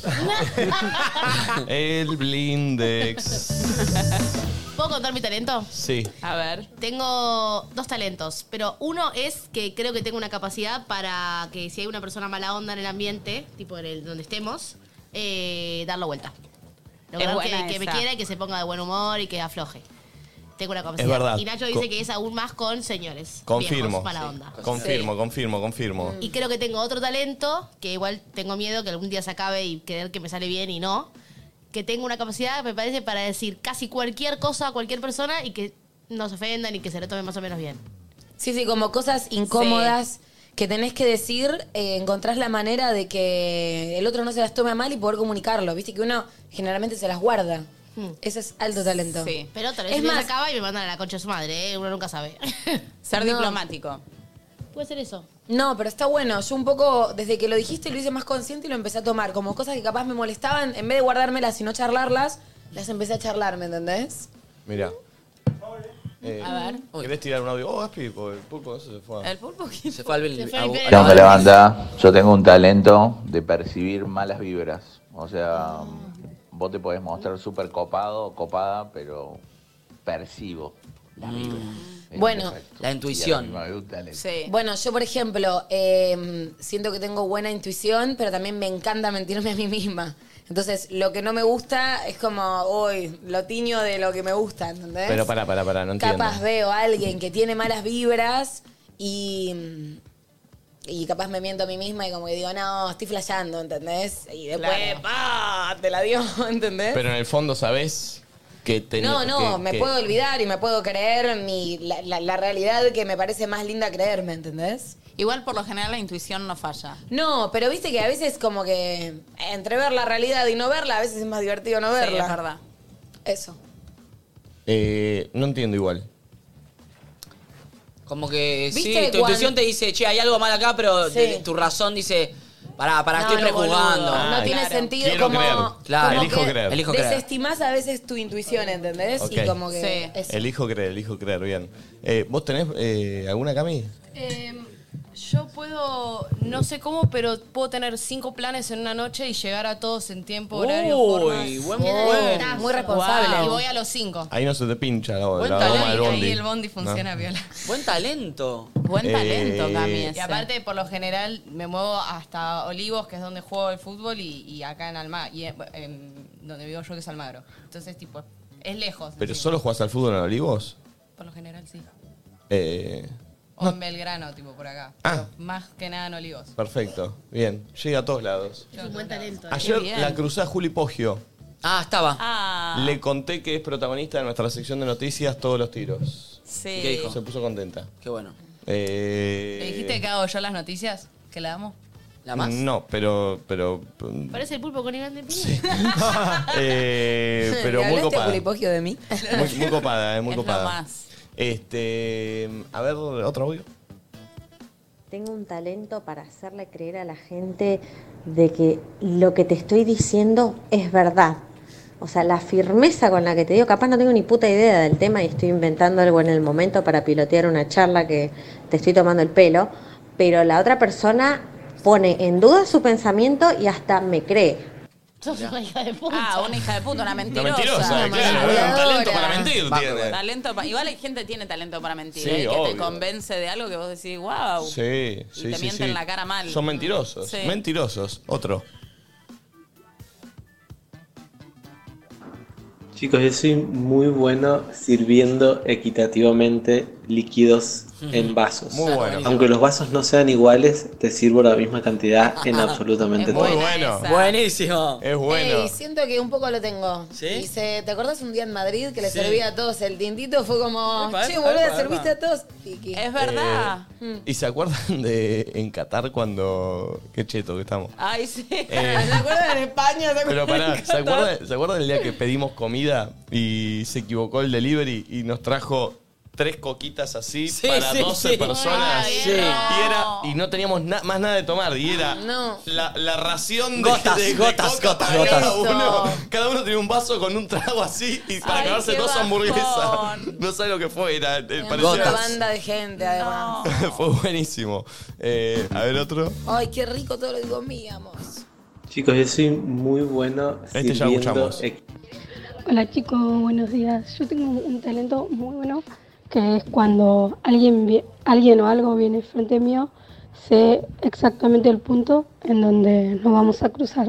El Blindex. ¿Puedo contar mi talento? Sí. A ver. Tengo dos talentos, pero uno es que creo que tengo una capacidad para que si hay una persona mala onda en el ambiente, tipo en el donde estemos, eh, darlo vuelta. Lograr buena que, que me esa. quiera y que se ponga de buen humor y que afloje. Tengo una capacidad. Es verdad. Y Nacho dice Co- que es aún más con señores. Confirmo. Viejos, mala onda. Confirmo, confirmo, confirmo. Y creo que tengo otro talento, que igual tengo miedo que algún día se acabe y creer que me sale bien y no. Que tengo una capacidad, me parece, para decir casi cualquier cosa a cualquier persona y que no se ofendan y que se lo tomen más o menos bien. Sí, sí, como cosas incómodas que tenés que decir, eh, encontrás la manera de que el otro no se las tome a mal y poder comunicarlo. Viste que uno generalmente se las guarda. Ese es alto talento. Sí. Pero tal vez Es se más- acaba y me mandan a la concha de su madre, ¿eh? Uno nunca sabe. Ser No. diplomático. Puede ser eso. No, pero está bueno. Yo un poco, desde que lo dijiste, lo hice más consciente y lo empecé a tomar. Como cosas que capaz me molestaban, en vez de guardármelas y no charlarlas, las empecé a charlar, ¿me entendés? Mira. Eh, A ver. ¿Querés tirar un audio? Oh, Gaspi, porque el Pulpo eso se fue. El pulpo. Se fue al Se fue a- al a- Imperio. ¿Qué onda, la banda? Yo tengo un talento de percibir malas vibras. O sea, vos te podés mostrar súper copado, copada, pero percibo la vibra. Es Bueno, perfecto. la intuición. Y a mí me gusta el- Sí. Bueno, yo, por ejemplo, eh, siento que tengo buena intuición, pero también me encanta mentirme a mí misma. Entonces, lo que no me gusta es como, uy, lo tiño de lo que me gusta, ¿entendés? Pero pará, pará, pará, no entiendo. Capaz veo a alguien que tiene malas vibras y, y capaz me miento a mí misma y como que digo, no, estoy flasheando, ¿entendés? Y después, Claro. ¡pa! Te la dio, ¿entendés? Pero en el fondo sabés que tenés... no, no, que- me que- puedo olvidar y me puedo creer mi, la, la- la realidad que me parece más linda creerme, ¿entendés? Igual por lo general la intuición no falla. No, pero viste que a veces como que entre ver la realidad y no verla, a veces es más divertido no verla. Sí, es verdad. Eso. Eh, no entiendo igual. Como que sí, ¿Viste tu cuando- intuición te dice, che, hay algo mal acá, pero Sí. de- tu razón dice, pará, pará, No, estoy no, prejuzgando. boludo, no Ah, tiene claro. sentido Quiero como, creer. Claro, como elijo que creer. Elijo creer. desestimás a veces tu intuición, ¿entendés? Ok. Y como que Sí. eso. Elijo creer, elijo creer, bien. Eh, ¿Vos tenés eh, alguna, Cami? Eh, yo puedo, no sé cómo, pero puedo tener cinco planes en una noche y llegar a todos en tiempo, horario, Uy, formas. buen, Oh, buen. muy responsable. Y voy a los cinco. Ahí no se te pincha la, Buen la goma talento. del bondi. Ahí el bondi funciona ¿No? viola. Buen talento. Buen talento, Eh, Cami. Y ese. aparte, por lo general, me muevo hasta Olivos, que es donde juego el fútbol, y, y acá en Almagro, y en, en donde vivo yo, que es Almagro. Entonces, tipo, es lejos. ¿Pero sí. solo jugás al fútbol en Olivos? Por lo general, sí. Eh, O en Belgrano, tipo, por acá. Ah. Pero más que nada en Olivos. perfecto, bien. Llega a todos lados. Es un buen talento. ¿eh? Ayer bien. la crucé a Juli Poggio. Ah, estaba. Ah, Le conté que es protagonista de nuestra sección de noticias Todos los Tiros. sí. ¿Qué dijo? Se puso contenta. Qué bueno. Eh, ¿Le dijiste que hago yo las noticias? ¿Que la damos? ¿La más? No, pero... pero Parece el pulpo con Iván de Piña. eh, pero ¿Le muy hablaste, copada. Julipogio, de mí? Muy, muy copada, eh, muy Es lo copada. más. Este, a ver, otro audio. tengo un talento para hacerle creer a la gente de que lo que te estoy diciendo es verdad. O sea, la firmeza con la que te digo, capaz no tengo ni puta idea del tema y estoy inventando algo en el momento para pilotear una charla que te estoy tomando el pelo, pero la otra persona pone en duda su pensamiento y hasta me cree. Sos una hija de puta. Ah, una hija de puta, una mentirosa. Una mentirosa, Una claro. manipuladora. Un talento para mentir tiene. Talento pa- Igual hay gente que tiene talento para mentir, Sí, ¿eh? Que obvio. te convence de algo que vos decís, wow. Sí, Y sí, te sí, mienten sí. la cara mal. Son mentirosos. Sí. Mentirosos. Otro. Chicos, yo soy muy bueno sirviendo equitativamente líquidos en vasos. Muy bueno. Aunque los vasos no sean iguales, te sirvo la misma cantidad en absolutamente todo. Muy bueno. Buenísimo. Es bueno. Ey, siento que un poco lo tengo. ¿Sí? Y se- ¿te acordás un día en Madrid que le Sí. servía a todos el tintito? Fue como, Epa, che, epa, boludo, epa, serviste epa. a todos. Tiki. Es verdad. Eh, ¿Y se acuerdan de en Qatar cuando... Qué cheto que estamos. Ay, sí. Eh, ¿Se acuerdan en España? ¿Se Pero acuerdan pará, en ¿se Qatar? acuerdan, ¿se acuerdan el día que pedimos comida y se equivocó el delivery y nos trajo tres coquitas así Sí, para sí, doce sí. personas? Ay, Sí. Y, era, y no teníamos na- más nada de tomar. Y era No. la, la ración de, Gotas, de- de gotas, coca gotas, para gotas. cada uno. Cada uno tenía un vaso con un trago así y para Ay, acabarse qué dos bajón. hamburguesas. No sé lo que fue. Era, eh, Una parecía- banda de gente, además. Fue buenísimo. Eh, a ver otro. Ay, qué rico todo lo que comíamos. Chicos, yo soy muy bueno Este ya sirviendo escuchamos. equ- Hola chicos, buenos días. Yo tengo un talento muy bueno que es cuando alguien, vi- alguien o algo viene frente mío, sé exactamente el punto en donde nos vamos a cruzar.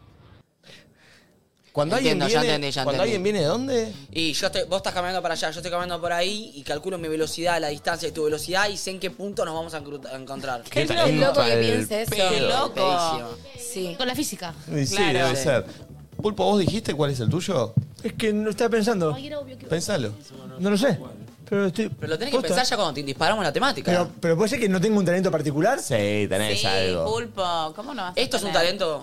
Cuando Entiendo, alguien ya viene, entendí, ya cuando entendí. alguien viene de dónde? Y yo estoy, vos estás caminando para allá, yo estoy caminando por ahí y calculo mi velocidad, la distancia de tu velocidad y sé en qué punto nos vamos a, cru- a encontrar. Qué talento loco que al piense eso. pedo. Qué loco. Pedísimo. Sí. Con la física. Y sí, Claro. debe Sí. ser. Pulpo, ¿vos dijiste cuál es el tuyo? Es que no estaba pensando. Ay, era obvio que... Pensalo. No lo sé. Pero estoy. Pero lo tenés que posta. pensar ya cuando te disparamos la temática. Pero, pero puede ser que no tengo un talento particular. Sí, tenés Sí, algo. Pulpo. ¿Cómo no vas a Esto es un tener? talento.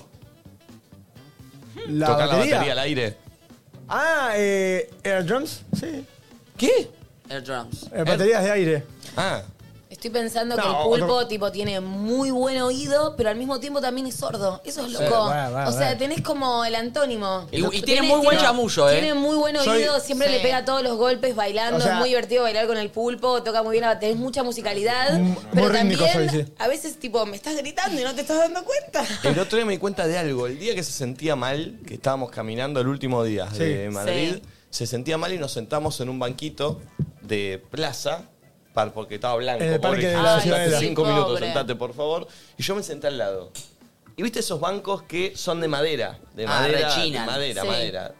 La Tocar la batería. batería al aire. Ah, eh, Air Drums. Sí. ¿Qué? Air drums. Eh, baterías de aire. Ah. Estoy pensando que No, el pulpo otro- tipo tiene muy buen oído, pero al mismo tiempo también es sordo. Eso es loco. bueno, bueno, o sea, bueno. tenés como el antónimo. Y- y tiene muy buen chamullo, ¿eh? Tiene muy buen Soy- oído, siempre Sí. le pega todos los golpes bailando. O sea- es muy divertido bailar con el pulpo, toca muy bien, la- tenés mucha musicalidad. Mm, pero muy rítmico también, soy, sí. a veces tipo, me estás gritando y no te estás dando cuenta. El otro día me di cuenta de algo. El día que se sentía mal, que estábamos caminando el último día Sí. de Madrid, Sí. se sentía mal y nos sentamos en un banquito de plaza, par- porque estaba blanco. En el pobre, parque de Jesús, la sentate Ciudadela. cinco Sí, minutos, pobre. sentate, por favor. Y yo me senté al lado. Y viste esos bancos que son de madera. De Ah, madera, de rechinan. madera, Sí. madera.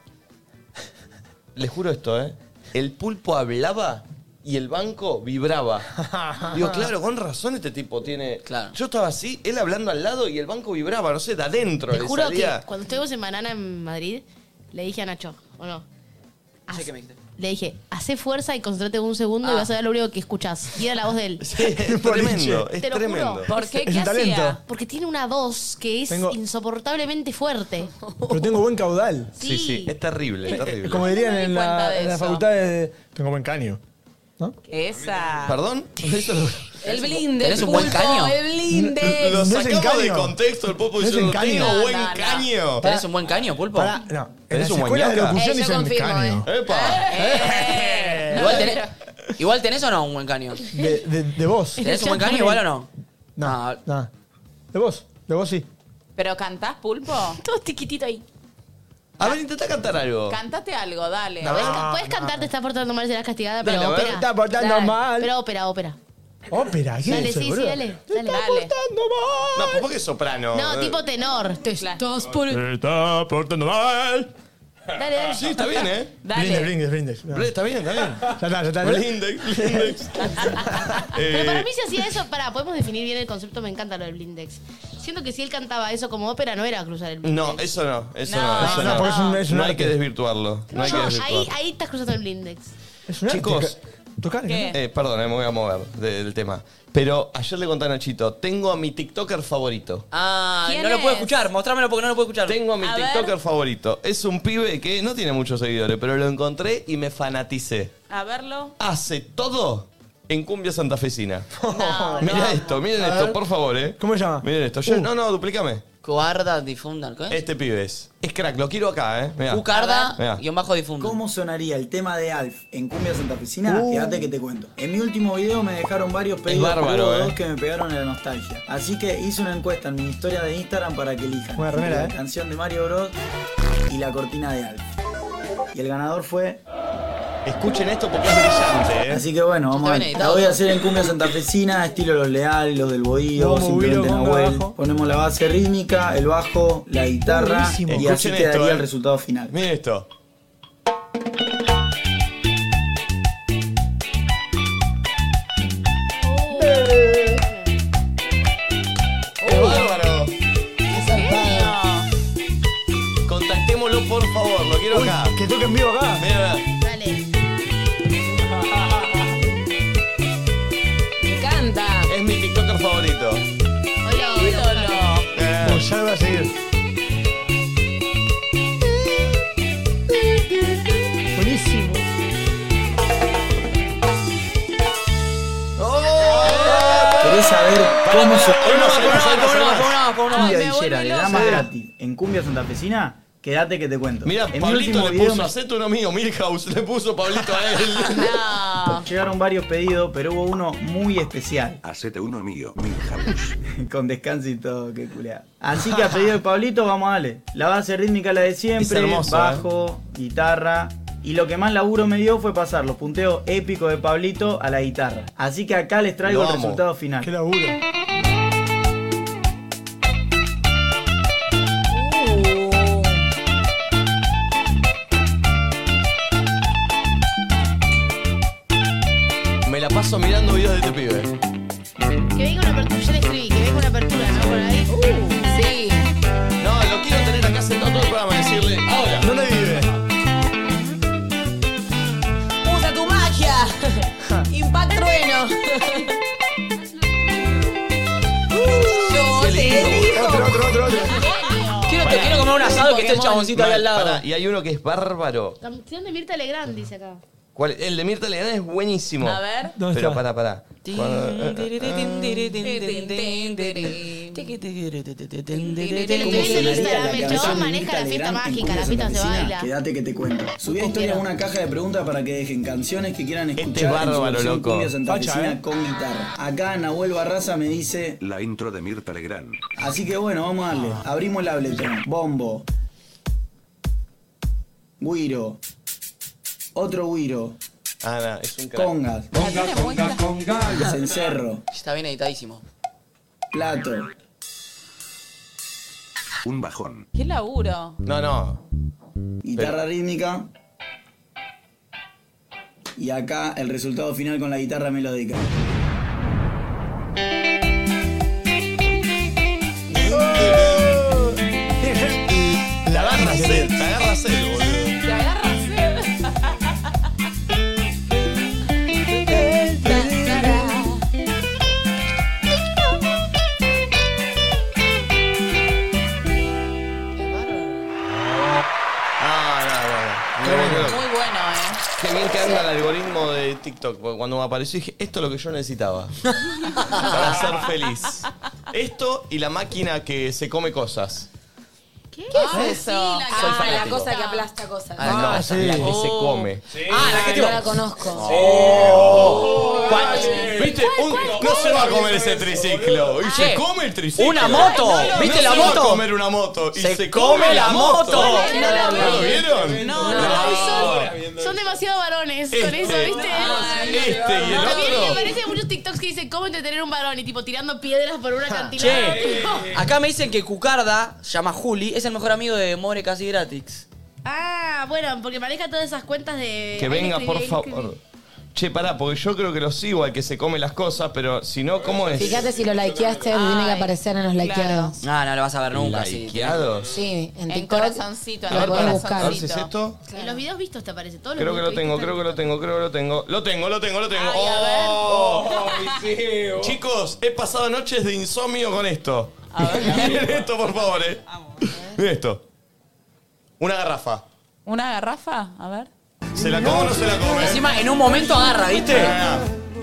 Les juro esto, ¿eh? El pulpo hablaba y el banco vibraba. Digo, claro, con razón este tipo tiene... Claro. Yo estaba así, él hablando al lado y el banco vibraba, no sé, de adentro. Te le juro salía... que cuando estuvimos en Banana en Madrid, le dije a Nacho, ¿o no? No sé qué me dijiste. Le dije, hacé fuerza y concentrate un segundo y Ah. vas a ver lo único que escuchás. Y era la voz de él. Sí, es tremendo, es Te lo tremendo. juro. ¿Por qué? Es ¿Qué un talento. hacía? Porque tiene una voz que es Tengo- insoportablemente fuerte. Pero tengo buen caudal. Sí, sí, es terrible, es terrible. Como dirían No me di en cuenta la, de en la eso. facultad de... Tengo buen caño. Esa. ¿Perdón? Eso lo, El blinde. ¿Tenés el un buen pulpo, caño? El blinde. lo No es en sacamos de caño. contexto el pulpo No es diciendo, en caño. tengo No, buen no, no. caño. ¿Tenés un buen caño, pulpo? Pará, no. En las ¿Tenés un escuelas de muñeca? locución Eh, yo dicen confirmo, caño. ¡Epa! Eh. Igual tenés, igual tenés o no un buen caño. De, de, de vos. ¿Tenés un buen caño igual o no? No, Ah. no. De vos. De vos sí. ¿Pero cantás, Pulpo? Todo chiquitito ahí. A ver, intenta cantar algo. Cantate algo, dale. ¿Puedes, puedes cantar, te estás portando mal, serás castigada, pero Dale, a ver. ópera. Está portando Dale. mal. Pero ópera, ópera. Ópera, ¿qué Dale, es eso, sí, sí, boludo? dale. Dale. Dale. No, pues, ¿por qué soprano? No, Eh, tipo tenor. Te estás por... Se está portando mal. Dale, dale. Sí, está bien, ¿eh? Blindex, Blindex, Blindex. Bre, Está bien, está bien. Ya está, ya está. Blindex, Blindex. Pero para Eh, mí si hacía eso, pará, podemos definir bien el concepto, me encanta lo del blindex. Siento que si él cantaba eso como ópera, no era cruzar el blindex. No, eso no, eso No, no, eso no, no. porque es un- es un No hay arte. que desvirtuarlo. No hay que No, desvirtuarlo. ahí, ahí estás cruzando el blindex. Es un arte. Chicos, Tocar, ¿Qué? eh, perdón, eh, me voy a mover del tema. Pero ayer le conté a Nachito, tengo a mi TikToker favorito. Ah, ¿Quién no lo puedo es? escuchar. Mostrámelo porque no lo puedo escuchar. Tengo a mi A TikToker ver. favorito. Es un pibe que no tiene muchos seguidores, pero lo encontré y me fanaticé. A verlo. Hace todo en cumbia santafesina. Mira esto, miren A esto, ver. por favor, ¿eh? ¿Cómo se llama? Miren esto. Yo- Uh. No, no, duplícame. Cucarda difunda, ¿qué es? Este pibe es. Es crack, lo quiero acá, ¿eh? Mirá. Cucarda, Mirá. guión bajo difunda. ¿Cómo sonaría el tema de Alf en cumbia santafesina? Uh. Quédate que te cuento. En mi último video me dejaron varios pedidos, bárbaro, pero hubo eh. dos que me pegaron en la nostalgia. Así que hice una encuesta en mi historia de Instagram para que elijan Buena remera, la eh. canción de Mario Bros y la cortina de Alf. Y el ganador fue... Escuchen esto porque es brillante, ¿eh? Así que bueno, vamos a Está ver. bien La editado. voy a hacer en cumbia santafesina, estilo Los Leal, los del Bohío, Vamos, simplemente Bohío, conga, Nahuel. bajo. Ponemos la base rítmica, el bajo, la guitarra Buenísimo. y así Escuchen quedaría esto, eh. el resultado final. Miren esto. ¡Qué bárbaro! Contactémoslo, por favor, lo quiero Uy, acá. que toque en vivo acá. Mira, Dale. Me encanta. es mi TikToker favorito. Hola, Eh, Uy, ya lo voy a seguir. Buenísimo. ¿Querés saber cómo se Con uno más, con uno más, con uno más, con uno más, con uno más. cumbia me villera vuelve de loca. damas gratis en cumbia santafesina? Quédate que te cuento. Mira, en mi Pablito último le video puso, me hacete uno mío, Milhouse, le puso Pablito a él. No. llegaron varios pedidos, pero hubo uno muy especial. Hacete uno mío, Milhouse. Con descanso y todo, qué culeado. Así que a pedido de Pablito, vamos a darle. La base rítmica la de siempre, Es hermoso, bajo, guitarra. Y lo que más laburo me dio fue pasar los punteos épicos de Pablito a la guitarra. Así que acá les traigo Lo el amo. resultado final. Qué laburo. Me la paso mirando videos de este pibe. Que venga una apertura, yo le escribí, que venga una apertura, ¿no? Por ahí. Sí. No, lo quiero tener acá sentado todo el programa y decirle, ahora. ¿Dónde vive? Usa tu magia. Impact trueno. Yo Qué te lindo. digo. Otro, otro, otro, otro. Quiero, te quiero comer un asado y que esté el chaboncito ahí al lado. Pará, y hay uno que es bárbaro. Canción de Mirta Legrand, dice acá. ¿Cuál? El de Mirta Legrand es buenísimo. A ver. ¿Dónde Pero está? pará, pará. Cuando- eh, eh, El chabón maneja la fiesta mágica, la fiesta se baila. Quédate que te cuento. Subí a historia una caja de preguntas para que dejen canciones que quieran escuchar Este es bárbaro, en su versión loco. cumbia santafesina Facha, ¿eh? con guitarra. Acá Nahuel Barraza me dice... La intro de Mirta Legrand. Así que bueno, vamos a darle. Abrimos el Ableton. Bombo. Guiro. Otro guiro. Ah, no, es un crack. Congas. Cencerro. Está bien editadísimo. Plato. Un bajón. ¿Qué laburo? No, no. Guitarra rítmica. Y acá el resultado final con la guitarra melódica. Te agarras él, te agarras él, boludo. Te agarras. Ah, no, no, no. Me volvió loco. Muy bueno, ¿eh? Qué bien que anda el algoritmo de TikTok. Porque cuando me apareció dije, esto es lo que yo necesitaba. Para ser feliz. Esto y la máquina que se come cosas. ¿Qué, es eso? Ah, Soy la fanático. cosa que aplasta cosas. Ah, no, sí. la que se come. Ah, la que No tipo. la conozco. ¿Cuál? ¿Viste? Un- no se va a comer ese triciclo. Y se Che, come el triciclo. una moto. ¿Viste no la se va moto? a comer una moto. Y Se se, come la moto. Quiero verlo. ¿No lo vieron? No, No, no. son, son demasiado varones con Este, eso, ¿viste? Este y el También me otro. aparecen muchos TikToks que dicen cómo entretener un varón y tipo tirando piedras por una cantina. Che, acá me dicen que Cucarda, se llama Juli, es el mejor amigo de More Casi Gratis. Ah, bueno, porque maneja todas esas cuentas de... Que Ahí venga, escribí, por ahí favor. escribí. Che, pará, porque yo creo que lo sigo al que se come las cosas, pero si no, ¿cómo es? Fíjate si lo likeaste, tiene que aparecer en los likeados. Ah, no lo vas a ver nunca. sí. ¿Likeados? Sí, en En TikTok. corazoncito, en lo el podés buscar. A ver si es esto. En los videos vistos te aparece todo. Creo que lo tengo, creo que lo tengo, creo que lo tengo. Lo tengo, lo tengo, lo tengo. Ay, a ver. ¡Oh! Chicos, he pasado noches de insomnio con esto. Miren esto, por favor, eh. Miren esto. Una garrafa. ¿Una garrafa? A ver. ¿Se la come o no se la come? Encima, en un momento agarra, ¿viste?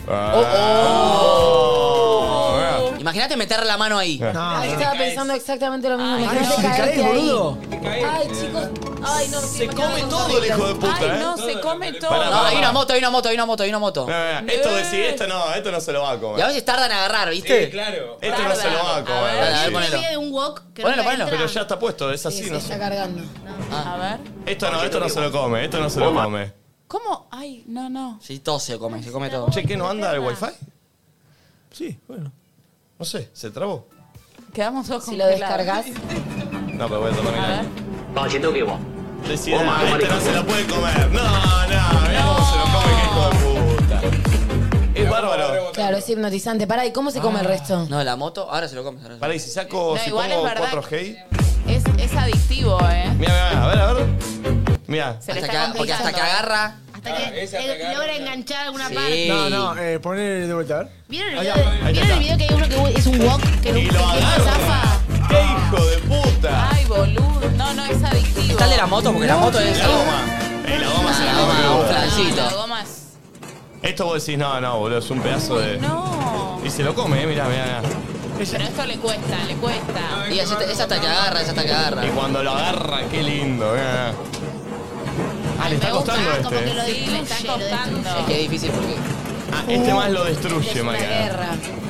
Oh, oh. Imagínate meterle la mano ahí. Ay, estaba pensando exactamente lo mismo. Ay, Imagínate no, caerte te caes, ahí. boludo. Ay, chicos. Ay, no. Se come todo el hijo de puta, Ay, ¿eh? no, se come todo. Pará, No, pará, hay pará. una moto, hay una moto, hay una moto, hay una moto. Mira, mira, esto decís, esto no, esto no se lo va a comer. Y a veces tardan en agarrar, ¿viste? Sí, claro. Esto no se lo va a comer. Dale, a ver, sí. ponelo. de un wok que Ponelo, nunca ponelo. entra. Pero ya está puesto, es así, Sí, se no está sé. cargando. A ver. Esto no, esto no se lo come, esto no se lo come. ¿Cómo? Ay, no, no. Sí, todo se come, se come todo. Che, ¿qué no anda el wifi? Sí, bueno. No sé, ¿se trabó? Quedamos todos Si lo congelados. descargas. No, pero voy a tomar A ver. No, siento que vos. Decía, ah, este no se lo puede comer. No, no, mirá cómo se lo come, qué hijo de puta. Es bárbaro. Claro, es hipnotizante. Pará, ¿y cómo se come el resto? No, la moto, ahora se lo come. ahora se lo Pará, y si saco, No, si igual pongo es verdad cuatro G. Es, es adictivo, ¿eh? Mira, mira, a ver, a ver. Mira. Se le Hasta está que, porque hasta que complicando. agarra. Hasta que ese hasta él que logra agarra. enganchar alguna Sí. parte. No, no, eh, poner de vuelta, a ver. ¿Vieron el Ahí video, está. de- Ahí ¿vieron está. el video que hay uno que es un wok que Y no lo que no agarra. zafa? ¡Qué hijo de puta! Ay, boludo. No, no, es adictivo. Está el de la moto, porque la moto es. La goma. Ey, la goma se la La come. goma, un boludo. flancito. La goma es... Esto vos decís, no, no, boludo, es un pedazo de. No. Y se lo come, eh, mirá, mirá, mirá. Pero esto le cuesta, le cuesta. Y es, es hasta que agarra, es hasta que agarra. Y cuando lo agarra, qué lindo, mirá, mirá. Ah, le está Me gusta, costando como que este. lo Sí, le destruye, está lo costando. destruye. Es que es difícil porque. Ah, este más lo Es destruye, una María. guerra.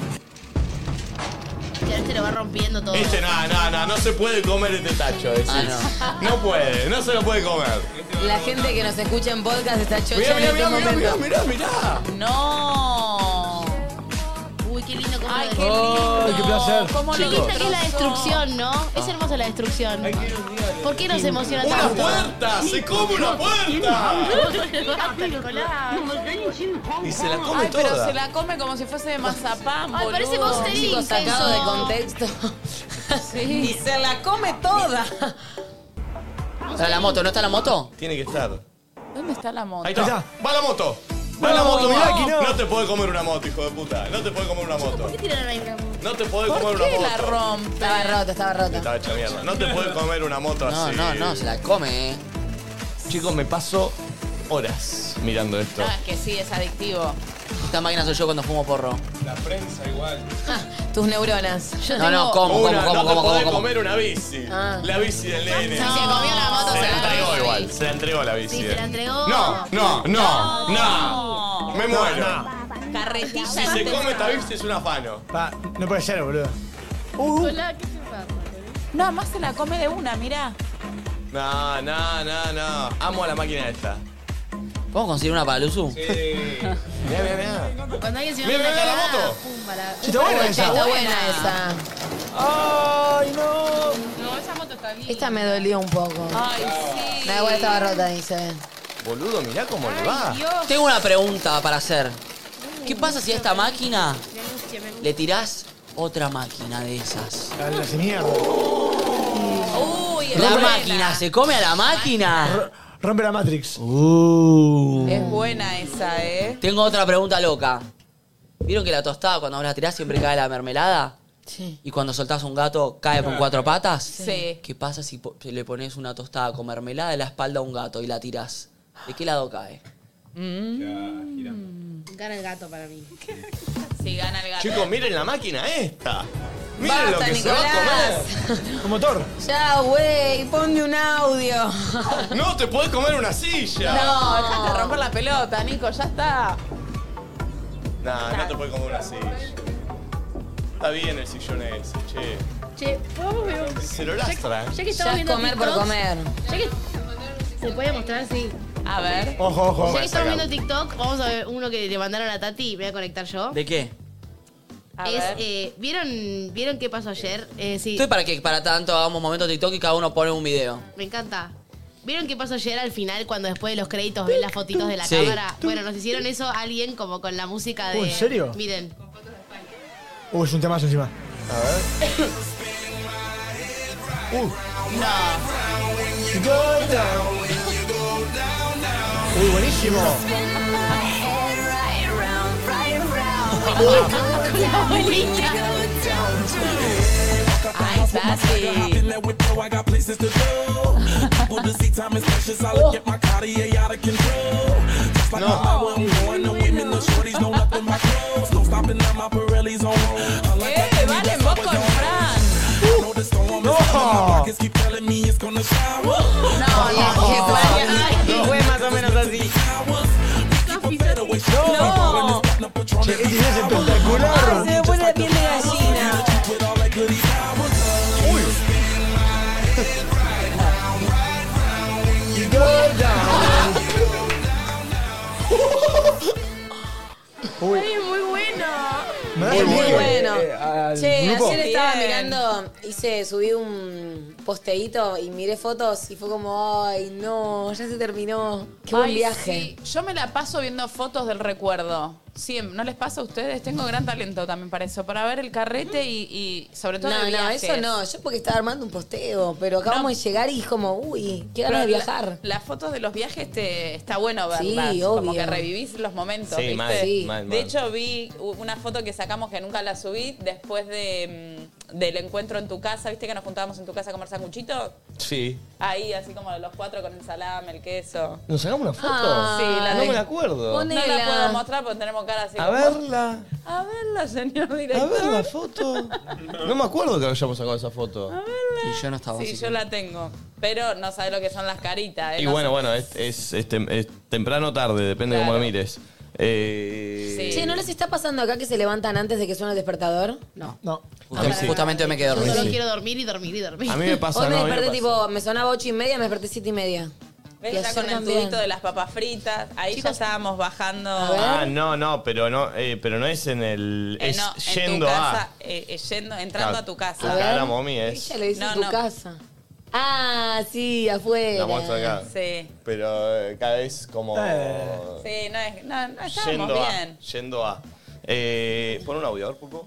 Que este lo va rompiendo todo. Este, no, no, no, no se puede comer este tacho, decís. Ah, no. puede, no se lo puede comer. La gente que nos escucha en podcast está chocha Mirá, en mirá, este mirá, mirá, momento. mirá, mirá, mirá. No. Uy, qué lindo cómo Ay, lo qué destruye. Ay, lindo. qué placer. ¿Cómo Qué lo linda que es la destrozó? destrucción, ¿no? Es hermosa la destrucción. ¿Por qué nos emociona ¡Una tanto? puerta! ¡Se come una puerta! Basta, Nicolás. Y se la come Ay, pero toda. se la come como si fuese de mazapán, Ay, boludo. parece Monster Inc. Chicos, sacado de eso. contexto. Sí. Y se la come toda. ¿Está la moto? ¿No está la moto? Tiene que estar. ¿Dónde está la moto? Ahí está. ¡Va la moto! ¡Va No, la moto! mirá va. que no. No te puede comer una moto, hijo de puta. No te puede comer una moto. ¿Por qué tiraron ahí una moto? No te puede ¿Por comer una qué la moto. rompe? Estaba roto, estaba roto. Estaba hecha mierda. No te puede comer una moto No, así. no, no, se la come, eh. Chicos, me paso horas mirando esto. No, es que sí, es adictivo. Esta máquina soy yo cuando fumo porro. La prensa igual. Tus neuronas. Yo No, tengo... no, como, como, Una, como, no te como, podés como, como. comer una bici. Ah. La bici del nene. Si se comió la moto, Se se la la entregó comió. igual. Se la entregó la bici. Sí, se la entregó. No, no, no, no. Me muero. Carretilla Si se come esta bici es un afano. Pa, no puede ser, boludo. Uh, Hola, ¿qué te pasa? No, además se la come de una, mirá. No, no, no, no. Amo a la máquina esta. ¿Podemos conseguir una para Luzu? Sí. Mirá, mirá, mirá. Cuando alguien se Mira, manda mira una la cagada, moto. pum, para... Sí, está buena esa. Está buena esa. ¡Ay, no! No, esa moto está linda. Esta me dolió un poco. Ay, sí. La igual estaba rota, dice. Boludo, mirá cómo le va. Tengo una pregunta para hacer. ¿Qué pasa si a esta máquina le tirás otra máquina de esas? La, la sin mierda. Uy, es ¿La buena. máquina se come a la máquina? R- rompe la Matrix. Uh. Es buena esa, ¿eh? Tengo otra pregunta loca. ¿Vieron que la tostada cuando vos la tirás siempre cae la mermelada? Sí. Y cuando soltás un gato cae con cuatro patas. Sí. ¿Qué pasa si po- le pones una tostada con mermelada en la espalda a un gato y la tirás? ¿De qué lado cae? Gana el gato para mí. Sí, gana el gato. Chicos, miren la máquina esta. Miren lo Basta, que se va a Nicolás. comer. Un motor. Ya, güey, ponme un audio. No te podés comer una silla. No, dejate de romper la pelota, Nico, ya está. Nah, no te podés comer una silla. Está bien el sillón ese, che. Che, ¿podemos ver un... Se lo lastra, Ya eh. que estamos Ya es viendo comer por TikToks, comer. Ya que... ¿Se puede mostrar? Sí. A ver. Ojo, ojo. Ya que estamos viendo TikTok, vamos a ver uno que le mandaron a Tati y me voy a conectar yo. ¿De qué? A es, ver. eh, ¿vieron, ¿Vieron qué pasó ayer? Eh, sí, Estoy para que para tanto hagamos momento TikTok y cada uno pone un video. me encanta. ¿Vieron qué pasó ayer al final cuando después de los créditos ven las fotitos de la Sí. cámara? Bueno, nos hicieron eso alguien como con la música de... Oh, ¿en serio? Miren. Uh, es un temazo encima. Uh. Go down. Uy, buenísimo. Ay, Sassy. No. ¡Eh, vale, vos con Fran! ¡No! No, fue más o menos así. ¡No! Che, esta idea es espectacular. Se me pone la piel de gallina. Uy. Uy. Ay, es muy bueno. Me Es muy hace bueno. eh, al Che, grupo. ayer estaba Bien. mirando, hice, subí un posteíto y miré fotos y fue como, ay, no, ya se terminó. Qué buen Ay, viaje. sí. Yo me la paso viendo fotos del recuerdo. Siempre. ¿No les pasa a ustedes? Tengo gran talento también para eso. Para ver el carrete y, y sobre todo No, de no, viajes. eso no. Yo porque estaba armando un posteo, pero acabamos No. de llegar y como, uy, qué ganas de Pero viajar. la- Las fotos de los viajes te está bueno Sí, verlas. Como obvio. que revivís los momentos, Sí, ¿viste? mal, Sí. mal, De mal. hecho, vi u- una foto que sacamos que nunca la subí después de, mm, del encuentro en tu casa. ¿Viste que nos juntábamos en tu casa a comer sanguchito? Sí. Ahí, así como los cuatro con el salame, el queso. ¿Nos sacamos una foto? Ah, Sí, la no de- me la acuerdo. Pone- No la Ponela. puedo mostrar porque tenemos cara así A como- verla. A verla, señor A director. ver la foto. No me acuerdo que hayamos sacado esa foto. Y yo no estaba Sí, así. yo la tengo. Pero no sabes lo que son las caritas. ¿eh? Y No bueno, sé. bueno, es, es, es tem- es temprano o tarde, depende de cómo lo Claro. mires. Eh, Che, ¿no les está pasando acá que se levantan antes de que suene el despertador? No. No. Justa- A mí sí. Justamente hoy me quedé Yo dormido. solo sí. quiero dormir y dormir y dormir. A mí me pasa, Hoy me no, a mí me desperté pasa. tipo, me sonaba ocho y media, me desperté siete y media. ¿Ves? Y Ya ayer con el también. tubito de las papas fritas. Ahí ya estábamos bajando. A ver. Ah, no, no, pero no, eh, pero no es en el. Eh, Es no, yendo en tu a. casa, eh, eh, yendo, entrando Claro, a tu casa. Tu cara, mami, es. Ella lo dice No, en tu no. casa. Ah, sí, afuera. La muestro acá. Sí. Pero eh, cada vez como. Eh. Sí, no, es, no, no estábamos Yendo bien. a. Yendo a. Eh, pon un audio, a ver, Pulpo.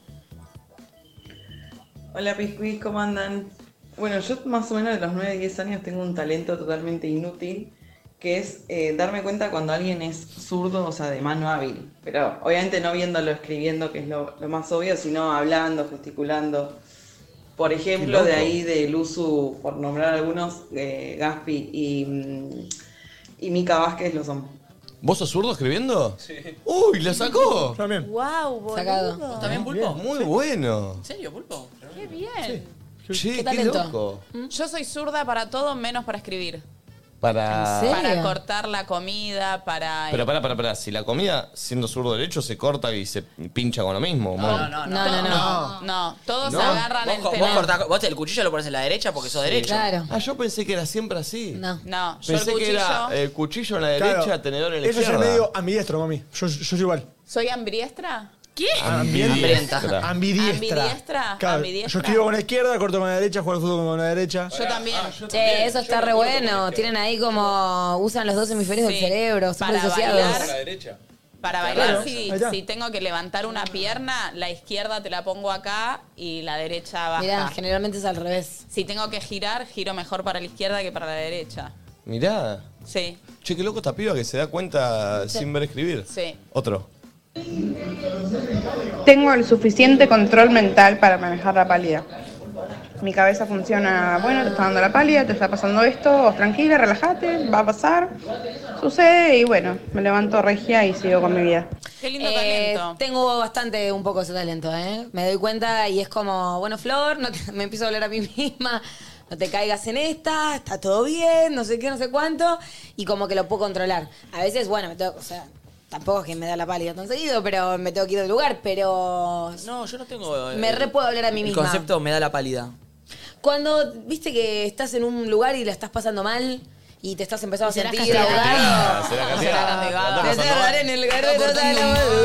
Hola Piscuis, ¿cómo andan? Bueno, yo más o menos de los nueve, diez años tengo un talento totalmente inútil, que es eh, darme cuenta cuando alguien es zurdo, o sea, de mano hábil. Pero obviamente no viéndolo escribiendo, que es lo, lo más obvio, sino hablando, gesticulando. Por ejemplo, Qué de loco. ahí de Luzu, por nombrar algunos, eh, Gaspi y, mm, y Mica Vázquez lo son. ¿Vos sos zurdo escribiendo? Sí. ¡Uy, la sacó! También. Wow, boludo. Sacado. ¿Vos también, Pulpo? Muy bueno. ¿En serio, Pulpo? Qué bien. Che, ¿Qué qué, talento? loco. Yo soy zurda para todo menos para escribir. Para. ¿En serio? Para cortar la comida, para. Pero pará, pará, pará. Si la comida, siendo zurdo derecho, se corta y se pincha con lo mismo. No, Mon. no, no. No, no, no. No, no, todos ¿No? agarran Vos, el vos, tenedor. cortás- vos el cuchillo lo pones en la derecha porque sos derecho. Claro. Ah, yo pensé que era siempre así. No. No, yo el Pensé cuchillo. que era eh, cuchillo en la derecha, Claro. tenedor en la Eso es el izquierda. medio ambidiestro, mami. Yo, yo soy igual. ¿Soy ambriestra? ¿Qué? Ambidiestra. Ambidiestra. ¿Ambidiestra? Claro, ¿Ambidiestra? yo escribo con la izquierda, corto con la derecha, juego al fútbol con la derecha. Yo también. Che, eso está re bueno. Tienen ahí como. Usan los dos hemisferios del Sí. cerebro, súper Para disociados. bailar. derecha. Para bailar, Claro, si, ahí está. si tengo que levantar una pierna, la izquierda te la pongo acá y la derecha baja. Mirá, generalmente es al revés. Si tengo que girar, giro mejor para la izquierda que para la derecha. Mirá. Sí, Che, qué loco esta piba que se da cuenta sin ver escribir. sí. Otro. Tengo el suficiente control mental para manejar la pálida. Mi cabeza funciona, bueno, te está dando la pálida, te está pasando esto, vos tranquila, relájate, va a pasar, sucede y bueno, me levanto regia y sigo con mi vida. Qué lindo Eh, talento. tengo bastante un poco ese talento, ¿eh? Me doy cuenta y es como, bueno, Flor, no te- me empiezo a hablar a mí misma, no te caigas en esta, está todo bien, no sé qué, no sé cuánto, y como que lo puedo controlar. A veces, bueno, me tengo, o sea, tampoco es que me da la pálida tan seguido, pero me tengo que ir del lugar, pero No, yo no tengo. eh, me re puedo hablar a mí el misma. concepto me da la pálida. Cuando viste que estás en un lugar y la estás pasando mal y te estás empezando a Serás sentir castigada. ahogado. Será Será castigada. castigada. La Te estás vas a pasando agarrar mal. en el lugar de total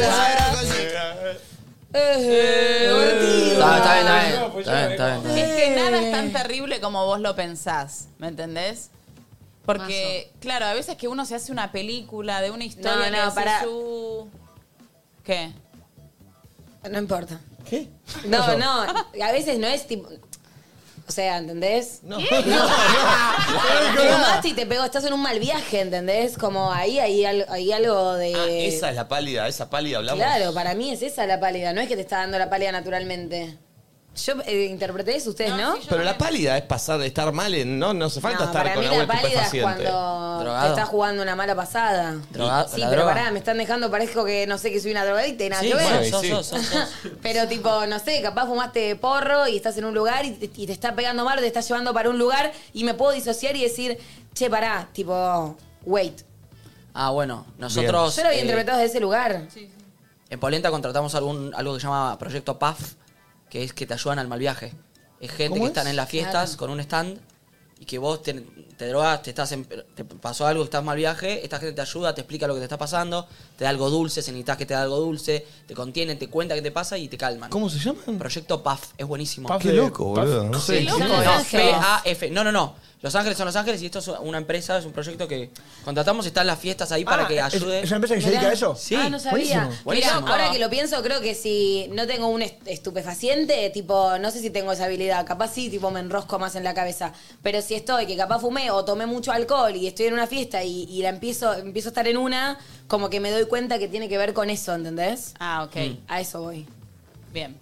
Eh, Ortigo. Está, está bien, está bien. Está bien, está bien, está bien. Es que nada es tan terrible como vos lo pensás, ¿me entendés? Porque, claro, a veces que uno se hace una película de una historia No, que no, decís, pará. "Uh". ¿Qué? No importa. ¿Qué? No, no. A veces no es tipo. O sea, ¿entendés? No. Pero más si te pegó, estás en un mal viaje, ¿entendés? Como ahí hay, al- hay algo de. Ah, esa es la pálida, esa pálida hablamos. Claro, para mí es esa la pálida, no es que te está dando la pálida naturalmente. Yo eh, interpreté eso, ustedes, ¿no? Pero la pálida es pasar de estar mal en. No, no hace falta No, estar para con mí agua la pálida es estupefaciente. cuando te Drogado. estás jugando una mala pasada. Droga- Sí, la pero droga. pará, me están dejando, parezco que no sé que soy una drogadicta y nada Sí, que ver. bueno, sos, sos, sos, sos. Pero tipo, no sé, capaz fumaste porro y estás en un lugar y te, y te está pegando mal o te está llevando para un lugar y me puedo disociar y decir, che, pará, tipo, wait. Ah, bueno, nosotros. Yo lo había eh, interpretado desde ese lugar. En Polenta contratamos algún, algo que se llama Proyecto P A F, que es que te ayudan al mal viaje. Es gente ¿Cómo que es? están en las fiestas Claro. con un stand y que vos te, te drogas, te, estás en- te pasó algo, estás mal viaje, esta gente te ayuda, te explica lo que te está pasando, te da algo dulce, si necesitas que te da algo dulce, te contiene, te cuenta qué te pasa y te calman. ¿Cómo se llama? Proyecto P A F, es buenísimo. P A F Qué de- loco, boludo, no sé. Sí, Qué no, loco. no, Ángeles. P A F. No, no, no. Los Ángeles son Los Ángeles y esto es una empresa, es un proyecto que contratamos y están las fiestas ahí para Ah, que ¿es- ayude. es una empresa que se dedica a eso? Sí. Ah, no sabía. Buenísimo. Buenísimo. Mirá, ahora que lo pienso, creo que si no tengo un est- estupefaciente, tipo, no sé si tengo esa habilidad. Capaz sí, tipo, me enrosco más en la cabeza. Pero si estoy, que capaz fumé o tomé mucho alcohol y estoy en una fiesta y, y la empiezo, empiezo a estar en una, como que me doy cuenta que tiene que ver con eso, ¿entendés? Ah, ok. Mm. A eso voy. Bien.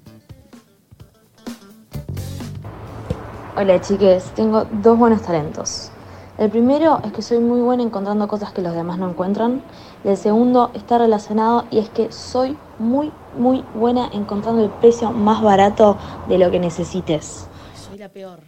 Hola chiques, tengo dos buenos talentos. El primero es que soy muy buena encontrando cosas que los demás no encuentran. Y el segundo está relacionado y es que soy muy, muy buena encontrando el precio más barato de lo que necesites. Soy la peor.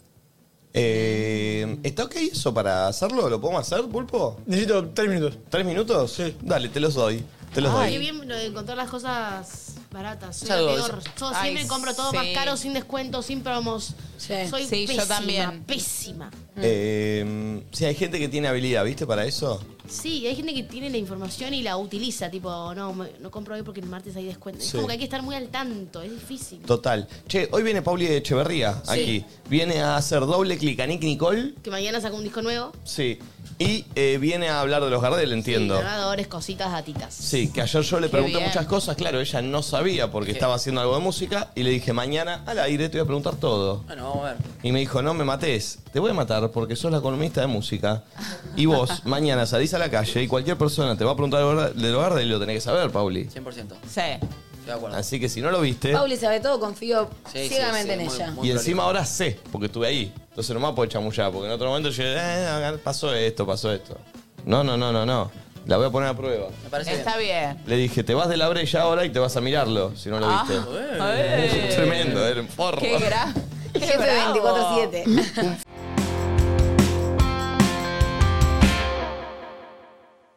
Eh, ¿Está ok eso para hacerlo? ¿Lo podemos hacer, Pulpo? Necesito tres minutos. ¿Tres minutos? Sí. Dale, te los doy. Te los Qué doy. bien lo de encontrar las cosas baratas. Soy Es algo la de peor. eso. Yo Ay, siempre compro todo sí. más caro, sin descuento, sin promos. Soy Sí, yo pésima, también. pésima. Eh, sí, hay gente que tiene habilidad, ¿viste? Para eso. Sí, hay gente que tiene la información y la utiliza. Tipo, no, me- no compro hoy porque el martes hay descuento. Es Sí. como que hay que estar muy al tanto, es difícil. Total. Che, hoy viene Pauli Echeverría Sí. aquí. Viene a hacer doble clic a Nick Nicole. Que mañana saca un disco nuevo. Sí. Y eh, viene a hablar de los Gardel, entiendo. Ganadores, cositas, datitas. Sí, que ayer yo le Qué pregunté bien. muchas cosas, claro, ella no sabía porque estaba haciendo algo de música y le dije, mañana al aire te voy a preguntar todo. Bueno, vamos a ver. Y me dijo, no me mates, te voy a matar porque sos la columnista de música. Y vos mañana salís a la calle y cualquier persona te va a preguntar de los Gardel y lo tenés que saber, Pauli. cien por ciento. Sí. Estoy de acuerdo. Así que si no lo viste... Pauli sabe todo, confío Sí, sí, ciegamente sí, en muy- ella. muy Y encima ahora sé, porque estuve ahí. Entonces no me puedo chamullar, porque en otro momento yo, eh, pasó esto, pasó esto. No, no, no, no, no. La voy a poner a prueba. Me parece Está bien. Le dije, te vas de la brecha ahora y te vas a mirarlo, si no lo Ah, viste. eh. Tremendo, era un forro. Qué gran. Jefe veinticuatro siete.